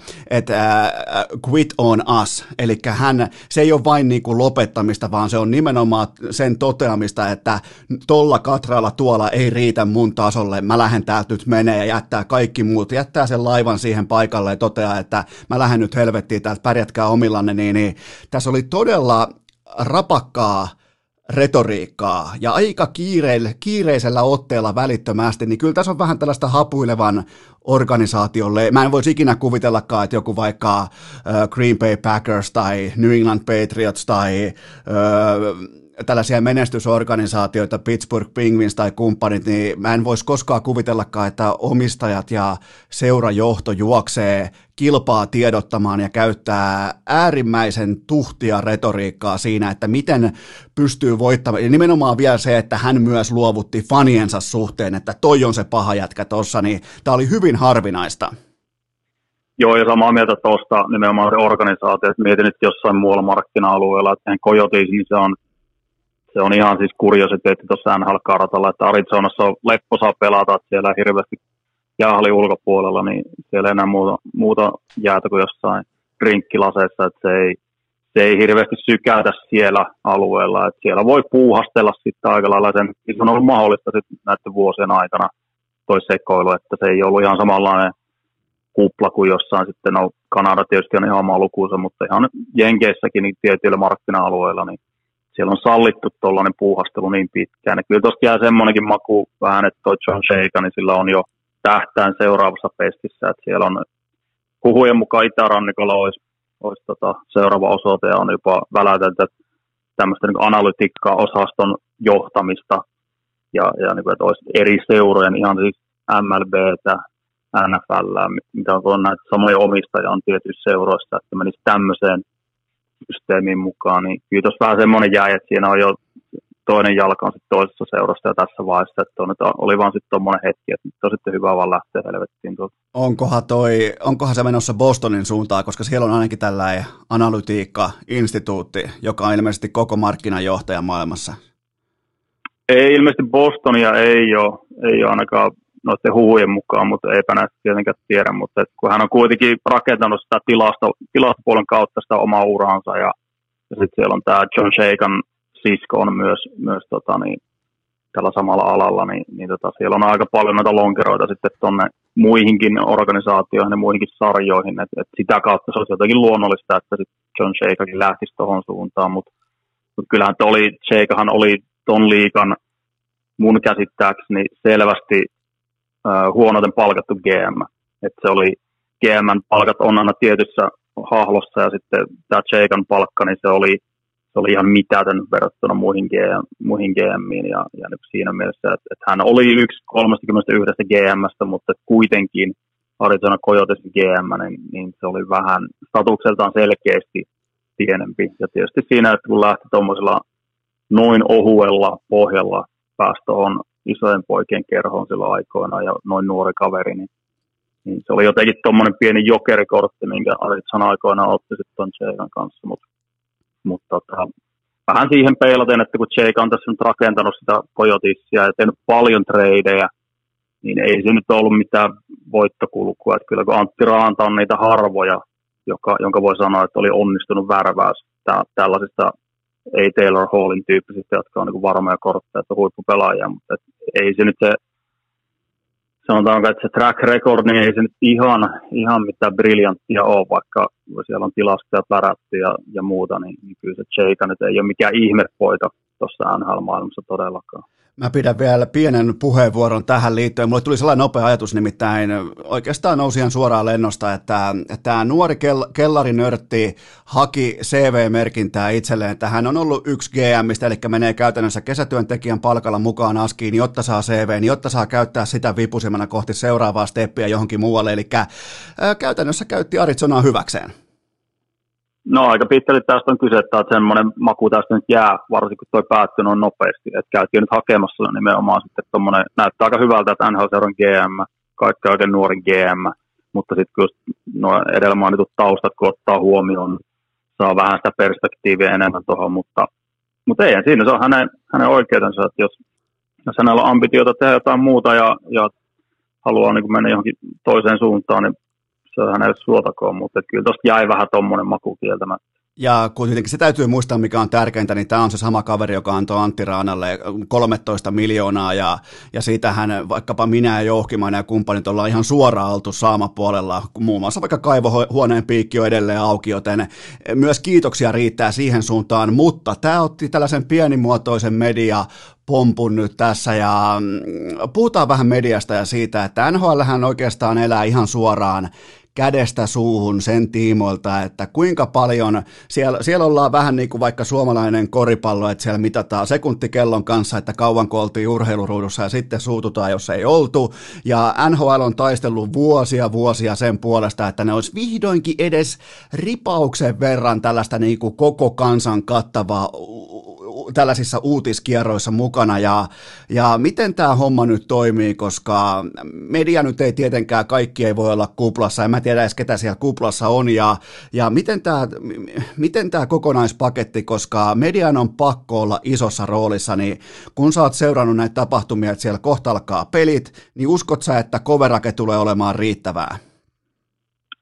quit on us, eli se ei ole vain niin kuin lopettamista, vaan se on nimenomaan sen toteamista, että tolla katralla tuolla ei riitä mun tasolle, mä lähden täältä nyt menee ja jättää kaikki muut, jättää sen laivan siihen paikalle ja toteaa, että mä lähden nyt helvettiin täältä, pärjätkää omillanne, niin tässä oli todella rapakkaa retoriikkaa ja aika kiireisellä otteella välittömästi, niin kyllä tässä on vähän tällaista hapuilevan organisaatiolle. Mä en voisi ikinä kuvitellakaan, että joku vaikka Green Bay Packers tai New England Patriots tai tällaisia menestysorganisaatioita, Pittsburgh Penguins tai kumppanit, niin mä en voisi koskaan kuvitellakaan, että omistajat ja seurajohto juoksee kilpaa tiedottamaan ja käyttää äärimmäisen tuhtia retoriikkaa siinä, että miten pystyy voittamaan. Ja nimenomaan vielä se, että hän myös luovutti faniensa suhteen, että toi on se paha jätkä tossa, niin tää oli hyvin harvinaista. Joo, ja samaa mieltä tuosta nimenomaan se organisaatio, että mietin nyt jossain muualla markkina-alueella, että Coyotes, niin se on ihan siis kuriositeetti tuossa NHL-kartalla, että Arizonassa on lepposaa pelata, että siellä hirveästi jäähalli ulkopuolella, niin siellä ei enää muuta jäätä kuin jossain drinkkilaseessa, että se ei hirveästi sykätä siellä alueella. Et siellä voi puuhastella sitten aika lailla sen, se on ollut mahdollista sitten näiden vuosien aikana toi sekoilu, että se ei ollut ihan samanlainen kupla kuin jossain sitten, no Kanada tietysti on ihan oma lukuunsa, mutta ihan Jenkeissäkin niin tietyillä markkina-alueilla, niin siellä on sallittu tuollainen puuhastelu niin pitkään. Ja kyllä tuosta jää semmoinenkin maku vähän, että toi John Shaker, niin sillä on jo tähtään seuraavassa pestissä, että siellä on huhujen mukaan itärannikolla olisi seuraava osoite ja on jopa väläytelty tämmöistä niin analytiikka-osaston johtamista ja niin kuin, että olisi eri seurojen, ihan siis MLBtä, NFL, mitä on näitä samoja omistajia on tietyissä seuroissa, että menisi tämmöiseen systeemiin mukaan, niin kyllä tuossa vähän semmoinen jäi, että siinä on jo toinen jalka on sitten toisessa seurassa ja tässä vaiheessa, että oli vaan sitten tuommoinen hetki, että nyt on sitten hyvä vaan lähteä helvettiin tuolta. Onkohan se menossa Bostonin suuntaan, koska siellä on ainakin tällainen analytiikka-instituutti, joka on ilmeisesti koko markkinajohtaja maailmassa? Ei ilmeisesti Bostonia ei ole ainakaan noiden huhujen mukaan, mutta eipä näistä tietenkään tiedä, mutta kun hän on kuitenkin rakentanut sitä tilastopuolen kautta sitä omaa uraansa ja sitten siellä on tämä John Shakan sisko on myös tällä samalla alalla, niin siellä on aika paljon noita lonkeroita sitten tuonne muihinkin organisaatioihin ja muihinkin sarjoihin, että sitä kautta se olisi jotenkin luonnollista, että sitten John Shakakin lähtisi tuohon suuntaan, mutta kyllähän Shakahan oli ton liigan mun käsittääkseni selvästi huonoten palkattu GM. Että se oli GM:n palkat on aina tietyssä hahlossa ja sitten tämä Shakan palkka, niin se oli ihan mitätön verrattuna muihin GMiin ja niin siinä mielessä, että hän oli yksi 31 GM:stä, mutta kuitenkin Arizona Coyotesin GM, niin se oli vähän statukseltaan selkeästi pienempi. Ja tietysti siinä, että kun lähti tuommoisella noin ohuella pohjalla pääsi tuohon isojen poikien kerhoon silloin aikoina ja noin nuori kaveri, niin se oli jotenkin tuommoinen pieni jokerikortti, minkä Arizona aikoina otti sitten tuon Shakan kanssa, mutta vähän siihen peilaten, että kun Jake on tässä nyt rakentanut sitä Coyotesia ja tehnyt paljon tradeja, niin ei se nyt ollut mitään voittokulkua. Että kyllä kun Antti Raanta on niitä harvoja, jonka voi sanoa, että oli onnistunut värväys tällaisista ei Taylor Hallin tyyppisistä, jotka on niin varmoja kortteja, että huippupelaajia, mutta ei se nyt se, sanotaanko, että se track record, niin ei se nyt ihan mitään briljanttia ole, vaikka siellä on tilastoja pärätty ja muuta, niin kyllä se Jake nyt ei ole mikään ihmepoika tuossa NHL-maailmassa todellakaan. Mä pidän vielä pienen puheenvuoron tähän liittyen. Mulle tuli sellainen nopea ajatus, nimittäin oikeastaan nousi ihan suoraan lennosta, että tämä nuori kellarinörtti haki CV-merkintää itselleen, että hän on ollut yksi GM:istä, eli menee käytännössä kesätyöntekijän palkalla mukaan askiin, jotta saa CV:n, jotta saa käyttää sitä vipusimena kohti seuraavaa steppiä johonkin muualle, eli käytännössä käytti Arizonaa hyväkseen. No aika pitkälti tästä on kyse, että semmoinen maku tästä nyt jää, varsinkin kun toi päättyi noin nopeasti. Että käytiin nyt hakemassa nimenomaan sitten tuommoinen, näyttää aika hyvältä, että NHL-seuran GM, kaikki oikein nuorin GM, mutta sitten kun nuo edellä mainitut taustat, kun ottaa huomioon, saa vähän sitä perspektiiviä enemmän tuohon, mutta ei siinä, se on hänen oikeutensa, että jos hänellä on ambitioita tehdä jotain muuta ja haluaa niin mennä johonkin toiseen suuntaan, niin se on hänelle suotakoon, mutta kyllä tuosta jäi vähän tommoinen maku kieltämättä. Ja kuitenkin se täytyy muistaa, mikä on tärkeintä, niin tämä on se sama kaveri, joka antoi Antti Raanalle 13 miljoonaa, ja siitähän vaikkapa minä ja Jouhkimainen ja kumppanit ollaan ihan suoraan oltu saamapuolella, muun muassa vaikka kaivohuoneen piikki on edelleen auki, joten myös kiitoksia riittää siihen suuntaan, mutta tämä otti tällaisen pienimuotoisen pompun nyt tässä, ja puhutaan vähän mediasta ja siitä, että NHLhän oikeastaan elää ihan suoraan kädestä suuhun sen tiimoilta, että kuinka paljon, siellä ollaan vähän niin kuin vaikka suomalainen koripallo, että siellä mitataan sekuntikellon kanssa, että kauanko oltiin urheiluruudussa ja sitten suututaan, jos ei oltu, ja NHL on taistellut vuosia sen puolesta, että ne olisi vihdoinkin edes ripauksen verran tällaista niin kuin koko kansan kattavaa tällaisissa uutiskierroissa mukana, ja miten tämä homma nyt toimii, koska media nyt ei tietenkään, kaikki ei voi olla kuplassa, en mä tiedä edes ketä siellä kuplassa on, ja miten tämä kokonaispaketti, koska median on pakko olla isossa roolissa, niin kun sä oot seurannut näitä tapahtumia, että siellä kohta alkaa pelit, niin uskot sä, että coverage tulee olemaan riittävää?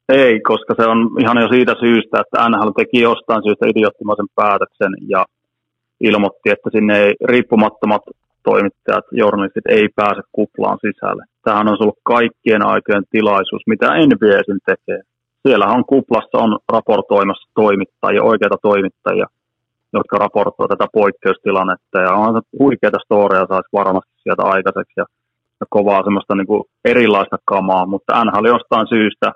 Ei, koska se on ihan jo siitä syystä, että NHL teki jostain syystä idioottimaisen päätöksen ja ilmoitti, että sinne ei riippumattomat toimittajat, journalistit ei pääse kuplaan sisälle. Tämähän on ollut kaikkien aikojen tilaisuus, mitä NBA sen tekee. Siellä on kuplassa on raportoimassa toimittajia, oikeita toimittajia, jotka raportoivat tätä poikkeustilannetta. Ja on huikeita storeja saisi varmasti sieltä aikaiseksi ja kovaa semmoista niin kuin erilaista kamaa, mutta NHL jostain syystä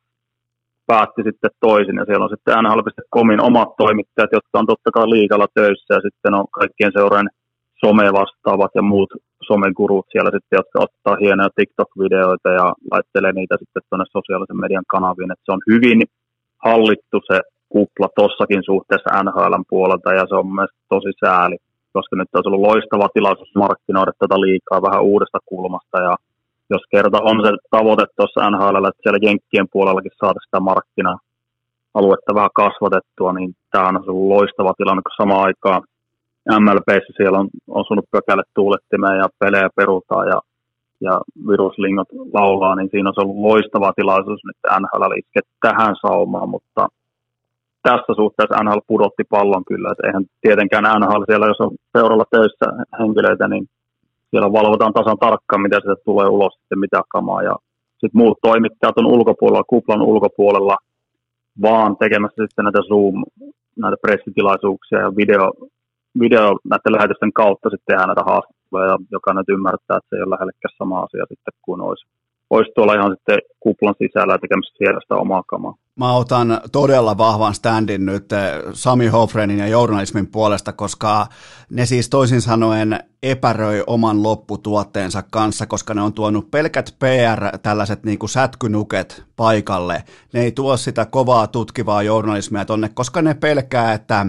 päätti sitten toisin, ja siellä on sitten NHL.comin omat toimittajat, jotka on totta kai liigalla töissä, ja sitten on kaikkien seuraajan some-vastaavat ja muut somegurut siellä sitten, jotka ottaa hienoja TikTok-videoita ja laittelee niitä sitten tuonne sosiaalisen median kanaviin, että se on hyvin hallittu se kupla tossakin suhteessa NHL:n puolelta, ja se on mielestäni tosi sääli, koska nyt olisi ollut loistava tilaisuus markkinoida tätä liigaa vähän uudesta kulmasta, ja jos kerta on se tavoite tuossa NHL:llä, että siellä Jenkkien puolellakin saada sitä markkina-aluetta vähän kasvatettua, niin tämä on ollut loistava tilanne, kun samaan aikaan MLB:ssä siellä on osunut pökälle tuulettimeen ja pelejä perutaan ja viruslingot laulaa, niin siinä on ollut loistava tilaisuus nyt NHL iskeä tähän saumaan, mutta tässä suhteessa NHL pudotti pallon kyllä, että eihän tietenkään NHL siellä, jos on seuralla töissä henkilöitä, niin siellä valvotaan tasan tarkkaan, mitä sieltä tulee ulos, sitten mitä kamaa. Ja sitten muut toimittajat on ulkopuolella, kuplan ulkopuolella, vaan tekemässä sitten näitä Zoom, näitä pressitilaisuuksia ja video näiden lähetysten kautta sitten tehdään näitä haastatteluja, ja jokainen ymmärtää, että se ei ole lähellekään sama asia sitten kuin olisi tuolla ihan sitten kuplan sisällä ja tekemässä siellä sitä omaa kamaa. Mä otan todella vahvan standin nyt Sami Hofrenin ja journalismin puolesta, koska ne siis toisin sanoen epäröi oman lopputuotteensa kanssa, koska ne on tuonut pelkät tällaiset niin kuin sätkynuket paikalle. Ne ei tuo sitä kovaa tutkivaa journalismia tonne, koska ne pelkää, että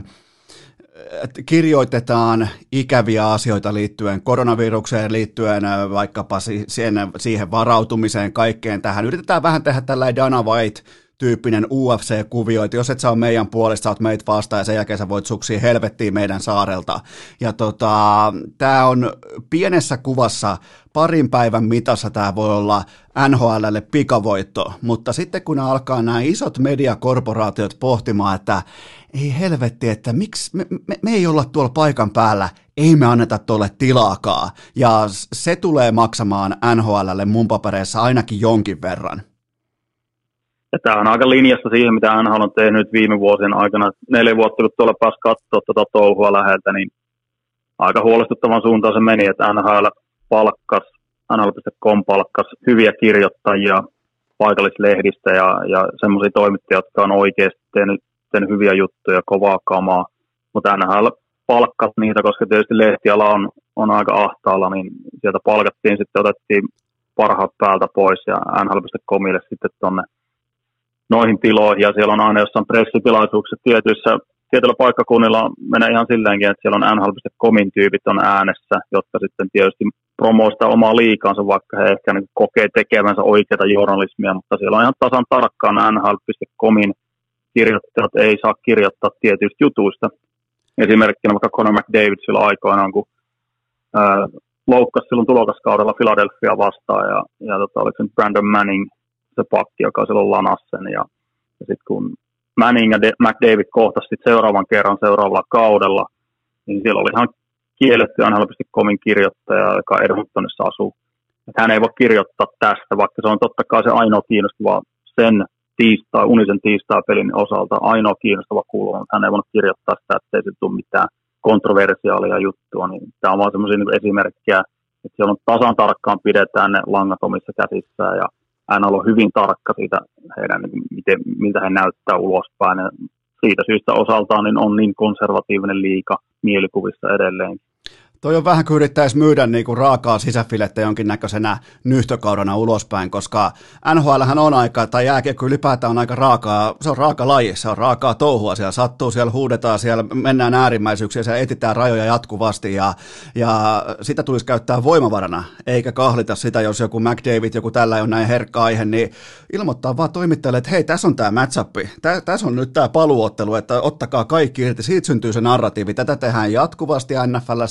kirjoitetaan ikäviä asioita liittyen koronavirukseen, liittyen vaikkapa siihen varautumiseen, kaikkeen tähän. Yritetään vähän tehdä tällainen Dana White-tyyppinen UFC-kuvio, että jos et sä ole meidän puolesta, sä oot meitä vastaan ja sen jälkeen sä voit suksia helvettiin meidän saarelta. Ja tää on pienessä kuvassa, parin päivän mitassa tämä voi olla NHLlle pikavoitto, mutta sitten kun alkaa nämä isot mediakorporaatiot pohtimaan, että ei helvetti, että miksi me ei olla tuolla paikan päällä, ei me anneta tuolle tilaakaan, ja se tulee maksamaan NHLlle mun papereissa ainakin jonkin verran. Ja tämä on aika linjassa siihen, mitä NHL on tehnyt viime vuosien aikana. 4 vuotta, kun tuolla pääsi katsoa tuota touhua läheltä, niin aika huolestuttavan suuntaan se meni, että NHL.com palkkasi hyviä kirjoittajia paikallislehdistä ja semmoisia toimittajia, jotka on oikeasti tehnyt hyviä juttuja, kovaa kamaa. Mutta NHL palkkasi niitä, koska tietysti lehtiala on aika ahtaalla, niin sieltä palkattiin, sitten otettiin parhaat päältä pois ja NHL.comille sitten tuonne noihin tiloihin, ja siellä on aina jossain pressitilaisuuksissa tietyillä paikkakunnilla menee ihan silleenkin, että siellä on NHL.comin tyypit on äänessä, jotka sitten tietysti promoista omaa liikaansa, vaikka he ehkä niin kokee tekevänsä oikeaa journalismia, mutta siellä on ihan tasan tarkkaan NHL.comin kirjoittajat ei saa kirjoittaa tietyistä jutuista. Esimerkkinä vaikka Connor McDavid sillä aikoinaan, kun loukkasi silloin tulokaskaudella Philadelphia vastaan, ja oliko se Brandon Manning, se pakki, joka silloin lanasi sen, ja sitten kun Manning ja McDavid kohtasi seuraavan kerran seuraavalla kaudella, niin siellä oli ihan kielletty NHL.comin kirjoittaja, joka Edmontonissa asuu. Että hän ei voi kirjoittaa tästä, vaikka se on totta kai se ainoa kiinnostava sen unisen tiistai-pelin osalta ainoa kiinnostava kulma, mutta hän ei voinut kirjoittaa sitä, että ei se tule mitään kontroversiaalia juttua. Niin tämä on vaan sellaisia niin esimerkkejä, että siellä on tasan tarkkaan pidetään ne langat omissa käsissään, ja hän on ollut hyvin tarkka siitä, miltä he näyttää ulospäin. Ja siitä syystä osaltaan niin on niin konservatiivinen liiga mielikuvissa edelleen. Toi on vähän kuin yrittäisi myydä niinku raakaa sisäfilettä jonkinnäköisenä nyhtökaudena ulospäin, koska NHLhän on aika, tai jääkiekko ylipäätään on aika raakaa, se on raaka laji, se on raakaa touhua, siellä sattuu, siellä huudetaan, siellä mennään äärimmäisyyksiä, siellä etsitään rajoja jatkuvasti, ja sitä tulisi käyttää voimavarana, eikä kahlita sitä, jos joku McDavid, joku tällä on näin herkkä aihe, niin ilmoittaa vaan toimittajille, että hei, tässä on tämä match-up, tässä on nyt tämä paluottelu, että ottakaa kaikki irti, siitä syntyy se narratiivi, tätä tehdään jatkuvasti NFL:ssä.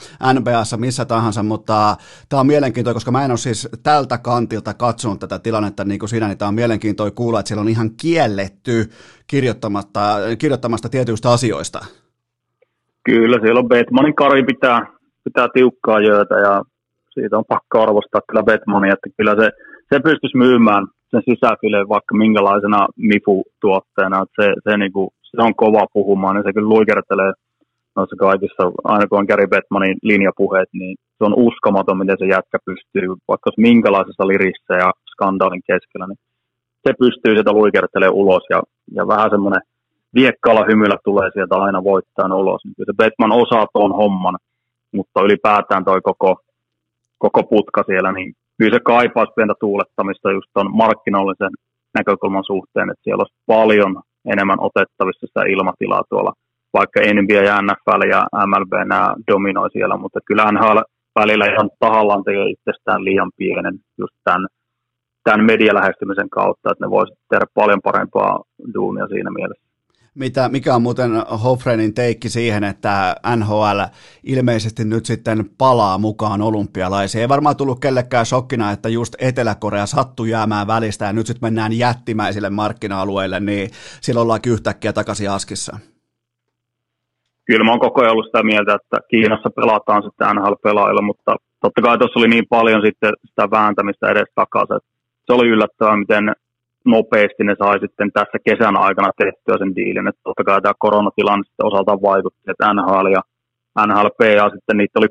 NBAssa missä tahansa, mutta tämä on mielenkiintoista, koska mä en ole siis tältä kantilta katsonut tätä tilannetta niin kuin sinä, niin tämä on mielenkiintoista kuulla, että siellä on ihan kielletty kirjoittamasta tietyistä asioista. Kyllä, siellä on Batmanin Kari pitää tiukkaa jöötä ja siitä on pakko arvostaa kyllä Batmania, että kyllä se pystyisi myymään sen sisäfileen vaikka minkälaisena Mifu-tuotteena, että se on kova puhumaan, niin se kyllä luikertelee noissa kaikissa, aina kun on Gary Bettmanin linjapuheet, niin se on uskomaton, miten se jätkä pystyy, vaikka minkälaisessa lirissä ja skandaalin keskellä, niin se pystyy sieltä luikertelemaan ulos ja vähän semmoinen viekkaalla hymyllä tulee sieltä aina voittaa ulos. Niin se Bettman osaa tuon homman, mutta ylipäätään toi koko putka siellä, niin kyllä se kaipaisi pientä tuulettamista just tuon markkinoillisen näkökulman suhteen, että siellä olisi paljon enemmän otettavissa sitä ilmatilaa tuolla, vaikka NBA ja NFL ja MLB nämä dominoi siellä, mutta kyllä NHL välillä ihan tahallaan tekee itsestään liian pienen just tämän medialähestymisen kautta, että ne voisivat tehdä paljon parempaa duunia siinä mielessä. Mikä on muuten Hofreinin teikki siihen, että NHL ilmeisesti nyt sitten palaa mukaan olympialaisiin? Ei varmaan tullut kellekään shokkina, että just Etelä-Korea sattui jäämään välistä ja nyt sitten mennään jättimäisille markkina-alueille, niin silloin ollaan yhtäkkiä takaisin askissa. Kyllä mä oon koko ajan ollut sitä mieltä, että Kiinassa pelataan sitten NHL-pelaajilla, mutta totta kai tuossa oli niin paljon sitten sitä vääntämistä edes takaisin. Se oli yllättävää, miten nopeasti ne sai sitten tässä kesän aikana tehtyä sen diilin. Että totta kai tämä koronatilanne sitten osaltaan vaikutti, että NHL ja NHLPA sitten niitä oli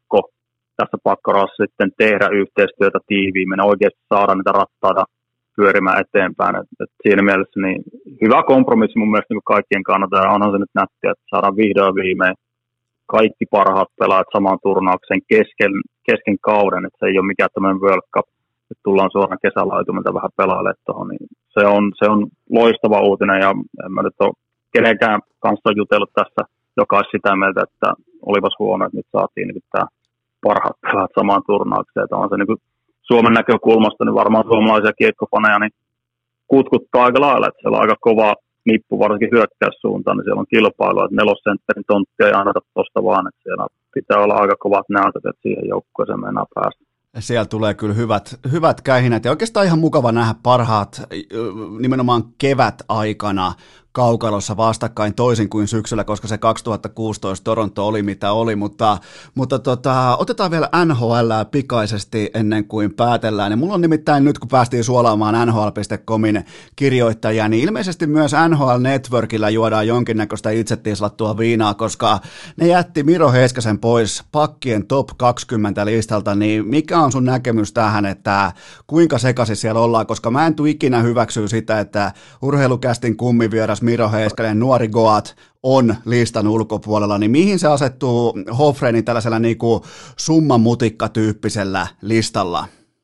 pakkorassa sitten tehdä yhteistyötä tiiviimmin ja oikeasti saada niitä rattaita pyörimään eteenpäin. Et siinä mielessä niin hyvä kompromissi mun mielestä niin kaikkien kannalta ja onhan se nyt nättiä, että saadaan vihdoin viimein kaikki parhaat pelaajat samaan turnaukseen kesken kauden, että se ei ole mikään tämmöinen World Cup, että tullaan suoraan kesälaitumilta vähän pelaalle tuohon, niin se on loistava uutinen ja en mä nyt ole kenenkään kanssa jutellut tässä, joka olisi sitä mieltä, että olipas huono, että nyt saatiin niin tämä parhaat pelaajat samaan turnaukseen, että on se niin Suomen näkökulmasta, niin varmaan suomalaisia kiekkofaneja niin kutkuttaa aika lailla, että siellä on aika kova nippu, varsinkin hyökkäyssuuntaan, niin siellä on kilpailua, että nelosentterin tonttia ei anneta tuosta vaan, että siellä pitää olla aika kovat näytöt, että siihen joukkueeseen mennään päästä. Siellä tulee kyllä hyvät kähinät ja oikeastaan ihan mukava nähdä parhaat nimenomaan kevätaikana kaukalossa vastakkain toisin kuin syksyllä, koska se 2016 Toronto oli mitä oli, mutta otetaan vielä NHL pikaisesti ennen kuin päätellään. Ja mulla on nimittäin nyt, kun päästiin suolaamaan NHL.comin kirjoittajia, niin ilmeisesti myös NHL Networkilla juodaan jonkinnäköistä itsetislattua viinaa, koska ne jätti Miro Heiskasen pois pakkien top 20 listalta, niin mikä on sun näkemys tähän, että kuinka sekaisin siellä ollaan, koska mä en tule ikinä hyväksyä sitä, että urheilukästin kummivieras Miro Heiskanen, nuori Goat, on listan ulkopuolella, niin mihin se asettuu Hofreinin tällaisella niinku summamutikka-tyyppisellä listalla?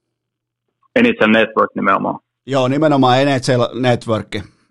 NHL Network nimenomaan. Joo, nimenomaan NHL Network.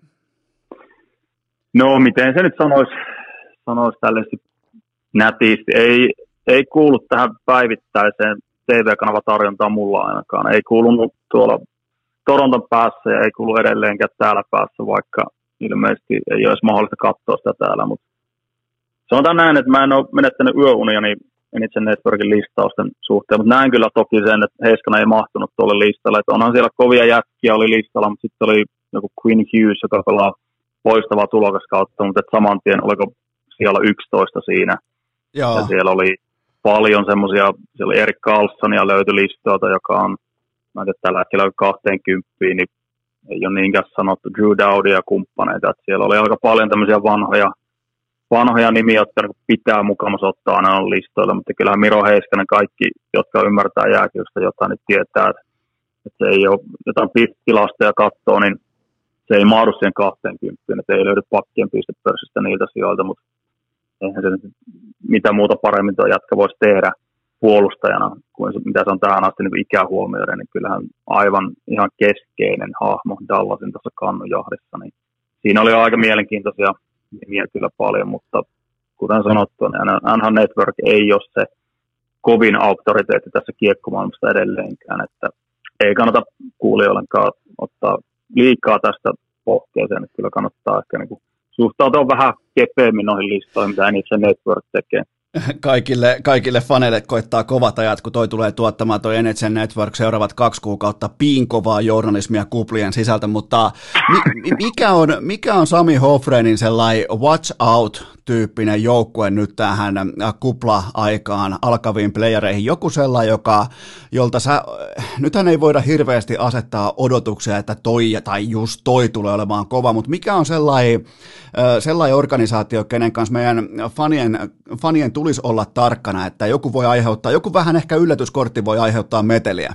No, miten se nyt sanoisi tällaisesti nätisti. Ei kuulu tähän päivittäiseen TV-kanavatarjontaan mulla ainakaan. Ei kuulunut tuolla Toronton päässä ja ei kuulu edelleenkään täällä päässä, vaikka ilmeisesti ei olisi mahdollista katsoa sitä täällä. Mutta sanotaan näin, että mä en ole menettänyt yöunia niin NHL Networkin listausten suhteen, mutta näin kyllä toki sen, että Heiskanen ei mahtunut tuolle listalle. Että onhan siellä kovia jätkiä oli listalla, mutta sitten oli joku Quinn Hughes, joka pelaa loistavaa tulokaskautta, mutta saman tien oliko siellä 11 siinä. Joo. Ja siellä oli paljon semmoisia, siellä oli Erik Karlssonia löytyi listoilta, joka on, mä en tiedä, tällä hetkellä 20, niin ei ole niinkään sanottu Drew Dowdy ja kumppaneita. Että siellä oli aika paljon tämmöisiä vanhoja nimiä, jotka pitää mukamassa ottaa aina listoilla, mutta kyllähän Miro Heiskanen kaikki, jotka ymmärtää jääkiekosta jotain, niin tietää, että se ei ole jotain tilastoja katsoo, niin se ei mahdu siihen 20, että ei löydy pakkien pistepörssistä niiltä sijoilta, mutta eihän se mitä muuta paremmin tuo jätkä voisi tehdä puolustajana, kuin mitä se on tähän asti niin ikää huomioiden, niin kyllähän aivan ihan keskeinen hahmo Dallasin tuossa kannujahdissa. Niin siinä oli aika mielenkiintoisia nimiä kyllä paljon, mutta kuten sanottu, niin NHL Network ei ole se kovin auktoriteetti tässä kiekkomaailmasta edelleenkään, että ei kannata kuulijoillenkaan ottaa liikaa tästä pohkeeseen, että kyllä kannattaa ehkä niin kuin suhtautua vähän kepeämmin noihin listoihin, mitä se Network tekee. Kaikille faneille koittaa kovat ajat, kun toi tulee tuottamaan toi NHL Network seuraavat 2 kuukautta piinkovaa journalismia kuplien sisältä, mutta mikä on Sami Hofrenin sellainen watch out-tyyppinen joukkue nyt tähän kupla-aikaan alkaviin playereihin? Joku sellainen, jolta nythän ei voida hirveästi asettaa odotuksia, että toi tai just toi tulee olemaan kova, mutta mikä on sellainen organisaatio, kenen kanssa meidän fanien tulisi olla tarkkana, että joku vähän ehkä yllätyskortti voi aiheuttaa meteliä?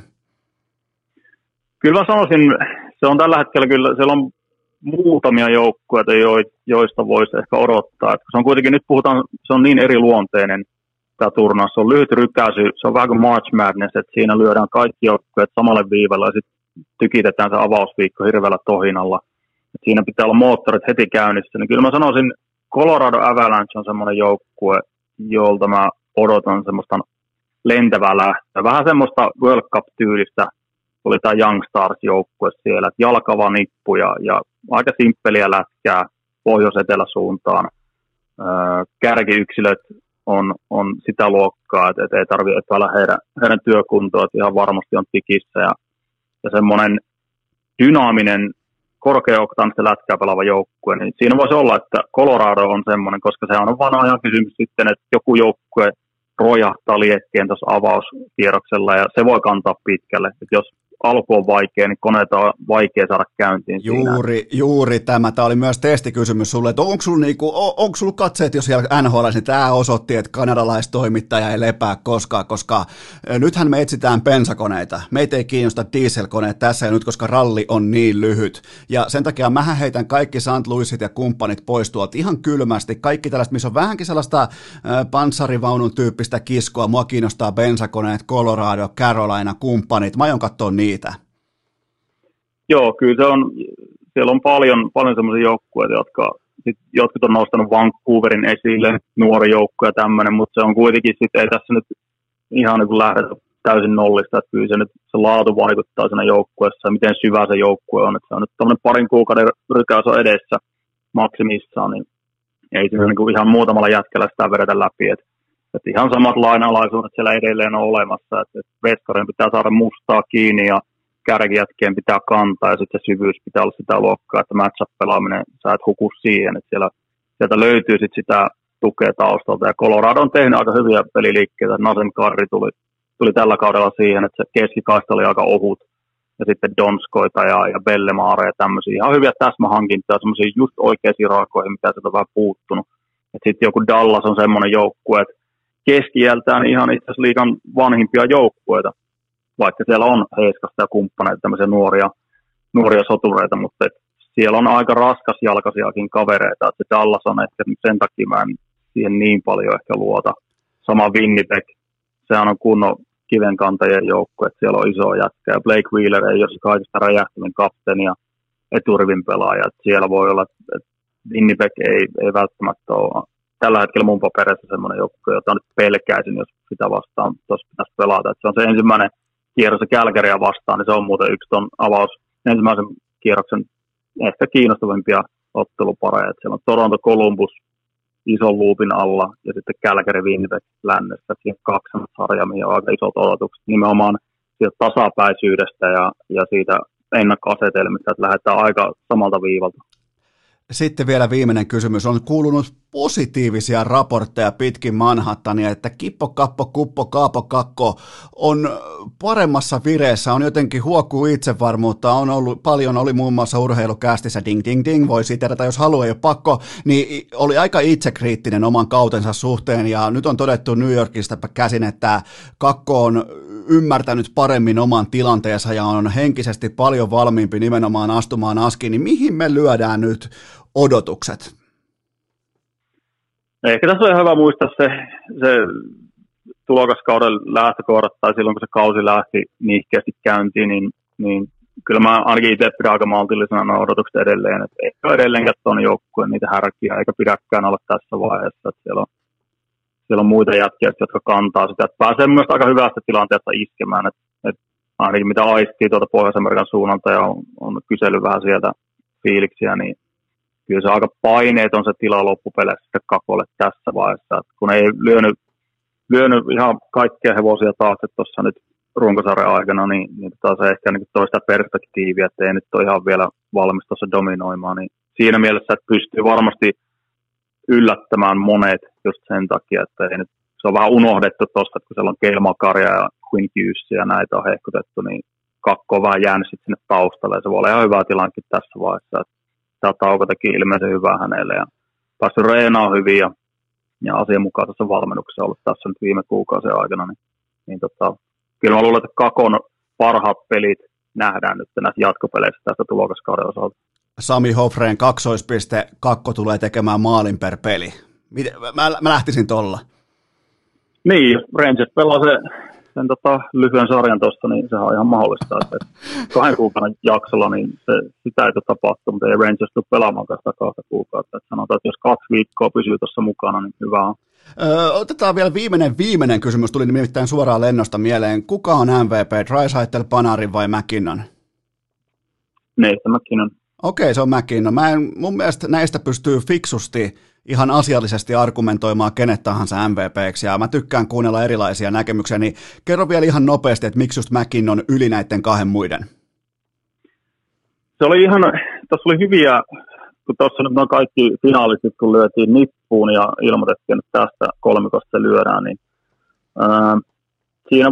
Kyllä mä sanoisin, se on tällä hetkellä kyllä, siellä on muutamia joukkueita, joista voisi ehkä odottaa. Että se on kuitenkin, nyt puhutaan, se on niin eri luonteinen tämä turnaus, se on lyhyt rykäisy, se on vähän kuin March Madness, että siinä lyödään kaikki joukkueet samalle viivalle ja sitten tykitetään se avausviikko hirveällä tohinalla. Että siinä pitää olla moottorit heti käynnissä. Niin kyllä mä sanoisin, Colorado Avalanche on semmoinen joukkue, jolta mä odotan semmoista lentävää lähtöä. Vähän semmoista World Cup-tyylistä oli tämä Young Stars-joukkue siellä, että jalkava nippu ja aika simppeliä lätkää pohjois-etelä suuntaan. Kärkiyksilöt on sitä luokkaa, että ei tarvitse epäillä heidän työkuntoa, että ihan varmasti on tikissä. Ja semmoinen dynaaminen, korkea-oktaanista lätkää pelaava joukkue, niin siinä voisi olla, että Colorado on semmoinen, koska se on vaan ajan kysymys sitten, että joku joukkue rojahtaa liekkeen tuossa avauskierroksella ja se voi kantaa pitkälle. Että jos alku on vaikea, niin koneita on vaikea saada käyntiin. Juuri tämä. Tämä oli myös testikysymys sulle, että onko sulla katseet jo siellä NHL, niin tämä osoitti, että kanadalaistoimittaja ei lepää koskaan, koska nythän me etsitään bensakoneita. Meitä ei kiinnosta dieselkoneet tässä ja nyt, koska ralli on niin lyhyt. Ja sen takia mähän heitän kaikki St. Louisit ja kumppanit pois tuolta ihan kylmästi. Kaikki tällaista, missä on vähänkin sellaista panssarivaunun tyyppistä kiskoa. Mua kiinnostaa bensakoneet, Colorado, Carolina, kumppanit. Mä aion katsoa niitä. Joo, kyllä se on, siellä on paljon semmoisia joukkueita, jotkut on nostanut Vancouverin esille, nuori joukkue ja tämmöinen, mutta se on kuitenkin sitten, ei tässä nyt ihan niin kuin lähdetä täysin nollista, että kyllä se laatu vaikuttaa siinä joukkueessa ja miten syvä se joukkue on, että se on nyt tämmöinen parin kuukauden rykäys on edessä maksimissaan, niin ei siinä niin kuin ihan muutamalla jätkällä sitä vedetä läpi, että ihan samat lainalaisuudet siellä edelleen on olemassa, että veskarin pitää saada mustaa kiinni ja kärkijätkeen pitää kantaa ja sitten se syvyys pitää olla sitä luokkaa, että match-up-pelaaminen, sä et huku siihen, että sieltä löytyy sitten sitä tukea taustalta ja Colorado on tehnyt aika hyviä peliliikkeitä, Nasem Kadri tuli tällä kaudella siihen, että se keskikaista oli aika ohut ja sitten Donskoita ja Bellemaare ja tämmöisiä ihan hyviä täsmähankintoja, semmoisia just oikeisiin raakoihin, mitä sieltä on vähän puuttunut. Sitten joku Dallas on semmoinen joukkue, että keski-iältään ihan itse asiassa liigan vanhimpia joukkueita, vaikka siellä on Heiskasta ja kumppaneita, tämmöisiä nuoria sotureita, mutta siellä on aika raskasjalkaisiakin kavereita, että se Dallas on ehkä sen takia mä en siihen niin paljon ehkä luota. Sama Winnipeg, sehän on kunnon kivenkantajien joukkue, että siellä on iso jätkä, ja Blake Wheeler ei ole se kaikista räjähtävin kapteeni ja eturivin pelaaja, että siellä voi olla, että Winnipeg ei välttämättä ole tällä hetkellä mun paperissa semmoinen joukkue, jota nyt pelkäisin, jos sitä vastaan tuossa pitäisi pelata. Että se on se ensimmäinen kierros ja Calgarya vastaan, niin se on muuten yksi ton ensimmäisen kierroksen ehkä kiinnostavimpia ottelupareja. Että siellä on Toronto Columbus ison luupin alla ja sitten Calgary Winnipeg lännessä. Siinä on 2 sarjaa, mihin on aika isot odotukset. Nimenomaan siitä tasapäisyydestä ja siitä ennakkoasetelmista, että lähdetään aika samalta viivalta. Sitten vielä viimeinen kysymys. On kuulunut positiivisia raportteja pitkin Manhattania, että Kippo, Kappo, Kuppo, Kaapo, Kakko on paremmassa vireessä, on jotenkin huokkuu itsevarmuutta, on ollut paljon, oli muun muassa urheilukästissä, ding, ding, ding, voi siterata, jos haluaa, ei ole pakko, niin oli aika itsekriittinen oman kautensa suhteen, ja nyt on todettu New Yorkista käsin, että Kakko on ymmärtänyt paremmin oman tilanteensa ja on henkisesti paljon valmiimpi nimenomaan astumaan askiin, niin mihin me lyödään nyt odotukset? Ehkä tässä on hyvä muistaa se tulokaskauden lähtökohdat, tai silloin kun se kausi lähti nihkeästi käyntiin, niin kyllä mä ainakin itse pidän aika maltillisena nuo odotukset edelleen, että ei ole edelleenkään tuon joukkueen niitä härkiä, eikä pidäkään olla tässä vaiheessa, että siellä on muita jätkiä, jotka kantaa sitä, että pääsee myös aika hyvästä tilanteesta iskemään, että ainakin mitä aistii tuolta Pohjois-Amerikan suunnalta ja on kysely vähän sieltä fiiliksiä, niin kyllä se aika paineeton se tila loppupeleissä Kakolle tässä vaiheessa. Et kun ei lyönyt ihan kaikkia hevosia taakse tuossa nyt runkosarjan aikana, niin se ehkä niin toista perspektiiviä, että ei nyt ole ihan vielä valmis tuossa dominoimaan. Niin siinä mielessä, että pystyy varmasti yllättämään monet just sen takia, että ei nyt, se on vähän unohdettu tuosta, että kun siellä on Keilmakaria ja Queen Hughes ja näitä on hehkutettu, niin Kakko on vähän jäänyt sinne taustalle ja se voi olla ihan hyvä tilankin tässä vaiheessa. Tämä tauko teki ilmeisen hyvää hänelle ja päässyt reenaamaan hyvin ja asianmukaisessa valmennuksessa ollut tässä nyt viime kuukausien aikana. Niin kyllä mä luulen, että Kakon parhaat pelit nähdään nyt näissä jatkopeleissä tästä tulokaskauden osalta. Sami Hofrén kaksoispiste, Kakko tulee tekemään maalin per peli. Mä lähtisin tolla. Niin, Rangers pelaa sen lyhyen sarjan tuosta, niin sehän on ihan mahdollista. Että 2 kuukauden jaksolla, niin sitä ei tapahtu, mutta ei Rangers tule pelaamaan 2 kuukautta. Että sanotaan, että jos 2 viikkoa pysyy tuossa mukana, niin hyvä on. Otetaan vielä viimeinen kysymys, tuli nimittäin suoraan lennosta mieleen. Kuka on MVP, Draisaitl, Panarin vai McKinnon? Nathan McKinnon. Okei, se on McKinnon. Mun mielestä näistä pystyy fiksusti ihan asiallisesti argumentoimaan kenet tahansa MVP:ksi, ja mä tykkään kuunnella erilaisia näkemyksiä, niin kerro vielä ihan nopeasti, että miksi just McKinnon yli näiden 2 muiden? Se oli tuossa oli hyviä, kun tuossa nyt on kaikki finaalistit, kun lyötiin nippuun ja ilmoitettiin, että tästä kolmikosta se lyödään, niin siinä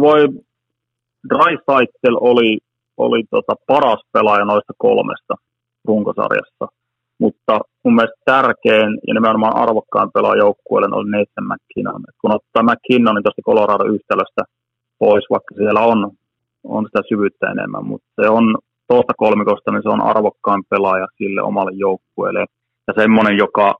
Draisaitl oli paras pelaaja noista 3 runkosarjassa, mutta mun mielestä tärkein ja nimenomaan arvokkaan pelaaja joukkueelle oli Nathan McKinnon. Et kun ottaa McKinnonin tuosta Colorado-yhtälöstä pois, vaikka siellä on sitä syvyyttä enemmän, mutta se on tuosta kolmikosta, niin se on arvokkaan pelaaja sille omalle joukkueelle. Ja semmoinen,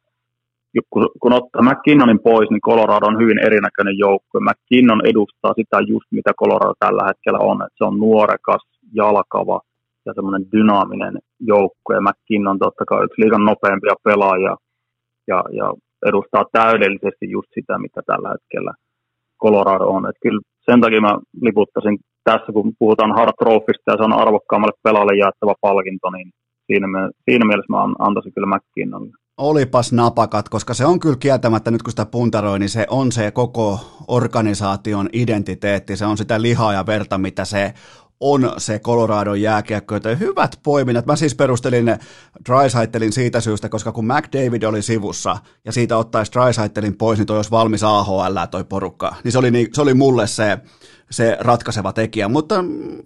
kun ottaa McKinnonin pois, niin Colorado on hyvin erinäköinen joukkue. McKinnon edustaa sitä just, mitä Colorado tällä hetkellä on. Et se on nuorekas, jalkava ja semmoinen dynaaminen joukkue. Ja McKinnon totta kai yksi liigan nopeampia pelaajia ja edustaa täydellisesti just sitä, mitä tällä hetkellä Colorado on. Et kyllä sen takia mä liputtaisin tässä, kun puhutaan Hart Trophysta ja se on arvokkaammalle pelaajalle jaettava palkinto, niin siinä mielessä mä antaisin kyllä McKinnonille. Olipas napakat, koska se on kyllä kieltämättä, nyt kun sitä puntaroi, niin se on se koko organisaation identiteetti, se on sitä lihaa ja verta, mitä se on se Coloradon jääkiekko, joten hyvät poiminnat. Mä siis perustelin Draisaitlin siitä syystä, koska kun McDavid oli sivussa ja siitä ottaisi Draisaitlin pois, niin toi olisi valmis AHL toi porukka. Niin se oli mulle se ratkaiseva tekijä, mutta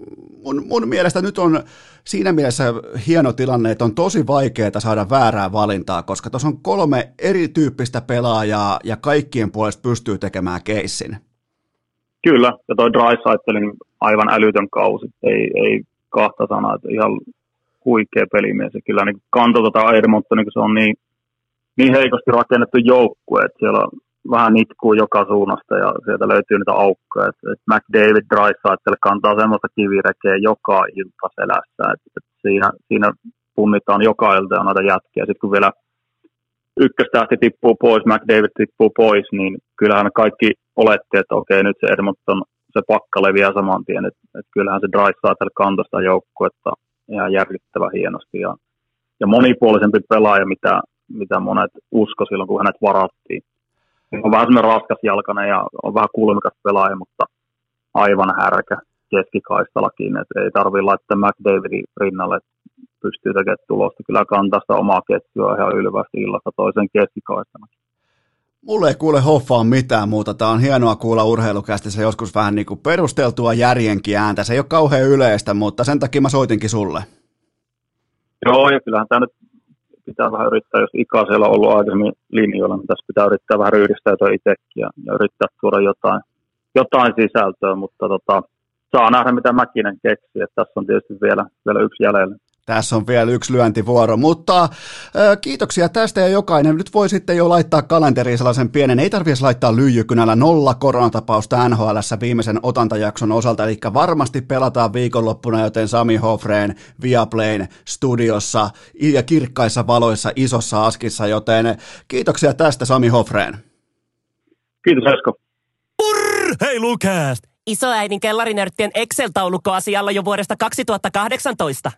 mun mielestä nyt on siinä mielessä hieno tilanne, että on tosi vaikeaa saada väärää valintaa, koska tuossa on 3 erityyppistä pelaajaa ja kaikkien puolesta pystyy tekemään keissin. Kyllä, ja toi Draisaitlin aivan älytön kausi, ei kahta sanaa, että ihan huikea pelimies. Ja kyllä niin kantoi Edmonton, niin se on niin heikosti rakennettu joukkue, että siellä vähän nitkuu joka suunnasta ja sieltä löytyy niitä aukkoja. Et McDavid, Draisaitl kantaa semmoista kivirekeä joka ilta selässä. Et siinä punnitaan joka ilta ja noita jätkiä. Sitten kun vielä ykköstähti tippuu pois, McDavid tippuu pois, niin kyllähän kaikki oletti, että okei, nyt se Edmonton, se pakka leviää saman tien. Et kyllähän se Draisaitl kantoi sitä joukkuetta ihan järkyttävän hienosti. Ja monipuolisempi pelaaja, mitä monet uskoi silloin, kun hänet varattiin. On vähän semmoinen raskasjalkainen ja on vähän kulmikas pelaaja, mutta aivan härkä keskikaistallakin. Et ei tarvitse laittaa McDavidin rinnalle, että pystyy tekemään tulosta. Kyllä kantaa sitä omaa ketjua ihan ylvästi illasta toisen keskikaistana. Mulle ei kuule hoffaa mitään muuta. Tämä on hienoa kuulla urheilukästissä joskus vähän niin kuin perusteltua järjenkin ääntä. Se ei ole kauhean yleistä, mutta sen takia mä soitinkin sulle. Joo, ja kyllähän tämä nyt pitää vähän yrittää, jos Ika siellä on ollut aikaisemmin linjoilla, niin tässä pitää yrittää vähän ryhdistäytyä itsekin ja yrittää tuoda jotain sisältöä, mutta saa nähdä, mitä Mäkinen keksii, että tässä on tietysti vielä yksi jäljellä. Tässä on vielä yksi lyöntivuoro, mutta kiitoksia tästä ja jokainen. Nyt voi sitten jo laittaa kalenteriin sellaisen pienen, ei tarvitse laittaa lyijykynällä 0 koronatapausta NHL:ssä viimeisen otantajakson osalta, eli varmasti pelataan viikonloppuna, joten Sami Hofrén Viaplayn studiossa ja kirkkaissa valoissa isossa askissa, joten kiitoksia tästä Sami Hofrén. Kiitos Esko. Hei Lukast! Isoäidin kellarinörttien Excel-taulukko asialla jo vuodesta 2018.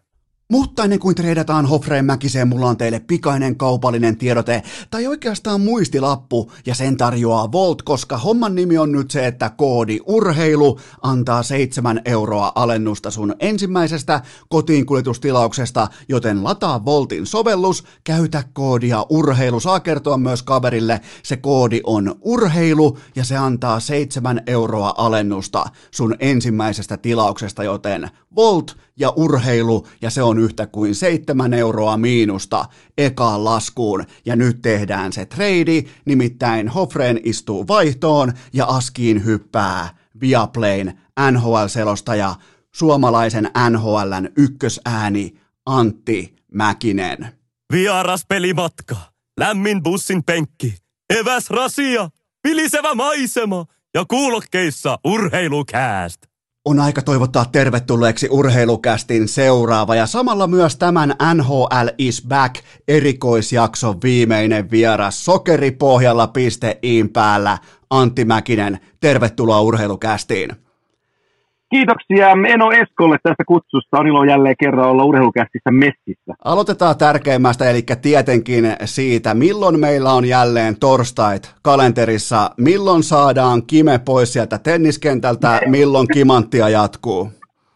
Mutta ennen kuin treidataan Hofreen Mäkiseen, mulla on teille pikainen kaupallinen tiedote, tai oikeastaan muistilappu, ja sen tarjoaa Volt, koska homman nimi on nyt se, että koodi urheilu antaa 7 euroa alennusta sun ensimmäisestä kotiinkuljetustilauksesta, joten lataa Voltin sovellus, käytä koodia urheilu, saa kertoa myös kaverille, se koodi on urheilu, ja se antaa 7 euroa alennusta sun ensimmäisestä tilauksesta, joten Volt ja urheilu, ja se on yhtä kuin 7 euroa miinusta ekaan laskuun, ja nyt tehdään se trade, nimittäin Hofreen istuu vaihtoon, ja Askiin hyppää Viaplayn NHL-selostaja, suomalaisen NHL:n ykkösääni Antti Mäkinen. Vieras pelimatka, lämmin bussin penkki, eväs rasia, vilisevä maisema ja kuulokkeissa urheilukääst. On aika toivottaa tervetulleeksi urheilukästin seuraava ja samalla myös tämän NHL is back -erikoisjakson viimeinen vieras sokeripohjalla.in päällä Antti Mäkinen. Tervetuloa urheilukästiin. Kiitoksia Eno Eskolle tästä kutsusta. On ilo jälleen kerran olla urheilukästissä messissä. Aloitetaan tärkeimmästä, eli tietenkin siitä, milloin meillä on jälleen torstait kalenterissa, milloin saadaan Kime pois sieltä tenniskentältä, milloin kimanttia jatkuu?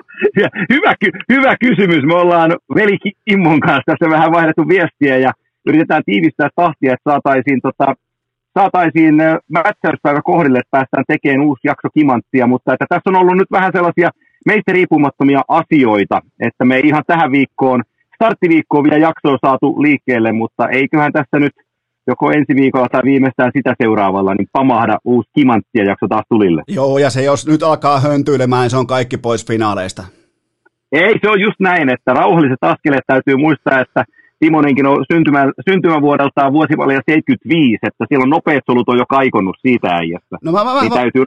Hyvä kysymys. Me ollaan veli Kimmon kanssa tässä vähän vaihdettu viestiä ja yritetään tiivistää tahtia, että saataisiin mätsäyspäivä kohdille, että päästään tekemään uusi jakso kimanttia, mutta että tässä on ollut nyt vähän sellaisia meistä riippumattomia asioita, että me ei ihan tähän starttiviikkoon vielä jaksoa saatu liikkeelle, mutta eiköhän tässä nyt joko ensi viikolla tai viimeistään sitä seuraavalla, niin pamahda uusi kimanttia jakso taas tulille. Joo, ja se jos nyt alkaa höntyilemään, niin se on kaikki pois finaaleista. Ei, se on just näin, että rauhalliset askeleet täytyy muistaa, että Timonenkin on syntymävuodeltaan vuosivalja 75, että silloin nopeat solut on jo kaikonnut siitä äijästä. No niin täytyy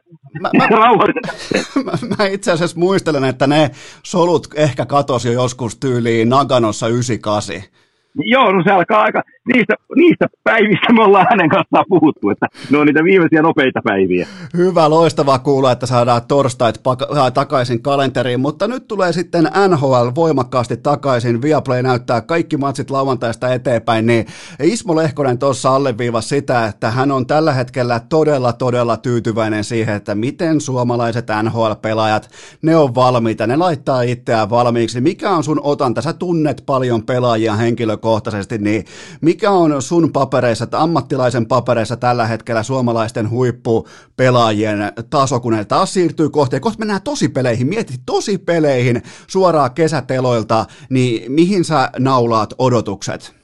mä itse asiassa muistelen, että ne solut ehkä katosi jo joskus tyyliin Naganossa 98. Joo, no se alkaa aika, niistä päivistä me ollaan hänen kanssaan puhuttu, että ne on niitä viimeisiä nopeita päiviä. Hyvä, loistavaa kuulla, että saadaan torstait takaisin kalenteriin, mutta nyt tulee sitten NHL voimakkaasti takaisin. Viaplay näyttää kaikki matsit lauantaista eteenpäin, niin Ismo Lehkonen tuossa alleviivasi sitä, että hän on tällä hetkellä todella tyytyväinen siihen, että miten suomalaiset NHL-pelaajat, ne on valmiita, ne laittaa itseään valmiiksi. Mikä on sun otanta? Sä tunnet paljon pelaajia henkilökohtaisesti, niin mikä on sun papereissa, ammattilaisen papereissa tällä hetkellä suomalaisten huippupelaajien taso, kun ne taas siirtyy kohti, ja kohta mennään tosipeleihin, mietit tosipeleihin suoraan kesäteloilta, niin mihin sä naulaat odotukset?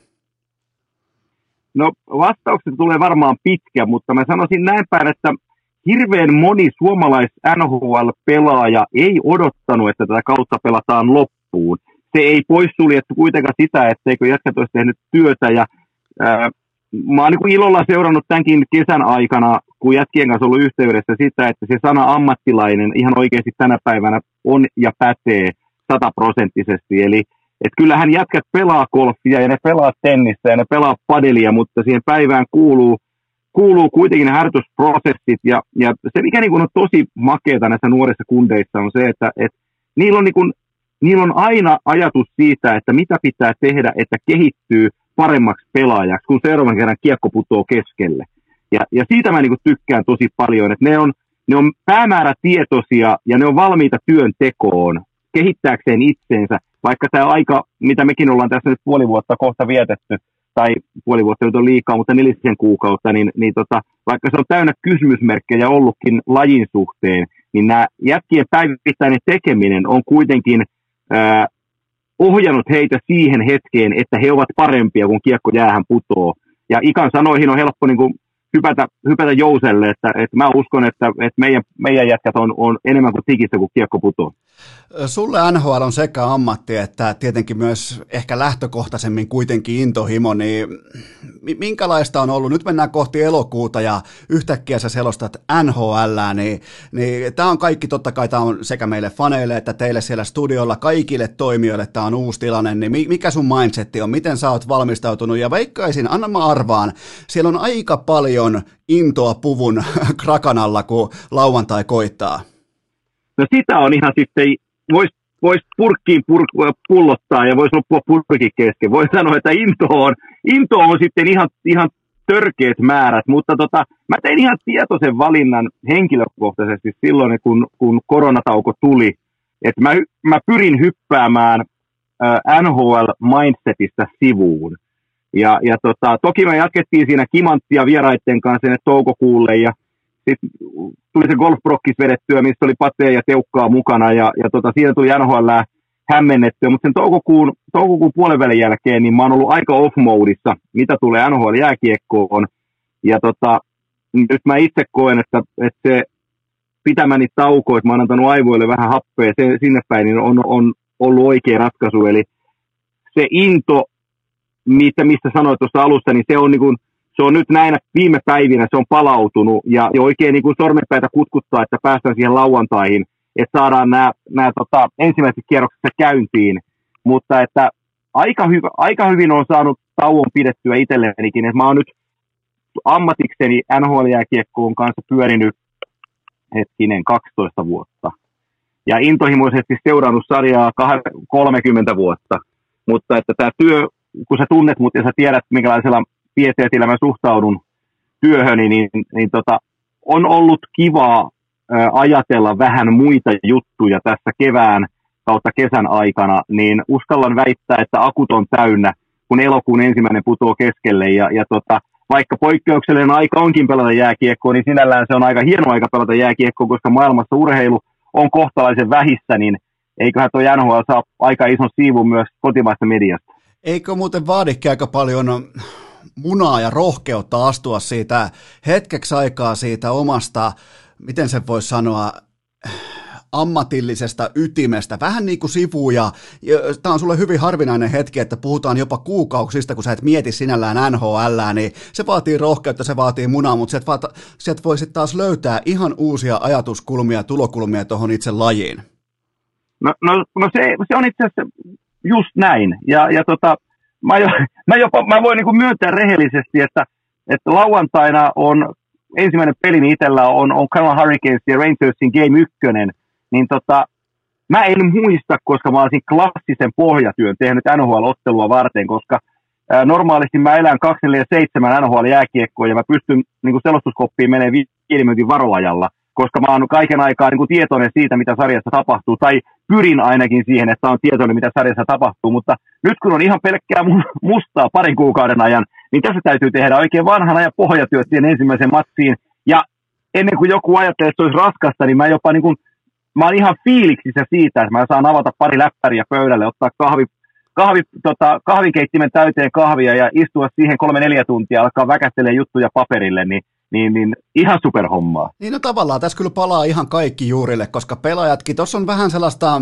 No vastaukset tulee varmaan pitkä, mutta mä sanoisin näin päin, että hirveän moni suomalais NHL-pelaaja ei odottanut, että tätä kautta pelataan loppuun. Se ei poissuljettu kuitenkaan sitä, etteikö jätkät olisi tehnyt työtä. Ja, mä oon niin ilolla seurannut tämänkin kesän aikana, kun jätkien kanssa ollut yhteydessä sitä, että se sana ammattilainen ihan oikeasti tänä päivänä on ja pätee 100%. Eli että kyllähän jätkät pelaa golfia ja ne pelaa tennistä ja ne pelaa padelia, mutta siihen päivään kuuluu kuitenkin ne harjoitusprosessit. Ja se, mikä niin on tosi makeata näissä nuorissa kundeissa, on se, että niillä on aina ajatus siitä, että mitä pitää tehdä, että kehittyy paremmaksi pelaajaksi, kun seuraavan kerran kiekko putoo keskelle. Ja siitä mä tykkään tosi paljon, että ne on päämäärätietoisia ja ne on valmiita työntekoon, kehittääkseen itseensä, vaikka tämä aika, mitä mekin ollaan tässä nyt puoli vuotta kohta vietetty, tai puoli vuotta nyt on liikaa, mutta 4 kuukautta, niin vaikka se on täynnä kysymysmerkkejä ollutkin lajin suhteen, niin nämä jätkien päivittäinen tekeminen on kuitenkin ohjannut heitä siihen hetkeen, että he ovat parempia, kun kiekko jäähän putoo. Ja Ikan sanoihin on helppo niin kuin hypätä jouselle, että mä uskon, että meidän jätkät on enemmän kuin tikissä, kun kiekko putoo. Sulle NHL on sekä ammatti että tietenkin myös ehkä lähtökohtaisemmin kuitenkin intohimo, niin minkälaista on ollut? Nyt mennään kohti elokuuta ja yhtäkkiä sä selostat NHL:ää, niin tämä on kaikki, totta kai tämä on sekä meille faneille että teille siellä studiolla, kaikille toimijoille tämä on uusi tilanne, niin mikä sun mindsetti on? Miten sä oot valmistautunut? Ja veikkaisin, anna mä arvaan, siellä on aika paljon intoa puvun krakanalla, kun lauantai koittaa. No sitä on ihan sitten, voisi vois purkkiin pullottaa ja voisi loppua purkin kesken. Voin sanoa, että into on sitten ihan törkeät määrät, mutta mä tein ihan tietoisen valinnan henkilökohtaisesti silloin, kun koronatauko tuli, että mä pyrin hyppäämään NHL-mindsetistä sivuun. Ja toki me jatkettiin siinä kimanttia vieraiden kanssa sinne toukokuulle, ja sitten tuli se golfprokkis vedettyä, missä oli pateja ja teukkaa mukana, ja siinä tuli NHL hämmennettyä, mutta sen toukokuun puolenvälin jälkeen niin mä oon ollut aika off-modissa, mitä tulee NHL-jääkiekkoon, ja nyt mä itse koen, että se pitämäni tauko, että mä oon antanut aivoille vähän happea sinne päin, niin on ollut oikea ratkaisu, eli se into, mistä sanoit tuossa alussa, niin se on nyt näinä viime päivinä, se on palautunut, ja oikein niin kuin sormenpäitä kutkuttaa, että päästään siihen lauantaihin, että saadaan nämä ensimmäiset kierrokset käyntiin, mutta että aika hyvin on saanut tauon pidettyä itsellenikin, että mä oon nyt ammatikseni NHL-jääkiekkoon kanssa pyörinyt 12 vuotta, ja intohimoisesti seurannut sarjaa 30 vuotta, mutta että tämä työ, kun sä tunnet mut ja sä tiedät, minkälaisella pieteetillä mä suhtaudun työhöni, niin on ollut kivaa ajatella vähän muita juttuja tässä kevään kautta kesän aikana, niin uskallan väittää, että akut on täynnä, kun elokuun 1. putoo keskelle, ja vaikka poikkeuksellinen aika onkin pelata jääkiekkoa, niin sinällään se on aika hieno aika pelata jääkiekkoa, koska maailmassa urheilu on kohtalaisen vähissä, niin eiköhän tuo NHL saa aika ison siivun myös kotimaista mediasta. Eikö muuten vaadikin aika paljon munaa ja rohkeutta astua siitä hetkeksi aikaa siitä omasta, miten se voisi sanoa, ammatillisesta ytimestä, vähän niin kuin sivuun, ja tämä on sulle hyvin harvinainen hetki, että puhutaan jopa kuukausista, kun sä et mieti sinällään NHL:ää, niin se vaatii rohkeutta, se vaatii munaa, mutta sieltä voi sitten taas löytää ihan uusia ajatuskulmia, tulokulmia tuohon itse lajiin. No se on itse asiassa just näin, ja mä voin niin kuin myöntää rehellisesti, että lauantaina on ensimmäinen peli, niin itsellä on Carolina Hurricanes ja Rangersin Game 1, niin mä en muista, koska mä olisin klassisen pohjatyön tehnyt NHL-ottelua varten, koska normaalisti mä elän 247 NHL-jääkiekkoa ja mä pystyn niin kuin selostuskoppiin menee 5 minuutin varoajalla, koska mä oon kaiken aikaa niin kuin tietoinen siitä, mitä sarjassa tapahtuu, tai pyrin ainakin siihen, että on tietoinen, mitä sarjassa tapahtuu, mutta nyt kun on ihan pelkkää mustaa parin kuukauden ajan, niin tässä täytyy tehdä oikein vanhan ajan pohjatyöt siihen ensimmäiseen matsiin, ja ennen kuin joku ajattelee, että se olisi raskasta, niin mä oon ihan fiiliksissä siitä, että mä saan avata pari läppäriä pöydälle, ottaa kahvikeittimen täyteen kahvia ja istua siihen 3-4 tuntia, alkaa väkästelee juttuja paperille, niin ihan superhommaa. Niin no tavallaan tässä kyllä palaa ihan kaikki juurille, koska pelaajatkin, tuossa on vähän sellaista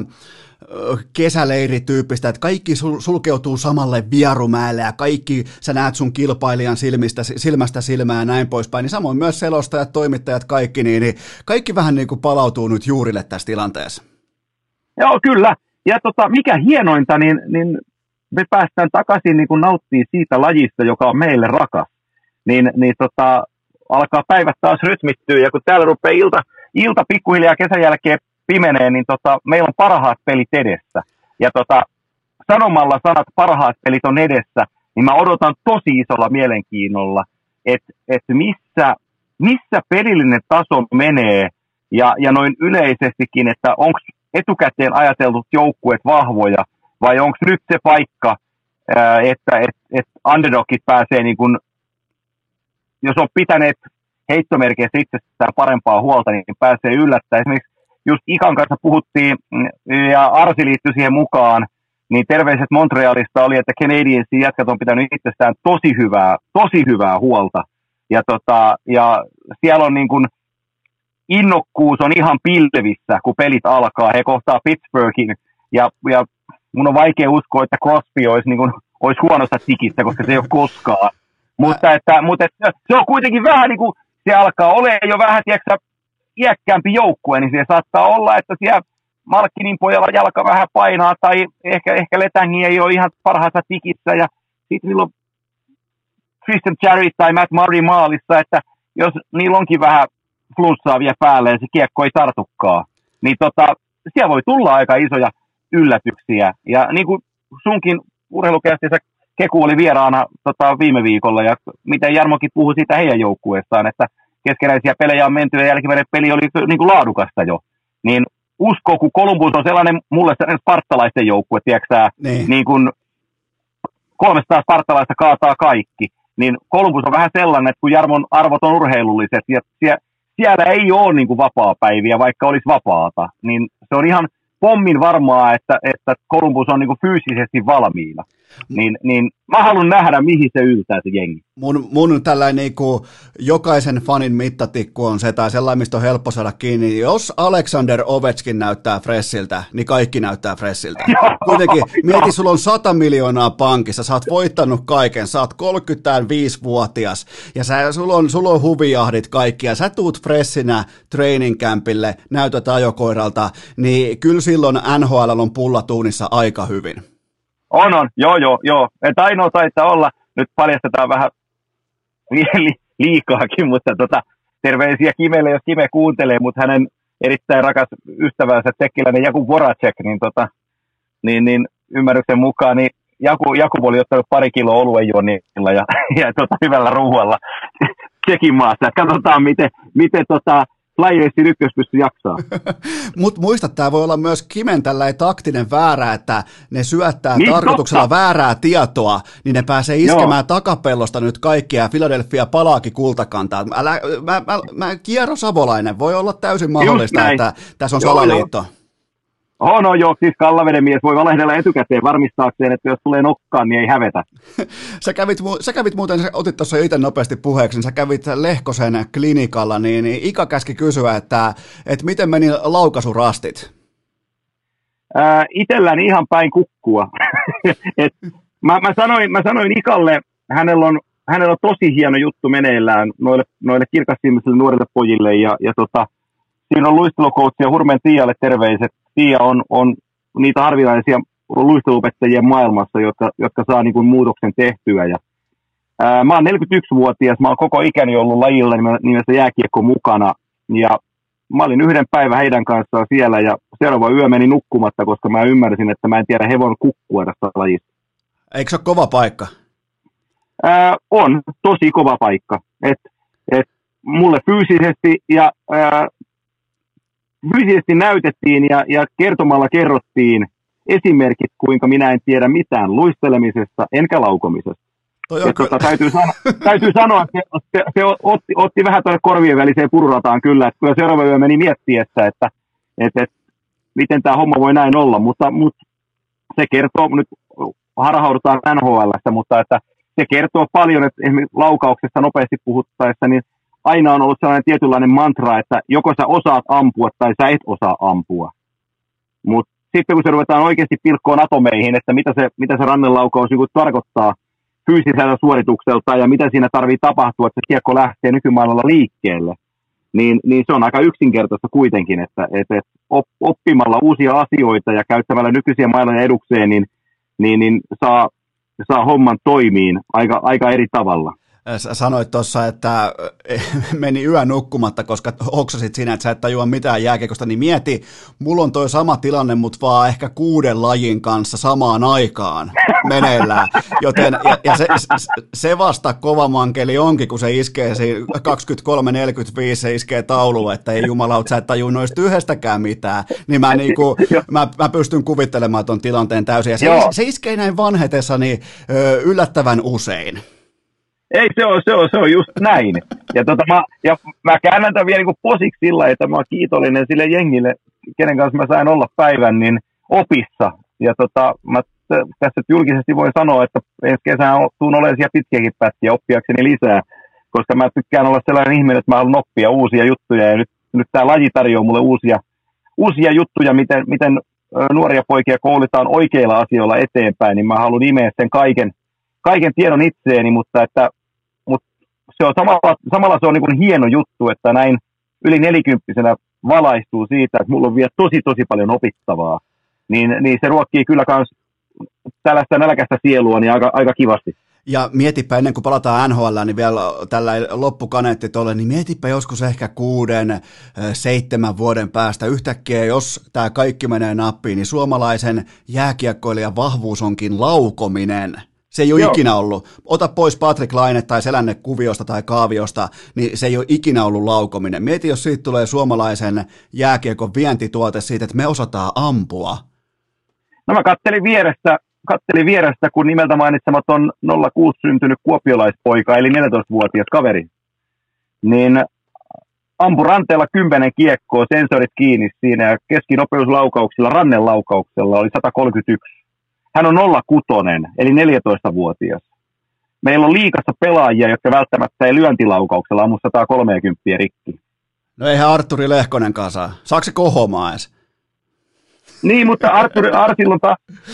kesäleirityyppistä, että kaikki sulkeutuu samalle vierumäelle ja kaikki sä näet sun kilpailijan silmästä silmään ja näin poispäin, niin samoin myös selostajat, toimittajat, kaikki, niin kaikki vähän niin kuin palautuu nyt juurille tässä tilanteessa. Joo, kyllä. Ja mikä hienointa, niin me päästään takaisin niin kuin nauttii siitä lajista, joka on meille rakas. Niin alkaa päivät taas rytmittyä, ja kun täällä rupeaa ilta pikkuhiljaa kesän jälkeen pimenee, niin meillä on parhaat pelit edessä. Ja sanomalla sanat parhaat pelit on edessä, niin mä odotan tosi isolla mielenkiinnolla, että missä pelillinen taso menee, ja noin yleisestikin, että onko etukäteen ajatellut joukkueet vahvoja, vai onko nyt se paikka, että underdogit pääsee niin kuin, jos on pitäneet heittomerkeissä itsestään parempaa huolta, niin pääsee yllättämään. Esimerkiksi just Ikan kanssa puhuttiin, ja Arsi liittyi siihen mukaan, niin terveiset Montrealista oli, että Canadiensin jätkät on pitänyt itsestään tosi hyvää huolta. Ja siellä on niin kuin, innokkuus on ihan pilvissä, kun pelit alkaa. He kohtaa Pittsburghin, ja mun on vaikea uskoa, että Crosby olisi huonossa tikissä, koska se ei ole koskaan. Mutta se on kuitenkin vähän niin kuin, se alkaa olemaan jo vähän, tiedätkö, iäkkäämpi joukkue, niin se saattaa olla, että siellä Malkkinin pojalla jalka vähän painaa, tai ehkä Letanghi ei ole ihan parhaassa tikissä, ja sitten niillä on Tristan Jarry tai Matt Murray maalissa, että jos niillä onkin vähän flunssaa vielä päälle, ja se kiekko ei tartukaan, niin siellä voi tulla aika isoja yllätyksiä. Ja niin kuin sunkin urheilukästissä Keku oli vieraana viime viikolla, ja miten Jarmokin puhui siitä heidän joukkueestaan, että keskenäisiä pelejä on menty, ja jälkimmäinen peli oli niin kuin laadukasta jo. Niin usko, kun Columbus on sellainen, mulle sellainen spartalaisten joukkue, tiedätkö niin kuin 300 spartalaista kaataa kaikki, niin Columbus on vähän sellainen, että kun Jarmon arvot on urheilulliset, ja siellä ei ole niin kuin vapaapäiviä, vaikka olisi vapaata, niin se on ihan pommin varmaa, että Columbus on niin kuin fyysisesti valmiina. Niin mä haluan nähdä, mihin se yltää se jengi. Mun tällainen niinku jokaisen fanin mittatikku on se, tai sellainen, mistä on helppo saada kiinni. Jos Alexander Ovechkin näyttää freshiltä, niin kaikki näyttää freshiltä. Kuitenkin mieti, sulla on 100 miljoonaa pankissa, sä oot voittanut kaiken, sä oot 35-vuotias, ja sulla on huvijahdit kaikki, ja sä tuut freshinä training campille, näytät ajokoiralta, niin kyllä silloin NHL on pullatuunissa aika hyvin. On, joo. Että ainoa taitaa olla, nyt paljastetaan vähän liikaakin, mutta terveisiä Kimelle, jos Kime kuuntelee, mutta hänen erittäin rakas ystävänsä tsekkiläinen Jakub Voracek, niin ymmärryksen mukaan, niin Jakub oli ottanut 2 kiloa oluenjuonnilla ja hyvällä ruualla Tsekin maassa. Katsotaan, miten Flyersin ykköspysty jaksaa. Mutta muista, tämä voi olla myös Kimen tällainen taktinen väärä, että ne syöttää niin, tarkoituksella totta. Väärää tietoa, niin ne pääsee iskemään takapellosta nyt kaikkia, ja Philadelphia palaakin kultakantaan. Kiero Savolainen, voi olla täysin mahdollista, että tässä on salaliitto. Joo, siis Kallaveden mies voi valehdella etukäteen varmistaakseen, että jos tulee nokkaan, niin ei hävetä. Sä kävit muuten, sä otit tuossa itse nopeasti puheeksi, sä kävit Lehkosen klinikalla, niin Ika käski kysyä, että miten meni laukaisurastit? Itselläni ihan päin kukkua. mä sanoin Ikalle, hänellä on tosi hieno juttu meneillään noille kirkassilmisille nuorille pojille, ja siinä on luistelukoutsia Hurmen Tialle terveiset. Tiia on niitä harvinaisia luistelupettajia maailmassa, jotka saa niin kuin muutoksen tehtyä. Ja, mä oon 41-vuotias, mä oon koko ikäni ollut lajilla nimessä jääkiekko mukana. Ja mä olin 1 päivän heidän kanssaan siellä, ja seuraava yö meni nukkumatta, koska mä ymmärsin, että mä en tiedä hevon kukkua tästä lajista. Eikö se ole kova paikka? On tosi kova paikka. Mulle fyysisesti ja fyysisesti näytettiin ja kertomalla kerrottiin esimerkit, kuinka minä en tiedä mitään luistelemisesta enkä laukomisesta. Täytyy sanoa, että se otti vähän tuonne korvien väliseen pururataan kyllä, että kyllä seuraava yö meni miettiessä, että miten tämä homma voi näin olla, mutta se kertoo, nyt harhaudutaan NHL:stä, mutta että se kertoo paljon, että esimerkiksi laukauksesta nopeasti puhuttaessa, niin aina on ollut sellainen tietynlainen mantra, että joko sä osaat ampua tai sä et osaa ampua. Mutta sitten kun se ruvetaan oikeasti pilkkoon atomeihin, että mitä se rannelaukaus niin tarkoittaa fyysisellä suoritukselta ja mitä siinä tarvii tapahtua, että se kiekko lähtee nykymaailmalla liikkeelle, niin se on aika yksinkertaista kuitenkin, että oppimalla uusia asioita ja käyttämällä nykyisiä maailman edukseen, niin saa homman toimiin aika eri tavalla. Sä sanoit tuossa, että meni yö nukkumatta, koska hoksasit siinä, että sä et tajua mitään jääkiekosta, niin mieti, mulla on toi sama tilanne, mutta vaan ehkä 6 lajin kanssa samaan aikaan meneillään, joten ja se vasta kova mankeli onkin, kun se iskee siinä 23.45, se iskee tauluun, että ei jumalauta, sä et tajua noista yhdestäkään mitään, niin mä pystyn kuvittelemaan ton tilanteen täysin, ja se iskee näin vanhetessani yllättävän usein. Ei, se on just näin. Ja mä käännän tämän vielä niin posiksi sillä, että mä oon kiitollinen sille jengille, kenen kanssa mä sain olla päivän, niin opissa. Ja mä tässä julkisesti voin sanoa, että ensi kesänä tuun olemaan siellä pitkiäkin pätkiä oppiakseni lisää, koska mä tykkään olla sellainen ihminen, että mä haluan oppia uusia juttuja, ja nyt tämä laji tarjoaa mulle uusia juttuja, miten nuoria poikia koulutaan oikeilla asioilla eteenpäin, niin mä haluan imeä sen kaiken tiedon itseeni, mutta se on samalla se on niin kuin hieno juttu, että näin yli 40-vuotiaana valaistuu siitä, että mulla on vielä tosi paljon opittavaa, niin se ruokkii kyllä myös tällaista nälkäistä sielua niin aika kivasti. Ja mietipä ennen kuin palataan NHL, niin vielä tällä loppukaneetti tuolle, niin mietipä joskus ehkä 6-7 vuoden päästä yhtäkkiä, jos tämä kaikki menee nappiin, niin suomalaisen jääkiekkoilijan vahvuus onkin laukominen. Se ei ole ikinä ollut. Ota pois Patrick Laine tai Selänne kuviosta tai kaaviosta, niin se ei ole ikinä ollut laukominen. Mieti, jos siitä tulee suomalaisen jääkiekon vientituote siitä, että me osataan ampua. No mä kattelin vierestä, kun nimeltä mainitsematon 06 syntynyt kuopiolaispoika, eli 14-vuotias kaveri, niin ampu ranteella 10 kiekkoa, sensorit kiinni siinä, ja keskinopeuslaukauksilla, rannelaukauksella oli 131. Hän on 06, eli 14-vuotias. Meillä on liigassa pelaajia, jotka välttämättä ei lyöntilaukauksella ammu 130 rikki. No eihän Arturi Lehkonenkaan saa. Saako se kohomaan edes? Niin, mutta Arsilta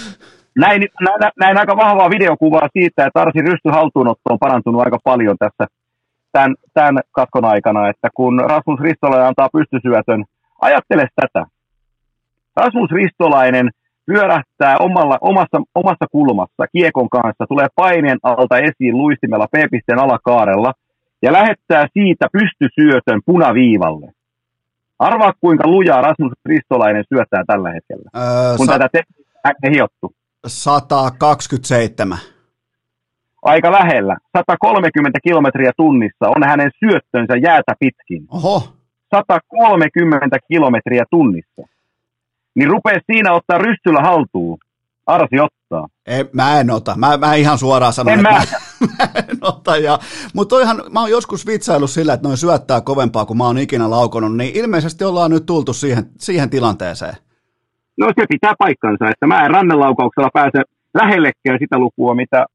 näin aika vahvaa videokuvaa siitä, että Arsin rystyhaltuunotto on parantunut aika paljon tässä tämän katkon aikana, että kun Rasmus Ristolainen antaa pystysyötön, ajattele tätä. Rasmus Ristolainen pyörähtää omassa kulmassa kiekon kanssa, tulee paineen alta esiin luistimella P-pisteen alakaarella ja lähettää siitä pystysyötön punaviivalle. Arvaa, kuinka lujaa Rasmus Ristolainen syöttää tällä hetkellä, kun tätä ei hiottu. 127. Aika lähellä. 130 kilometriä tunnissa on hänen syöttönsä jäätä pitkin. Oho. 130 kilometriä tunnissa. Niin rupee siinä ottaa rystyllä haltuun. Arsi ottaa. Ei, mä en ota. Mä ihan suoraan sanon, että mä en ota. Mutta mä oon joskus vitsaillut sillä, että noin syöttää kovempaa kuin mä oon ikinä laukonut, niin ilmeisesti ollaan nyt tultu siihen tilanteeseen. No se pitää paikkansa, että mä en rannelaukauksella pääse lähellekään sitä lukua, mitä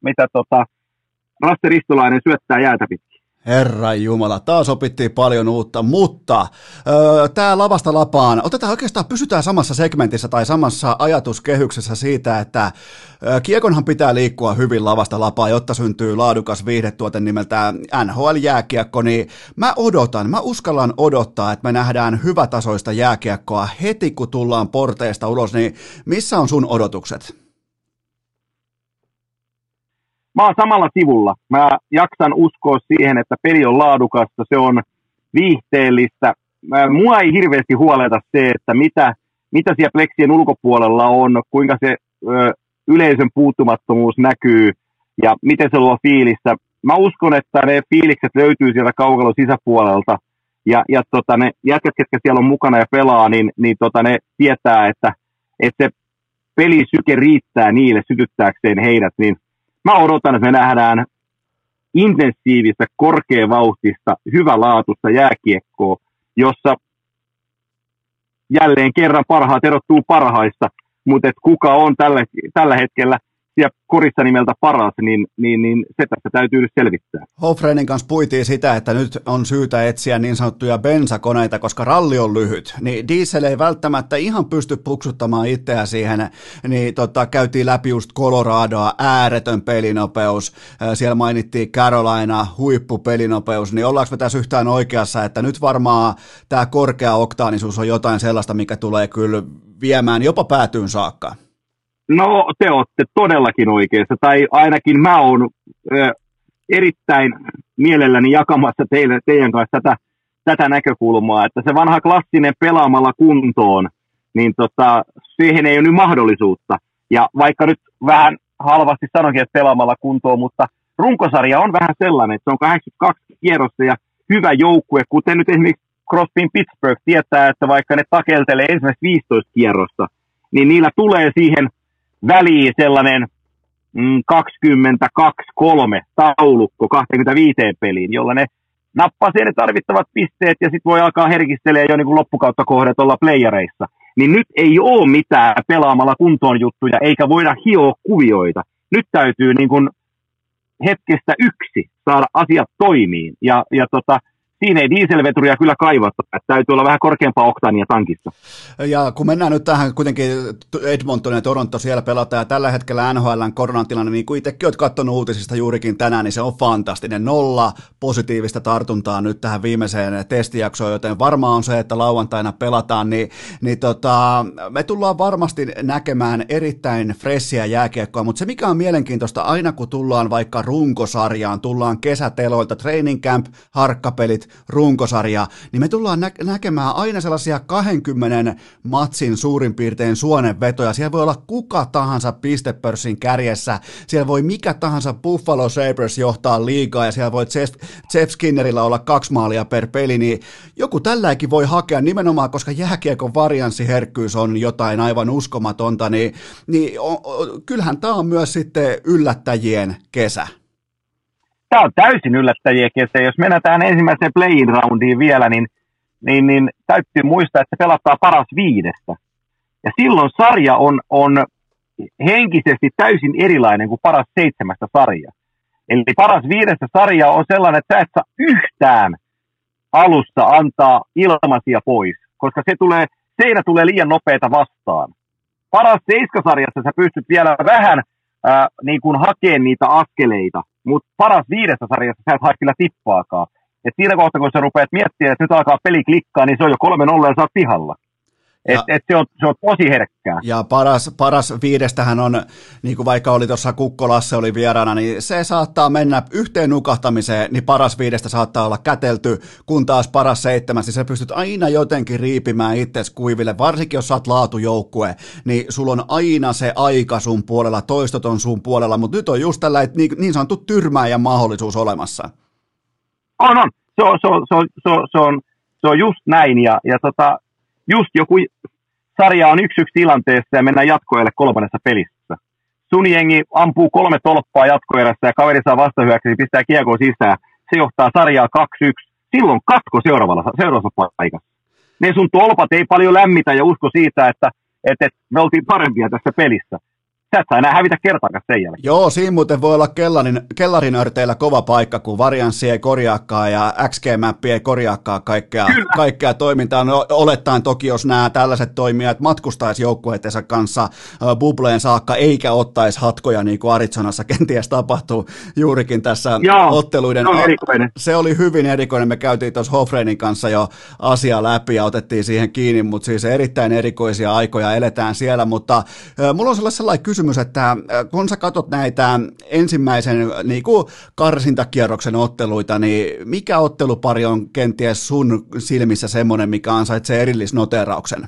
Rasse Ristolainen syöttää jäätä pitkin. Herran Jumala, taas opittiin paljon uutta, mutta tämä lavasta lapaan, pysytään samassa segmentissä tai samassa ajatuskehyksessä siitä, että kiekonhan pitää liikkua hyvin lavasta lapaan, jotta syntyy laadukas viihdetuote nimeltään NHL-jääkiekko, niin mä uskallan odottaa, että me nähdään hyvätasoista jääkiekkoa heti, kun tullaan porteista ulos, niin missä on sun odotukset? Mä oon samalla sivulla. Mä jaksan uskoa siihen, että peli on laadukasta, se on viihteellistä. Mua ei hirveästi huoleta se, että mitä siellä pleksien ulkopuolella on, kuinka se yleisön puuttumattomuus näkyy ja miten se luo fiilistä. Mä uskon, että ne fiilikset löytyy sieltä kaukalon sisäpuolelta ja ne jätkät, ketkä siellä on mukana ja pelaa, niin ne tietää, että se pelisyke riittää niille sytyttääkseen heidät, niin mä odotan, että me nähdään intensiivistä, korkeavauhtista, hyvälaatuista jääkiekkoa, jossa jälleen kerran parhaat erottuu parhaista, mutta kuka on tällä hetkellä siellä korissa nimeltä paras, niin se tässä täytyy nyt selvittää. Hofreinin kanssa puitiin sitä, että nyt on syytä etsiä niin sanottuja bensakoneita, koska ralli on lyhyt, niin diesel ei välttämättä ihan pysty puksuttamaan itseään siihen, niin käytiin läpi just Coloradoa, ääretön pelinopeus, siellä mainittiin Carolina, huippupelinopeus, niin ollaanko me tässä yhtään oikeassa, että nyt varmaan tämä korkea oktaanisuus on jotain sellaista, mikä tulee kyllä viemään jopa päätyyn saakka. No, te olette todellakin oikeassa, tai ainakin mä oon erittäin mielelläni jakamassa teidän kanssa tätä näkökulmaa, että se vanha klassinen pelaamalla kuntoon, niin siihen ei ole nyt mahdollisuutta. Ja vaikka nyt vähän halvasti sanoinkin, että pelaamalla kuntoon, mutta runkosarja on vähän sellainen, että se on 82 kierrosta ja hyvä joukkue, kuten nyt esimerkiksi Crosbyn Pittsburgh tietää, että vaikka ne takeltelee ensimmäistä 15 kierrosta, niin niillä tulee siihen väliin sellainen 22-3 taulukko 25 peliin, jolla ne nappaa ne tarvittavat pisteet ja sitten voi alkaa herkistelee jo niin kuin loppukautta kohdat olla playereissa. Niin nyt ei ole mitään pelaamalla kuntoon juttuja eikä voida hioa kuvioita. Nyt täytyy niin kuin hetkestä yksi saada asiat toimiin ja siinä ei dieselveturia kyllä kaivata, että täytyy olla vähän korkeampaa oktaania tankissa. Ja kun mennään nyt tähän kuitenkin Edmonton ja Toronto siellä pelataan, ja tällä hetkellä NHL:n koronatilanne, niin kuin itsekin olet katsonut uutisista juurikin tänään, niin se on fantastinen. 0 positiivista tartuntaa nyt tähän viimeiseen testijaksoon, joten varmaan on se, että lauantaina pelataan, niin me tullaan varmasti näkemään erittäin fressiä jääkiekkoa, mutta se mikä on mielenkiintoista, aina kun tullaan vaikka runkosarjaan, tullaan kesäteloilta, training camp, harkkapelit, runkosarja, niin me tullaan näkemään aina sellaisia 20 matsin suurin piirtein suonenvetoja. Siellä voi olla kuka tahansa pistepörssin kärjessä, siellä voi mikä tahansa Buffalo Sabres johtaa liigaa ja siellä voi Jeff Skinnerillä olla 2 maalia per peli, niin joku tälläkin voi hakea nimenomaan, koska jääkiekon varianssiherkkyys on jotain aivan uskomatonta, niin kyllähän tämä on myös sitten yllättäjien kesä. Tämä on täysin yllättäjien kesä. Jos mennään tähän ensimmäiseen play-in roundiin vielä, niin täytyy muistaa, että se pelataan paras 5. Ja silloin sarja on henkisesti täysin erilainen kuin paras 7 sarja. Eli paras 5 sarja on sellainen, että sä et saa yhtään alussa antaa ilmaisia pois, koska seinä tulee liian nopeita vastaan. Paras 7-sarjassa sä pystyt vielä vähän niin kuin hakemaan niitä askeleita, mutta paras 5 sarjassa sä et hae kyllä tippaakaan. Et siinä kohtaa, kun sä rupeat miettimään, että nyt alkaa peli klikkaa, niin se on jo 3-0 ja sä oot pihalla. Se on tosi herkkää. Ja paras 5 on, niin kuin vaikka oli tuossa Kukko-Lasse oli vieraana, niin se saattaa mennä yhteen nukahtamiseen, niin paras 5 saattaa olla kätelty, kun taas paras 7, niin sä pystyt aina jotenkin riipimään itsesi kuiville, varsinkin jos sä oot laatujoukkue, niin sulla on aina se aika sun puolella, toistot on sun puolella, mutta nyt on just tällainen niin sanottu tyrmääjän mahdollisuus olemassa. On. Se on just näin, ja just joku sarja on 1-1 tilanteessa ja mennään jatkoeelle 3. pelissä. Sun jengi ampuu 3 tolppaa jatkoerässä ja kaveri saa vastahyökkäyksiä, pistää kiekoa sisään. Se johtaa sarjaa 2-1. Silloin katko seuraavassa paikassa. Ne sun tolpat ei paljon lämmitä ja usko siitä, että me oltiin parempia tässä pelissä. Sä et saa enää hävitä kertaakaan sen jälkeen. Joo, siinä muuten voi olla kellarinörteillä kova paikka, kun varianssi ei korjaakaan ja XG-mäppi ei korjaakaan kaikkea toimintaa. No, olettaen toki, jos nämä tällaiset toimijat matkustaisi joukkueittensa kanssa bubleen saakka, eikä ottaisi hatkoja niin kuin Arizonassa kenties tapahtuu juurikin tässä otteluiden. Se oli hyvin erikoinen. Me käytiin tuossa Hofreinin kanssa jo asia läpi ja otettiin siihen kiinni, mutta siis erittäin erikoisia aikoja eletään siellä. Mutta mulla on sellainen kysymys, että kun sä katsot näitä ensimmäisen niin kuin karsintakierroksen otteluita, niin mikä ottelupari on kenties sun silmissä semmoinen, mikä ansaitsee erillisnoterauksen?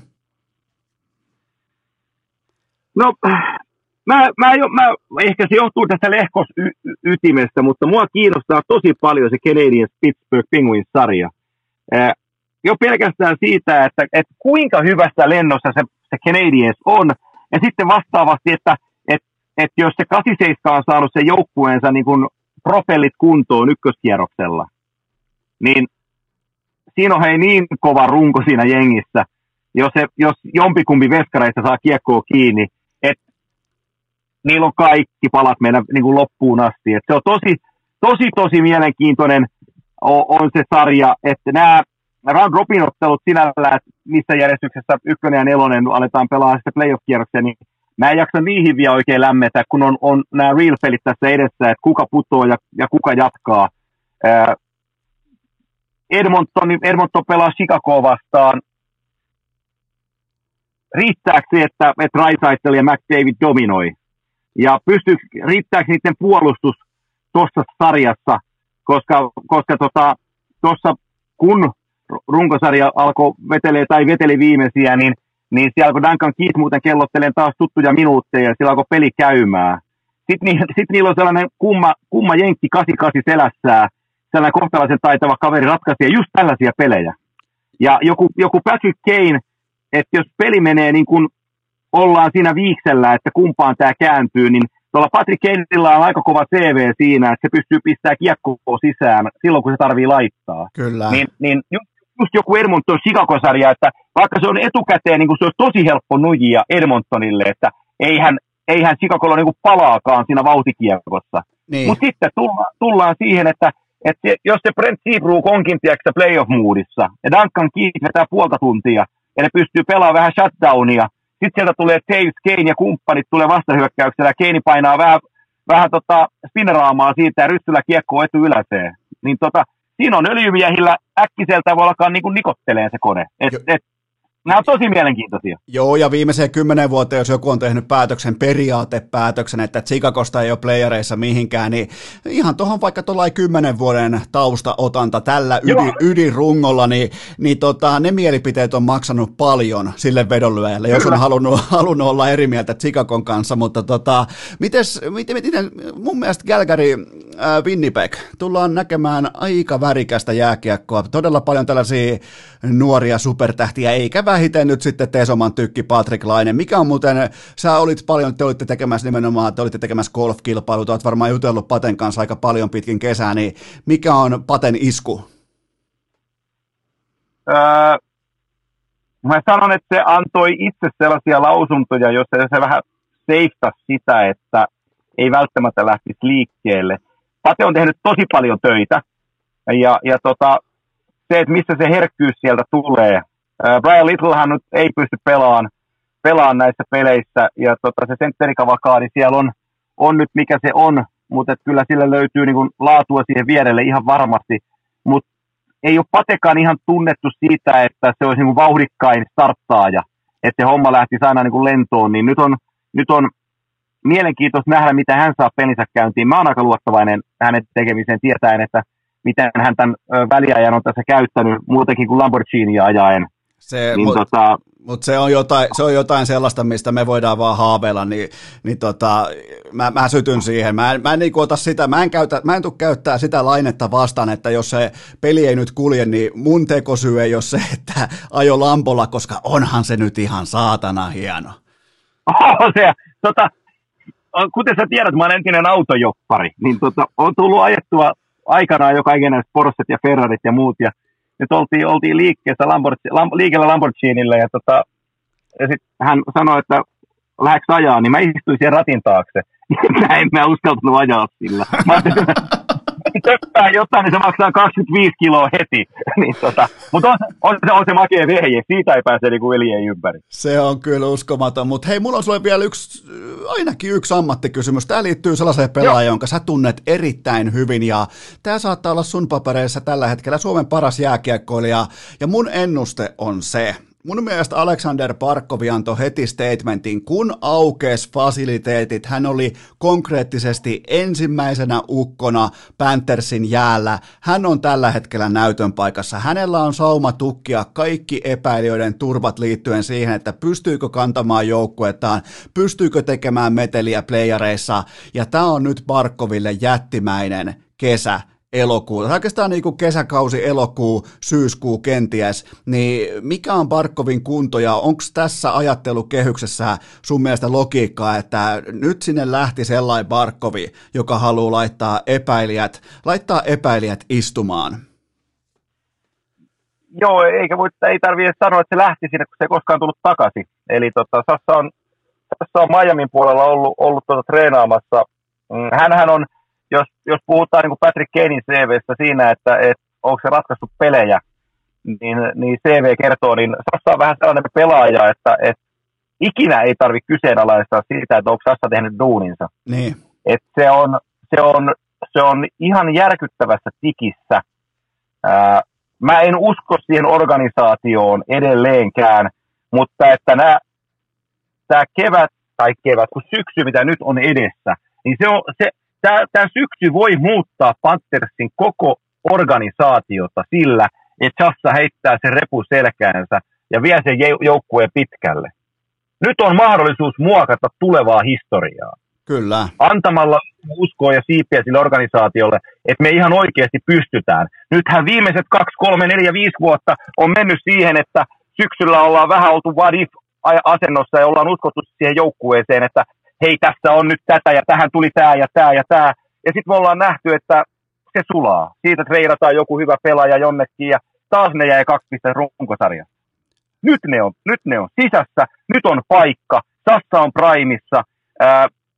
No, mä ehkä se johtuu tästä Lehkos-ytimestä, mutta mua kiinnostaa tosi paljon se Canadiens Pittsburgh Penguins-sarja. Jo pelkästään siitä, että kuinka hyvässä lennossa se Canadiens on, ja sitten vastaavasti, että jos se 87 on saanut sen joukkueensa niin kuin propellit kuntoon ykköskierroksella, niin siinä on niin kova runko siinä jengissä, jos jompikumpi veskareista saa kiekkoa kiinni, että niillä on kaikki palat mennä niin kuin loppuun asti. Et se on tosi mielenkiintoinen on se sarja, että nämä round robin ottelut sinällään, että missä järjestyksessä 1 ja 4 aletaan pelaa sitä playoff-kierroksia, niin mä en jaksa niihin vielä oikein lämmetä, kun on nämä real-pelit tässä edessä, että kuka putoo ja kuka jatkaa. Edmonton pelaa Chicagoa vastaan. Riittääkö se, että Draisaitl ja McDavid dominoi? Ja riittääkö niiden puolustus tuossa sarjassa? Koska tuossa kun runkosarja veteli viimeisiä, niin siellä alkoi Duncan Keith muuten kellottelemaan taas tuttuja minuutteja, ja siellä alkoi peli käymään. Sitten niillä on sellainen kumma jenkki 88 selässään, sellainen kohtalaisen taitava kaveri ratkaisee just tällaisia pelejä. Ja joku Patrick Kane, että jos peli menee niin kuin ollaan siinä viiksellä, että kumpaan tämä kääntyy, niin tuolla Patrick Kaneilla on aika kova CV siinä, että se pystyy pistämään kiekkoa sisään silloin, kun se tarvii laittaa. Kyllä. Niin just joku Edmonton Chicago-sarja, että vaikka se on etukäteen, niin se on tosi helppo nujia Edmontonille, että eihän Chicagolla niin palaakaan siinä vauhtikiekossa. Niin. Mutta sitten tullaan siihen, että Jos se Brent Seabrook onkin tiedätkö, playoff-moodissa, ja Duncan Keith vetää puolta tuntia, ja ne pystyy pelaamaan vähän shutdownia, sitten sieltä tulee Taves, Kane ja kumppanit tulee vastahyökkäyksellä, ja Kane painaa vähän spinneraamaa siitä, ja rystyllä kiekko etuyläseen. Niin siinä on öljymiehillä äkkiseltä voi alkaa niin nikottelee se kone. Nämä on tosi mielenkiintoisia. Joo, ja viimeiseen 10 vuoteen, jos joku on tehnyt periaatepäätöksen, että Chicagosta ei ole playereissa mihinkään, niin ihan tuohon vaikka tuollain 10 vuoden taustaotanta tällä ydinrungolla, niin ne mielipiteet on maksanut paljon sille vedonlyöjälle, jos on halunnut olla eri mieltä Chicagon kanssa, mutta miten mun mielestä Calgary, Winnipeg, tullaan näkemään aika värikästä jääkiekkoa, todella paljon tällaisia nuoria supertähtiä, eikä vähiten nyt sitten Tesoman tykki Patrick Laine, mikä on muuten, te olitte tekemässä golf-kilpailuta, olet varmaan jutellut Paten kanssa aika paljon pitkin kesää, niin mikä on Paten isku? Mä sanon, että se antoi itse sellaisia lausuntoja, joissa se vähän seiftasi sitä, että ei välttämättä lähtisi liikkeelle. Pate on tehnyt tosi paljon töitä, ja se, että missä se herkkyys sieltä tulee. Brian Littlehan nyt ei pysty pelaamaan näissä peleissä, ja se sentterikavakaadi siellä on nyt mikä se on, mutta kyllä sillä löytyy niin kuin laatua siihen vierelle ihan varmasti, mutta ei ole Patekaan ihan tunnettu siitä, että se olisi niin kuin vauhdikkain starttaaja, että se homma lähtisi aina niin kuin lentoon, niin nyt on mielenkiintoista nähdä, mitä hän saa pelinsä käyntiin. Mä oon aika luottavainen hänen tekemiseen tietäen, että miten hän tämän väliajan on tässä käyttänyt muutenkin kuin Lamborghini ajaen. Mutta se on jotain sellaista, mistä me voidaan vaan haaveilla, mä sytyn siihen. Mä en niinku ota sitä, mä en tule käyttää sitä Lainetta vastaan, että jos se peli ei nyt kulje, niin mun tekosyy ei ole se, että ajo Lambolla, koska onhan se nyt ihan saatana hieno. Kuten sä tiedät, mä olen entinen autojoppari, niin on tullut ajettua aikanaan jo kaikenlaiset Porschet ja Ferrarit ja muut, ja nyt oltiin liikkeellä Lamborghinilla, ja sitten hän sanoi, että lähdekö ajaa, niin mä istuin siihen ratin taakse. Mä uskaltanut ajaa sillä. Mä ajattelin, että töppää jotain, niin se maksaa 25 kiloa heti. Mutta on se makea vehje, siitä ei pääse niin kuin veljeen ympäri. Se on kyllä uskomaton, mutta hei, mulla on sulle vielä ainakin yksi ammattikysymys. Tämä liittyy sellaiseen pelaajaan, jonka sä tunnet erittäin hyvin, ja tämä saattaa olla sun papereissa tällä hetkellä Suomen paras jääkiekkoilija, ja mun ennuste on se. Mun mielestä Alexander Barkov antoi heti statementin, kun aukesi fasiliteetit, hän oli konkreettisesti ensimmäisenä ukkona Panthersin jäällä. Hän on tällä hetkellä näytön paikassa. Hänellä on sauma tukkia kaikki epäilijöiden turvat liittyen siihen, että pystyykö kantamaan joukkuettaan, pystyykö tekemään meteliä playereissa, ja tämä on nyt Barkoville jättimäinen kesä. Elokuu, oikeastaan niin kuin kesäkausi, elokuu, syyskuu kenties, niin mikä on Barkovin kunto ja onko tässä ajattelukehyksessä sun mielestä logiikkaa, että nyt sinne lähti sellainen Barkovi, joka haluaa laittaa epäilijät istumaan? Joo, ei tarvitse sanoa, että se lähti sinne, kun se ei koskaan tullut takaisin. Eli Sassa on Miamin puolella ollut treenaamassa. Hänhän on, jos puhutaan niin kuin Patrick Kanein CV:stä siinä, että onko se ratkaissut pelejä, niin CV kertoo, niin Sassa on vähän sellainen pelaaja, että ikinä ei tarvitse kyseenalaistaa siitä, että onko Sassa tehnyt duuninsa. Niin. Et se on ihan järkyttävässä tikissä. Mä en usko siihen organisaatioon edelleenkään, mutta että tämä kevät, kun syksy, mitä nyt on edessä, niin tämä syksy voi muuttaa Panthersin koko organisaatiota sillä, että Sassa heittää sen repun selkäänsä ja vie sen joukkueen pitkälle. Nyt on mahdollisuus muokata tulevaa historiaa. Kyllä. Antamalla uskoa ja siipiä sille organisaatiolle, että me ihan oikeasti pystytään. Nythän viimeiset 2, 3, 4, 5 vuotta on mennyt siihen, että syksyllä ollaan vähän oltu what if-asennossa ja ollaan uskottu siihen joukkueeseen, että hei, tässä on nyt tätä ja tähän tuli tämä ja tämä ja tämä. Ja sitten me ollaan nähty, että se sulaa. Siitä treidataan joku hyvä pelaaja jonnekin ja taas ne jäi 2 pistettä runkosarjassa. Nyt ne on sisässä, nyt on paikka, Sassa on primissa.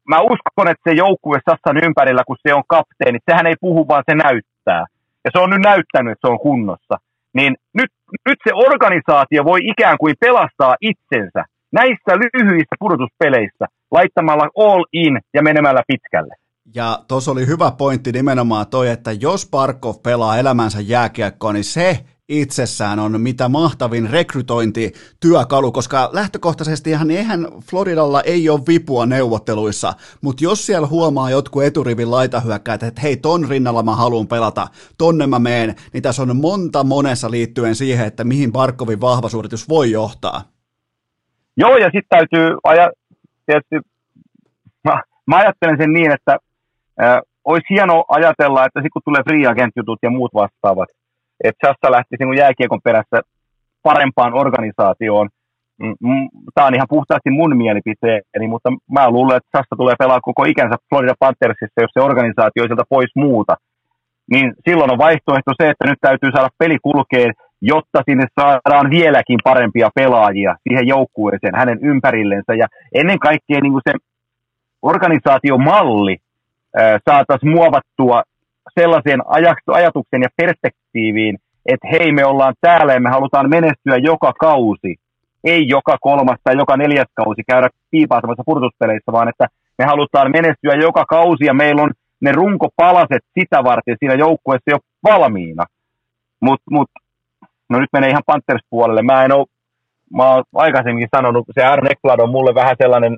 mä uskon, että se joukkue Sassan ympärillä, kun se on kapteeni, sehän ei puhu, vaan se näyttää. Ja se on nyt näyttänyt, että se on kunnossa. Niin nyt se organisaatio voi ikään kuin pelastaa itsensä näissä lyhyissä pudotuspeleissä laittamalla all in ja menemällä pitkälle. Ja tuossa oli hyvä pointti nimenomaan toi, että jos Barkov pelaa elämänsä jääkiekkoa, niin se itsessään on mitä mahtavin rekrytointityökalu, koska lähtökohtaisesti eihän Floridalla ei ole vipua neuvotteluissa, mutta jos siellä huomaa jotkut eturivin laitahyökkäät, että hei, ton rinnalla mä haluan pelata, tonne mä meen, niin tässä on monessa liittyen siihen, että mihin Barkovin vahva suoritus voi johtaa. Joo, ja sitten täytyy tietysti, mä ajattelen sen niin, että olisi hienoa ajatella, että sitten kun tulee free agent-jutut ja muut vastaavat, että Sassa lähtisi niin jääkiekon perässä parempaan organisaatioon. Tämä on ihan puhtaasti mun mielipiteeni, mutta mä luulen, että Sassa tulee pelaa koko ikänsä Florida Panthersissa, jos se organisaatio sieltä pois muuta. Niin silloin on vaihtoehto se, että nyt täytyy saada peli kulkeen, jotta sinne saadaan vieläkin parempia pelaajia siihen joukkueeseen, hänen ympärillensä. Ja ennen kaikkea niin kuin se organisaatiomalli saataisiin muovattua sellaiseen ajatuksen ja perspektiiviin, että hei, me ollaan täällä ja me halutaan menestyä joka kausi. Ei joka kolmas tai joka neljäs kausi käydä piipaatamassa pudotuspeleissä, vaan että me halutaan menestyä joka kausi ja meillä on ne runkopalaset sitä varten siinä joukkueessa jo valmiina. No nyt menee ihan Panthers-puolelle. Mä oon aikaisemmin sanonut, se Aaron Ekblad on mulle vähän sellainen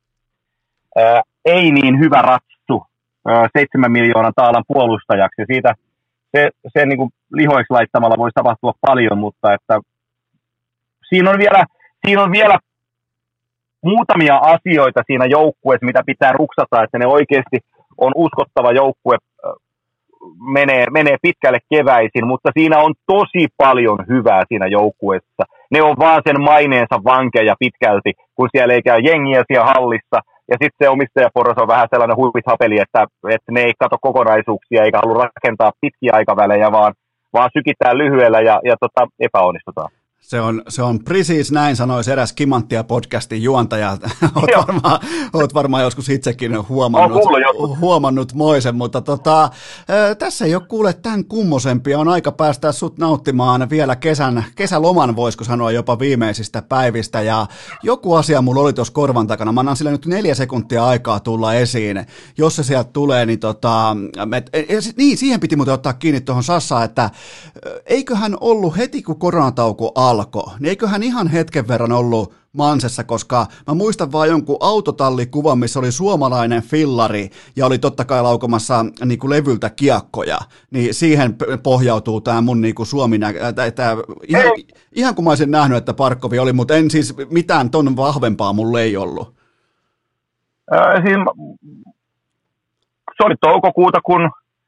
ei niin hyvä ratsu 7 miljoonan taalan puolustajaksi. Ja siitä se niin kuin lihoiksi laittamalla voisi tapahtua paljon, mutta että siinä on vielä muutamia asioita siinä joukkueessa, mitä pitää ruksata, että ne oikeasti on uskottava joukkue, menee pitkälle keväisin, mutta siinä on tosi paljon hyvää siinä joukkueessa. Ne on vaan sen maineensa vankeja pitkälti, kun siellä ei käy jengiä siellä hallissa, ja sitten se omistajaporras on vähän sellainen huivithapeli, että ne ei katso kokonaisuuksia eikä halua rakentaa pitkiä aikavälejä, vaan sykitään lyhyellä ja epäonnistutaan. Se on precis näin, sanoisi eräs Kimanttia-podcastin juontaja. Oot varmaan joskus itsekin huomannut moisen, mutta tässä ei ole kuule tämän kummosempia. On aika päästä sut nauttimaan vielä kesäloman, voisiko sanoa jopa viimeisistä päivistä. Ja joku asia mulla oli tuossa korvan takana. Mä annan sille nyt 4 sekuntia aikaa tulla esiin. Jos se sieltä tulee, niin siihen piti muuten ottaa kiinni tuohon Sassaan, että eiköhän ollut heti kun koronatauko alkoi, niin eiköhän ihan hetken verran ollut Mansessa, koska mä muistan vaan jonkun autotallikuvan, missä oli suomalainen fillari ja oli totta kai laukomassa niin kuin levyltä kiekkoja, niin siihen pohjautuu tämä mun niin kuin ihan kun mä olisin nähnyt, että Barkovi oli, mutta en siis mitään ton vahvempaa mulle ei ollut. Se oli toukokuuta, kun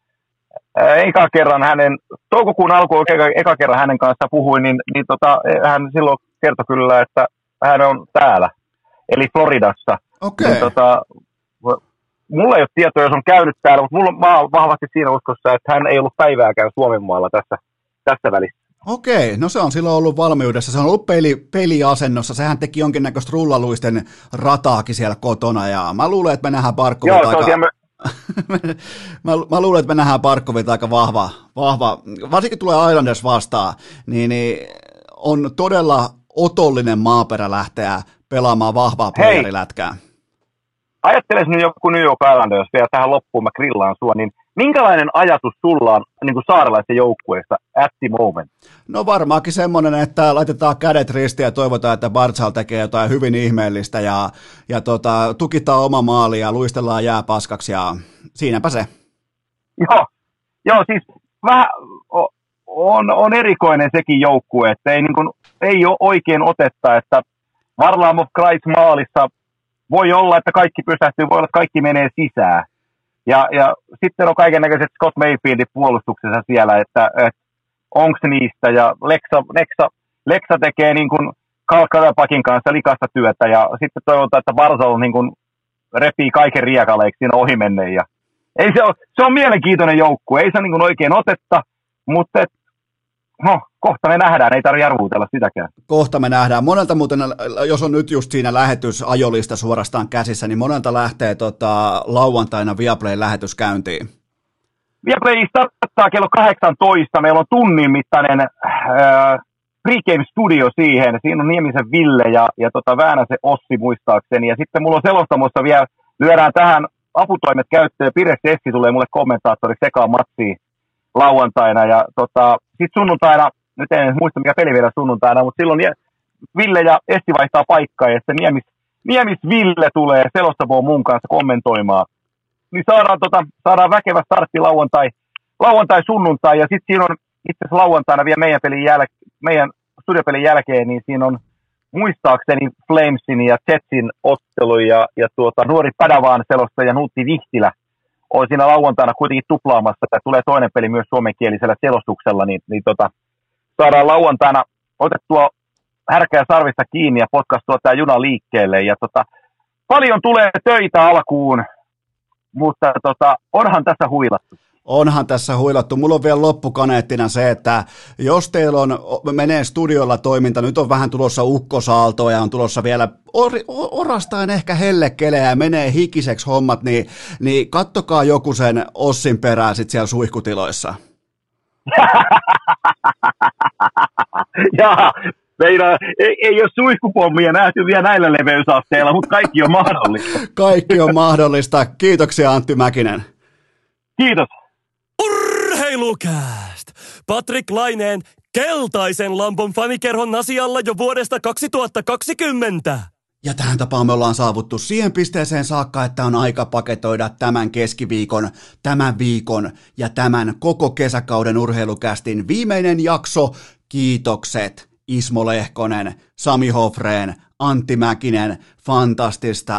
toukokuun alkuun eka kerran hänen kanssaan puhuin, niin hän silloin kertoi kyllä, että hän on täällä, eli Floridassa. Okay. Niin, mulla ei ole tietoa, jos on käynyt täällä, mutta mä oon vahvasti siinä uskossa, että hän ei ollut päivääkään Suomenmaalla tässä välissä. Okei, no se on silloin ollut valmiudessa, se on ollut peliasennossa, sehän teki jonkinnäköistä rullaluisten rataakin siellä kotona, ja mä luulen, että me nähdään Barkovia Mä luulen, että me nähdään Barkovit aika vahva, varsinkin tulee Islanders vastaan, niin on todella otollinen maaperä lähteä pelaamaan vahvaa playerilätkää. Ajattele nyt joku New York Islanders, vielä tähän loppuun mä grillaan sua, niin minkälainen ajatus sulla on niin kuin saarelaisten joukkueesta at the moment? No varmaankin semmoinen, että laitetaan kädet ristiin ja toivotaan, että Barzal tekee jotain hyvin ihmeellistä ja tukitaan oma maali ja luistellaan jääpaskaksi ja siinäpä se. Joo, siis vähän on erikoinen sekin joukkue, että ei ole oikein otetta, että Varlamov Kreis maalissa voi olla, että kaikki pysähtyy, voi olla, että kaikki menee sisään. Ja sitten on kaikennäköiset Scott Mayfieldin puolustuksessa siellä, että onko niistä, ja Lexa tekee niin kuin Kalkadapakin kanssa likasta työtä, ja sitten toivotaan, että Barzal niin kuin repii kaiken riekaleiksi siinä ohimenneen. Ja ei se on mielenkiintoinen joukkue, ei se ole niin kuin oikein otetta, mutta no, kohta me nähdään, ei tarvitse arvuutella sitäkään. Kohta me nähdään. Monelta muuten, jos on nyt just siinä lähetysajolista suorastaan käsissä, niin monelta lähtee lauantaina Viaplayn lähetys käyntiin? Viaplay starttaa kello 18. Meillä on tunnin mittainen pregame studio siihen. Siinä on Niemisen Ville ja Väänäsen Ossi muistaakseni. Ja sitten mulla on selostamossa vielä, lyödään tähän aputoimet käyttöön. Pire Sessi tulee mulle kommentaattoriksi sekaan matsiin lauantaina. Ja sitten sunnuntaina, nyt en muista mikä peli vielä sunnuntaina, mutta silloin Ville ja Essi vaihtaa paikkaa ja sitten Niemis Ville tulee selostamoon mun kanssa kommentoimaan. Niin saadaan väkevä startti lauantai sunnuntai ja sitten siinä on itse asiassa lauantaina vielä meidän studiopelin jälkeen, niin siinä on muistaakseni Flamesin ja Jetsin ottelu ja nuori Padavaan selostaja Nuutti Vihtilä on siinä lauantaina kuitenkin tuplaamassa, että tulee toinen peli myös suomenkielisellä selostuksella, niin saadaan lauantaina otettua härkää sarvista kiinni ja potkastua tämä juna liikkeelle. Ja paljon tulee töitä alkuun, mutta onhan tässä huilattu. Onhan tässä huilattu. Mulla on vielä loppukaneettina se, että jos teillä menee studiolla toiminta, nyt on vähän tulossa ukkosaaltoa ja on tulossa vielä orastain ehkä hellekeleä ja menee hikiseksi hommat, niin kattokaa joku sen Ossin perään sit siellä suihkutiloissa. Jaa, meidän ei ole suihkupommia nähty vielä näillä leveysasteilla, mutta kaikki on mahdollista. Kaikki on mahdollista. Kiitoksia Antti Mäkinen. Kiitos. Urheilukääst! Patrik Laineen keltaisen lampon fanikerhon asialla jo vuodesta 2020. Ja tähän tapaan me ollaan saavuttu siihen pisteeseen saakka, että on aika paketoida tämän keskiviikon, tämän viikon ja tämän koko kesäkauden urheilukästin viimeinen jakso. Kiitokset Ismo Lehkonen, Sami Hofrén, Antti Mäkinen, fantastista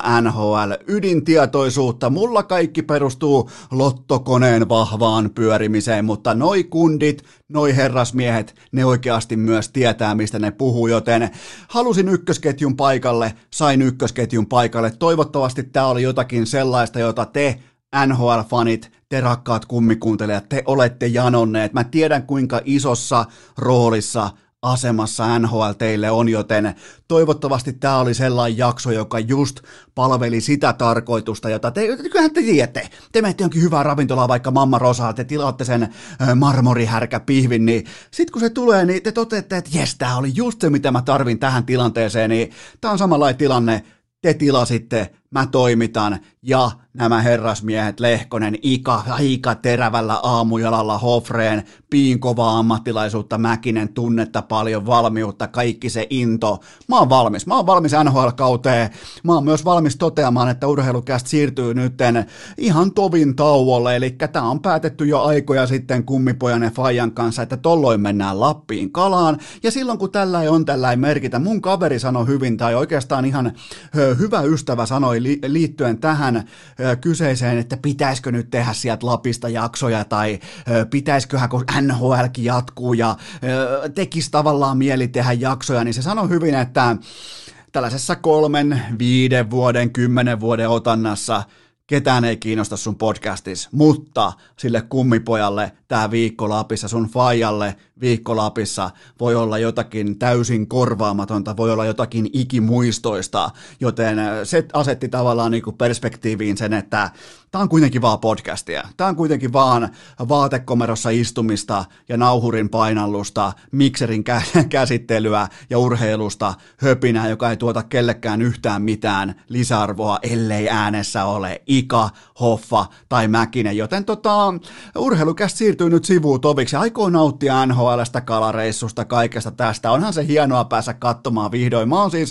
NHL-ydintietoisuutta. Mulla kaikki perustuu lottokoneen vahvaan pyörimiseen, mutta noi kundit, noi herrasmiehet, ne oikeasti myös tietää, mistä ne puhuu, joten halusin ykkösketjun paikalle, sain ykkösketjun paikalle. Toivottavasti tää oli jotakin sellaista, jota te NHL-fanit, te rakkaat kummikuuntelijat, te olette janonneet. Mä tiedän, kuinka isossa roolissa asemassa NHL teille on, joten toivottavasti tämä oli sellainen jakso, joka just palveli sitä tarkoitusta, jota kyllähän te tiedätte. Te menette jonkin hyvää ravintolaa, vaikka Mamma Rosaa, te tilaatte sen marmorihärkäpihvin, niin sit kun se tulee, niin te toteatte, että jes, tää oli just se, mitä mä tarvin tähän tilanteeseen, niin tää on samanlainen tilanne. Te tilasitte, mä toimitan ja nämä herrasmiehet Lehkonen, aika terävällä aamujalalla, Hofrén, piinkovaa ammattilaisuutta, Mäkinen, tunnetta paljon, valmiutta, kaikki se into. Mä oon valmis NHL-kauteen. Mä oon myös valmis toteamaan, että urheilukästä siirtyy nytten ihan tovin tauolle, eli tää on päätetty jo aikoja sitten Kummipojan ja Fajan kanssa, että tolloin mennään Lappiin kalaan, ja silloin kun tällainen on tällainen merkitä, mun kaveri sanoi hyvin, tai oikeastaan ihan hyvä ystävä sanoi liittyen tähän kyseiseen, että pitäisikö nyt tehdä sieltä Lapista jaksoja tai pitäisiköhän, kun NHLkin jatkuu ja tekisi tavallaan mieli tehdä jaksoja, niin se sanoi hyvin, että tällaisessa 3, 5 vuoden, 10 vuoden otannassa ketään ei kiinnosta sun podcastissa, mutta sille kummipojalle tämä viikko Lapissa, sun faijalle viikko Lapissa voi olla jotakin täysin korvaamatonta, voi olla jotakin ikimuistoista, joten se asetti tavallaan niin kuin perspektiiviin sen, että tämä on kuitenkin vaan podcastia. Tämä on kuitenkin vaan vaatekomerossa istumista ja nauhurin painallusta, mikserin käsittelyä ja urheilusta höpinää, joka ei tuota kellekään yhtään mitään lisäarvoa, ellei äänessä ole Ika, Hoffa tai Mäkinen, joten urheilukästä siirtyy nyt sivuutoviksi. Aikoo nauttia NHL:stä, kalareissusta, kaikesta tästä. Onhan se hienoa päästä katsomaan vihdoin.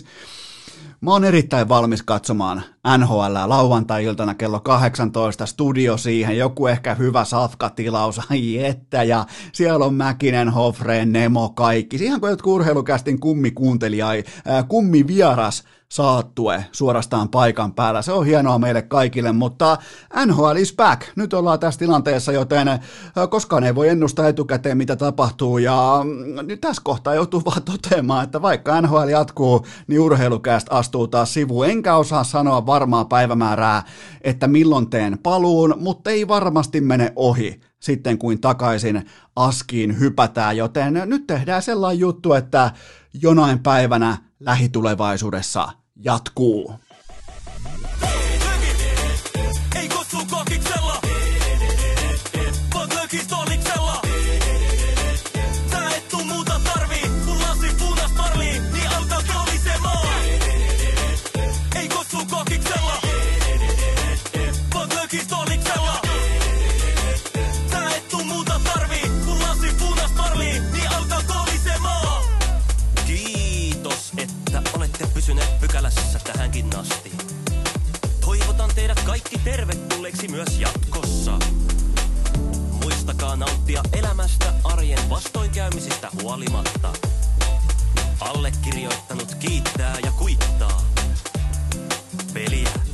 Mä oon erittäin valmis katsomaan NHL lauantai-iltana kello 18, studio siihen, joku ehkä hyvä safkatilaus, ai että, ja siellä on Mäkinen, Hofrén, Nemo, kaikki. Ihan kuin jotkut urheilukästin kummivieras saattue suorastaan paikan päällä. Se on hienoa meille kaikille, mutta NHL is back. Nyt ollaan tässä tilanteessa, joten koskaan ei voi ennustaa etukäteen, mitä tapahtuu, ja nyt tässä kohtaa joutuu vaan toteamaan, että vaikka NHL jatkuu, niin urheilukäst astuu taas sivuun. Enkä osaa sanoa varmaa päivämäärää, että milloin teen paluun, mutta ei varmasti mene ohi sitten, kuin takaisin Askiin hypätään, joten nyt tehdään sellainen juttu, että jonain päivänä lähitulevaisuudessa jatkuu. Ei kutsu kokiksella, vaan lökistoliksella. Sä et tuu muuta tarvii, kun lasi punas parlii, niin auta kolisemaan. Ei kutsu kokiksella, vaan lökistoliksella. Sä et tuu muuta tarvii, kun lasi punas parlii, niin auta kolisemaan. Kiitos, että olette pysyneet pykälässä tähänkin asti. Toivotan teidät kaikki tervetulleeksi myös jatkossa. Muistakaa nauttia elämästä arjen vastoinkäymisistä huolimatta. Allekirjoittanut kiittää ja kuittaa. Peliä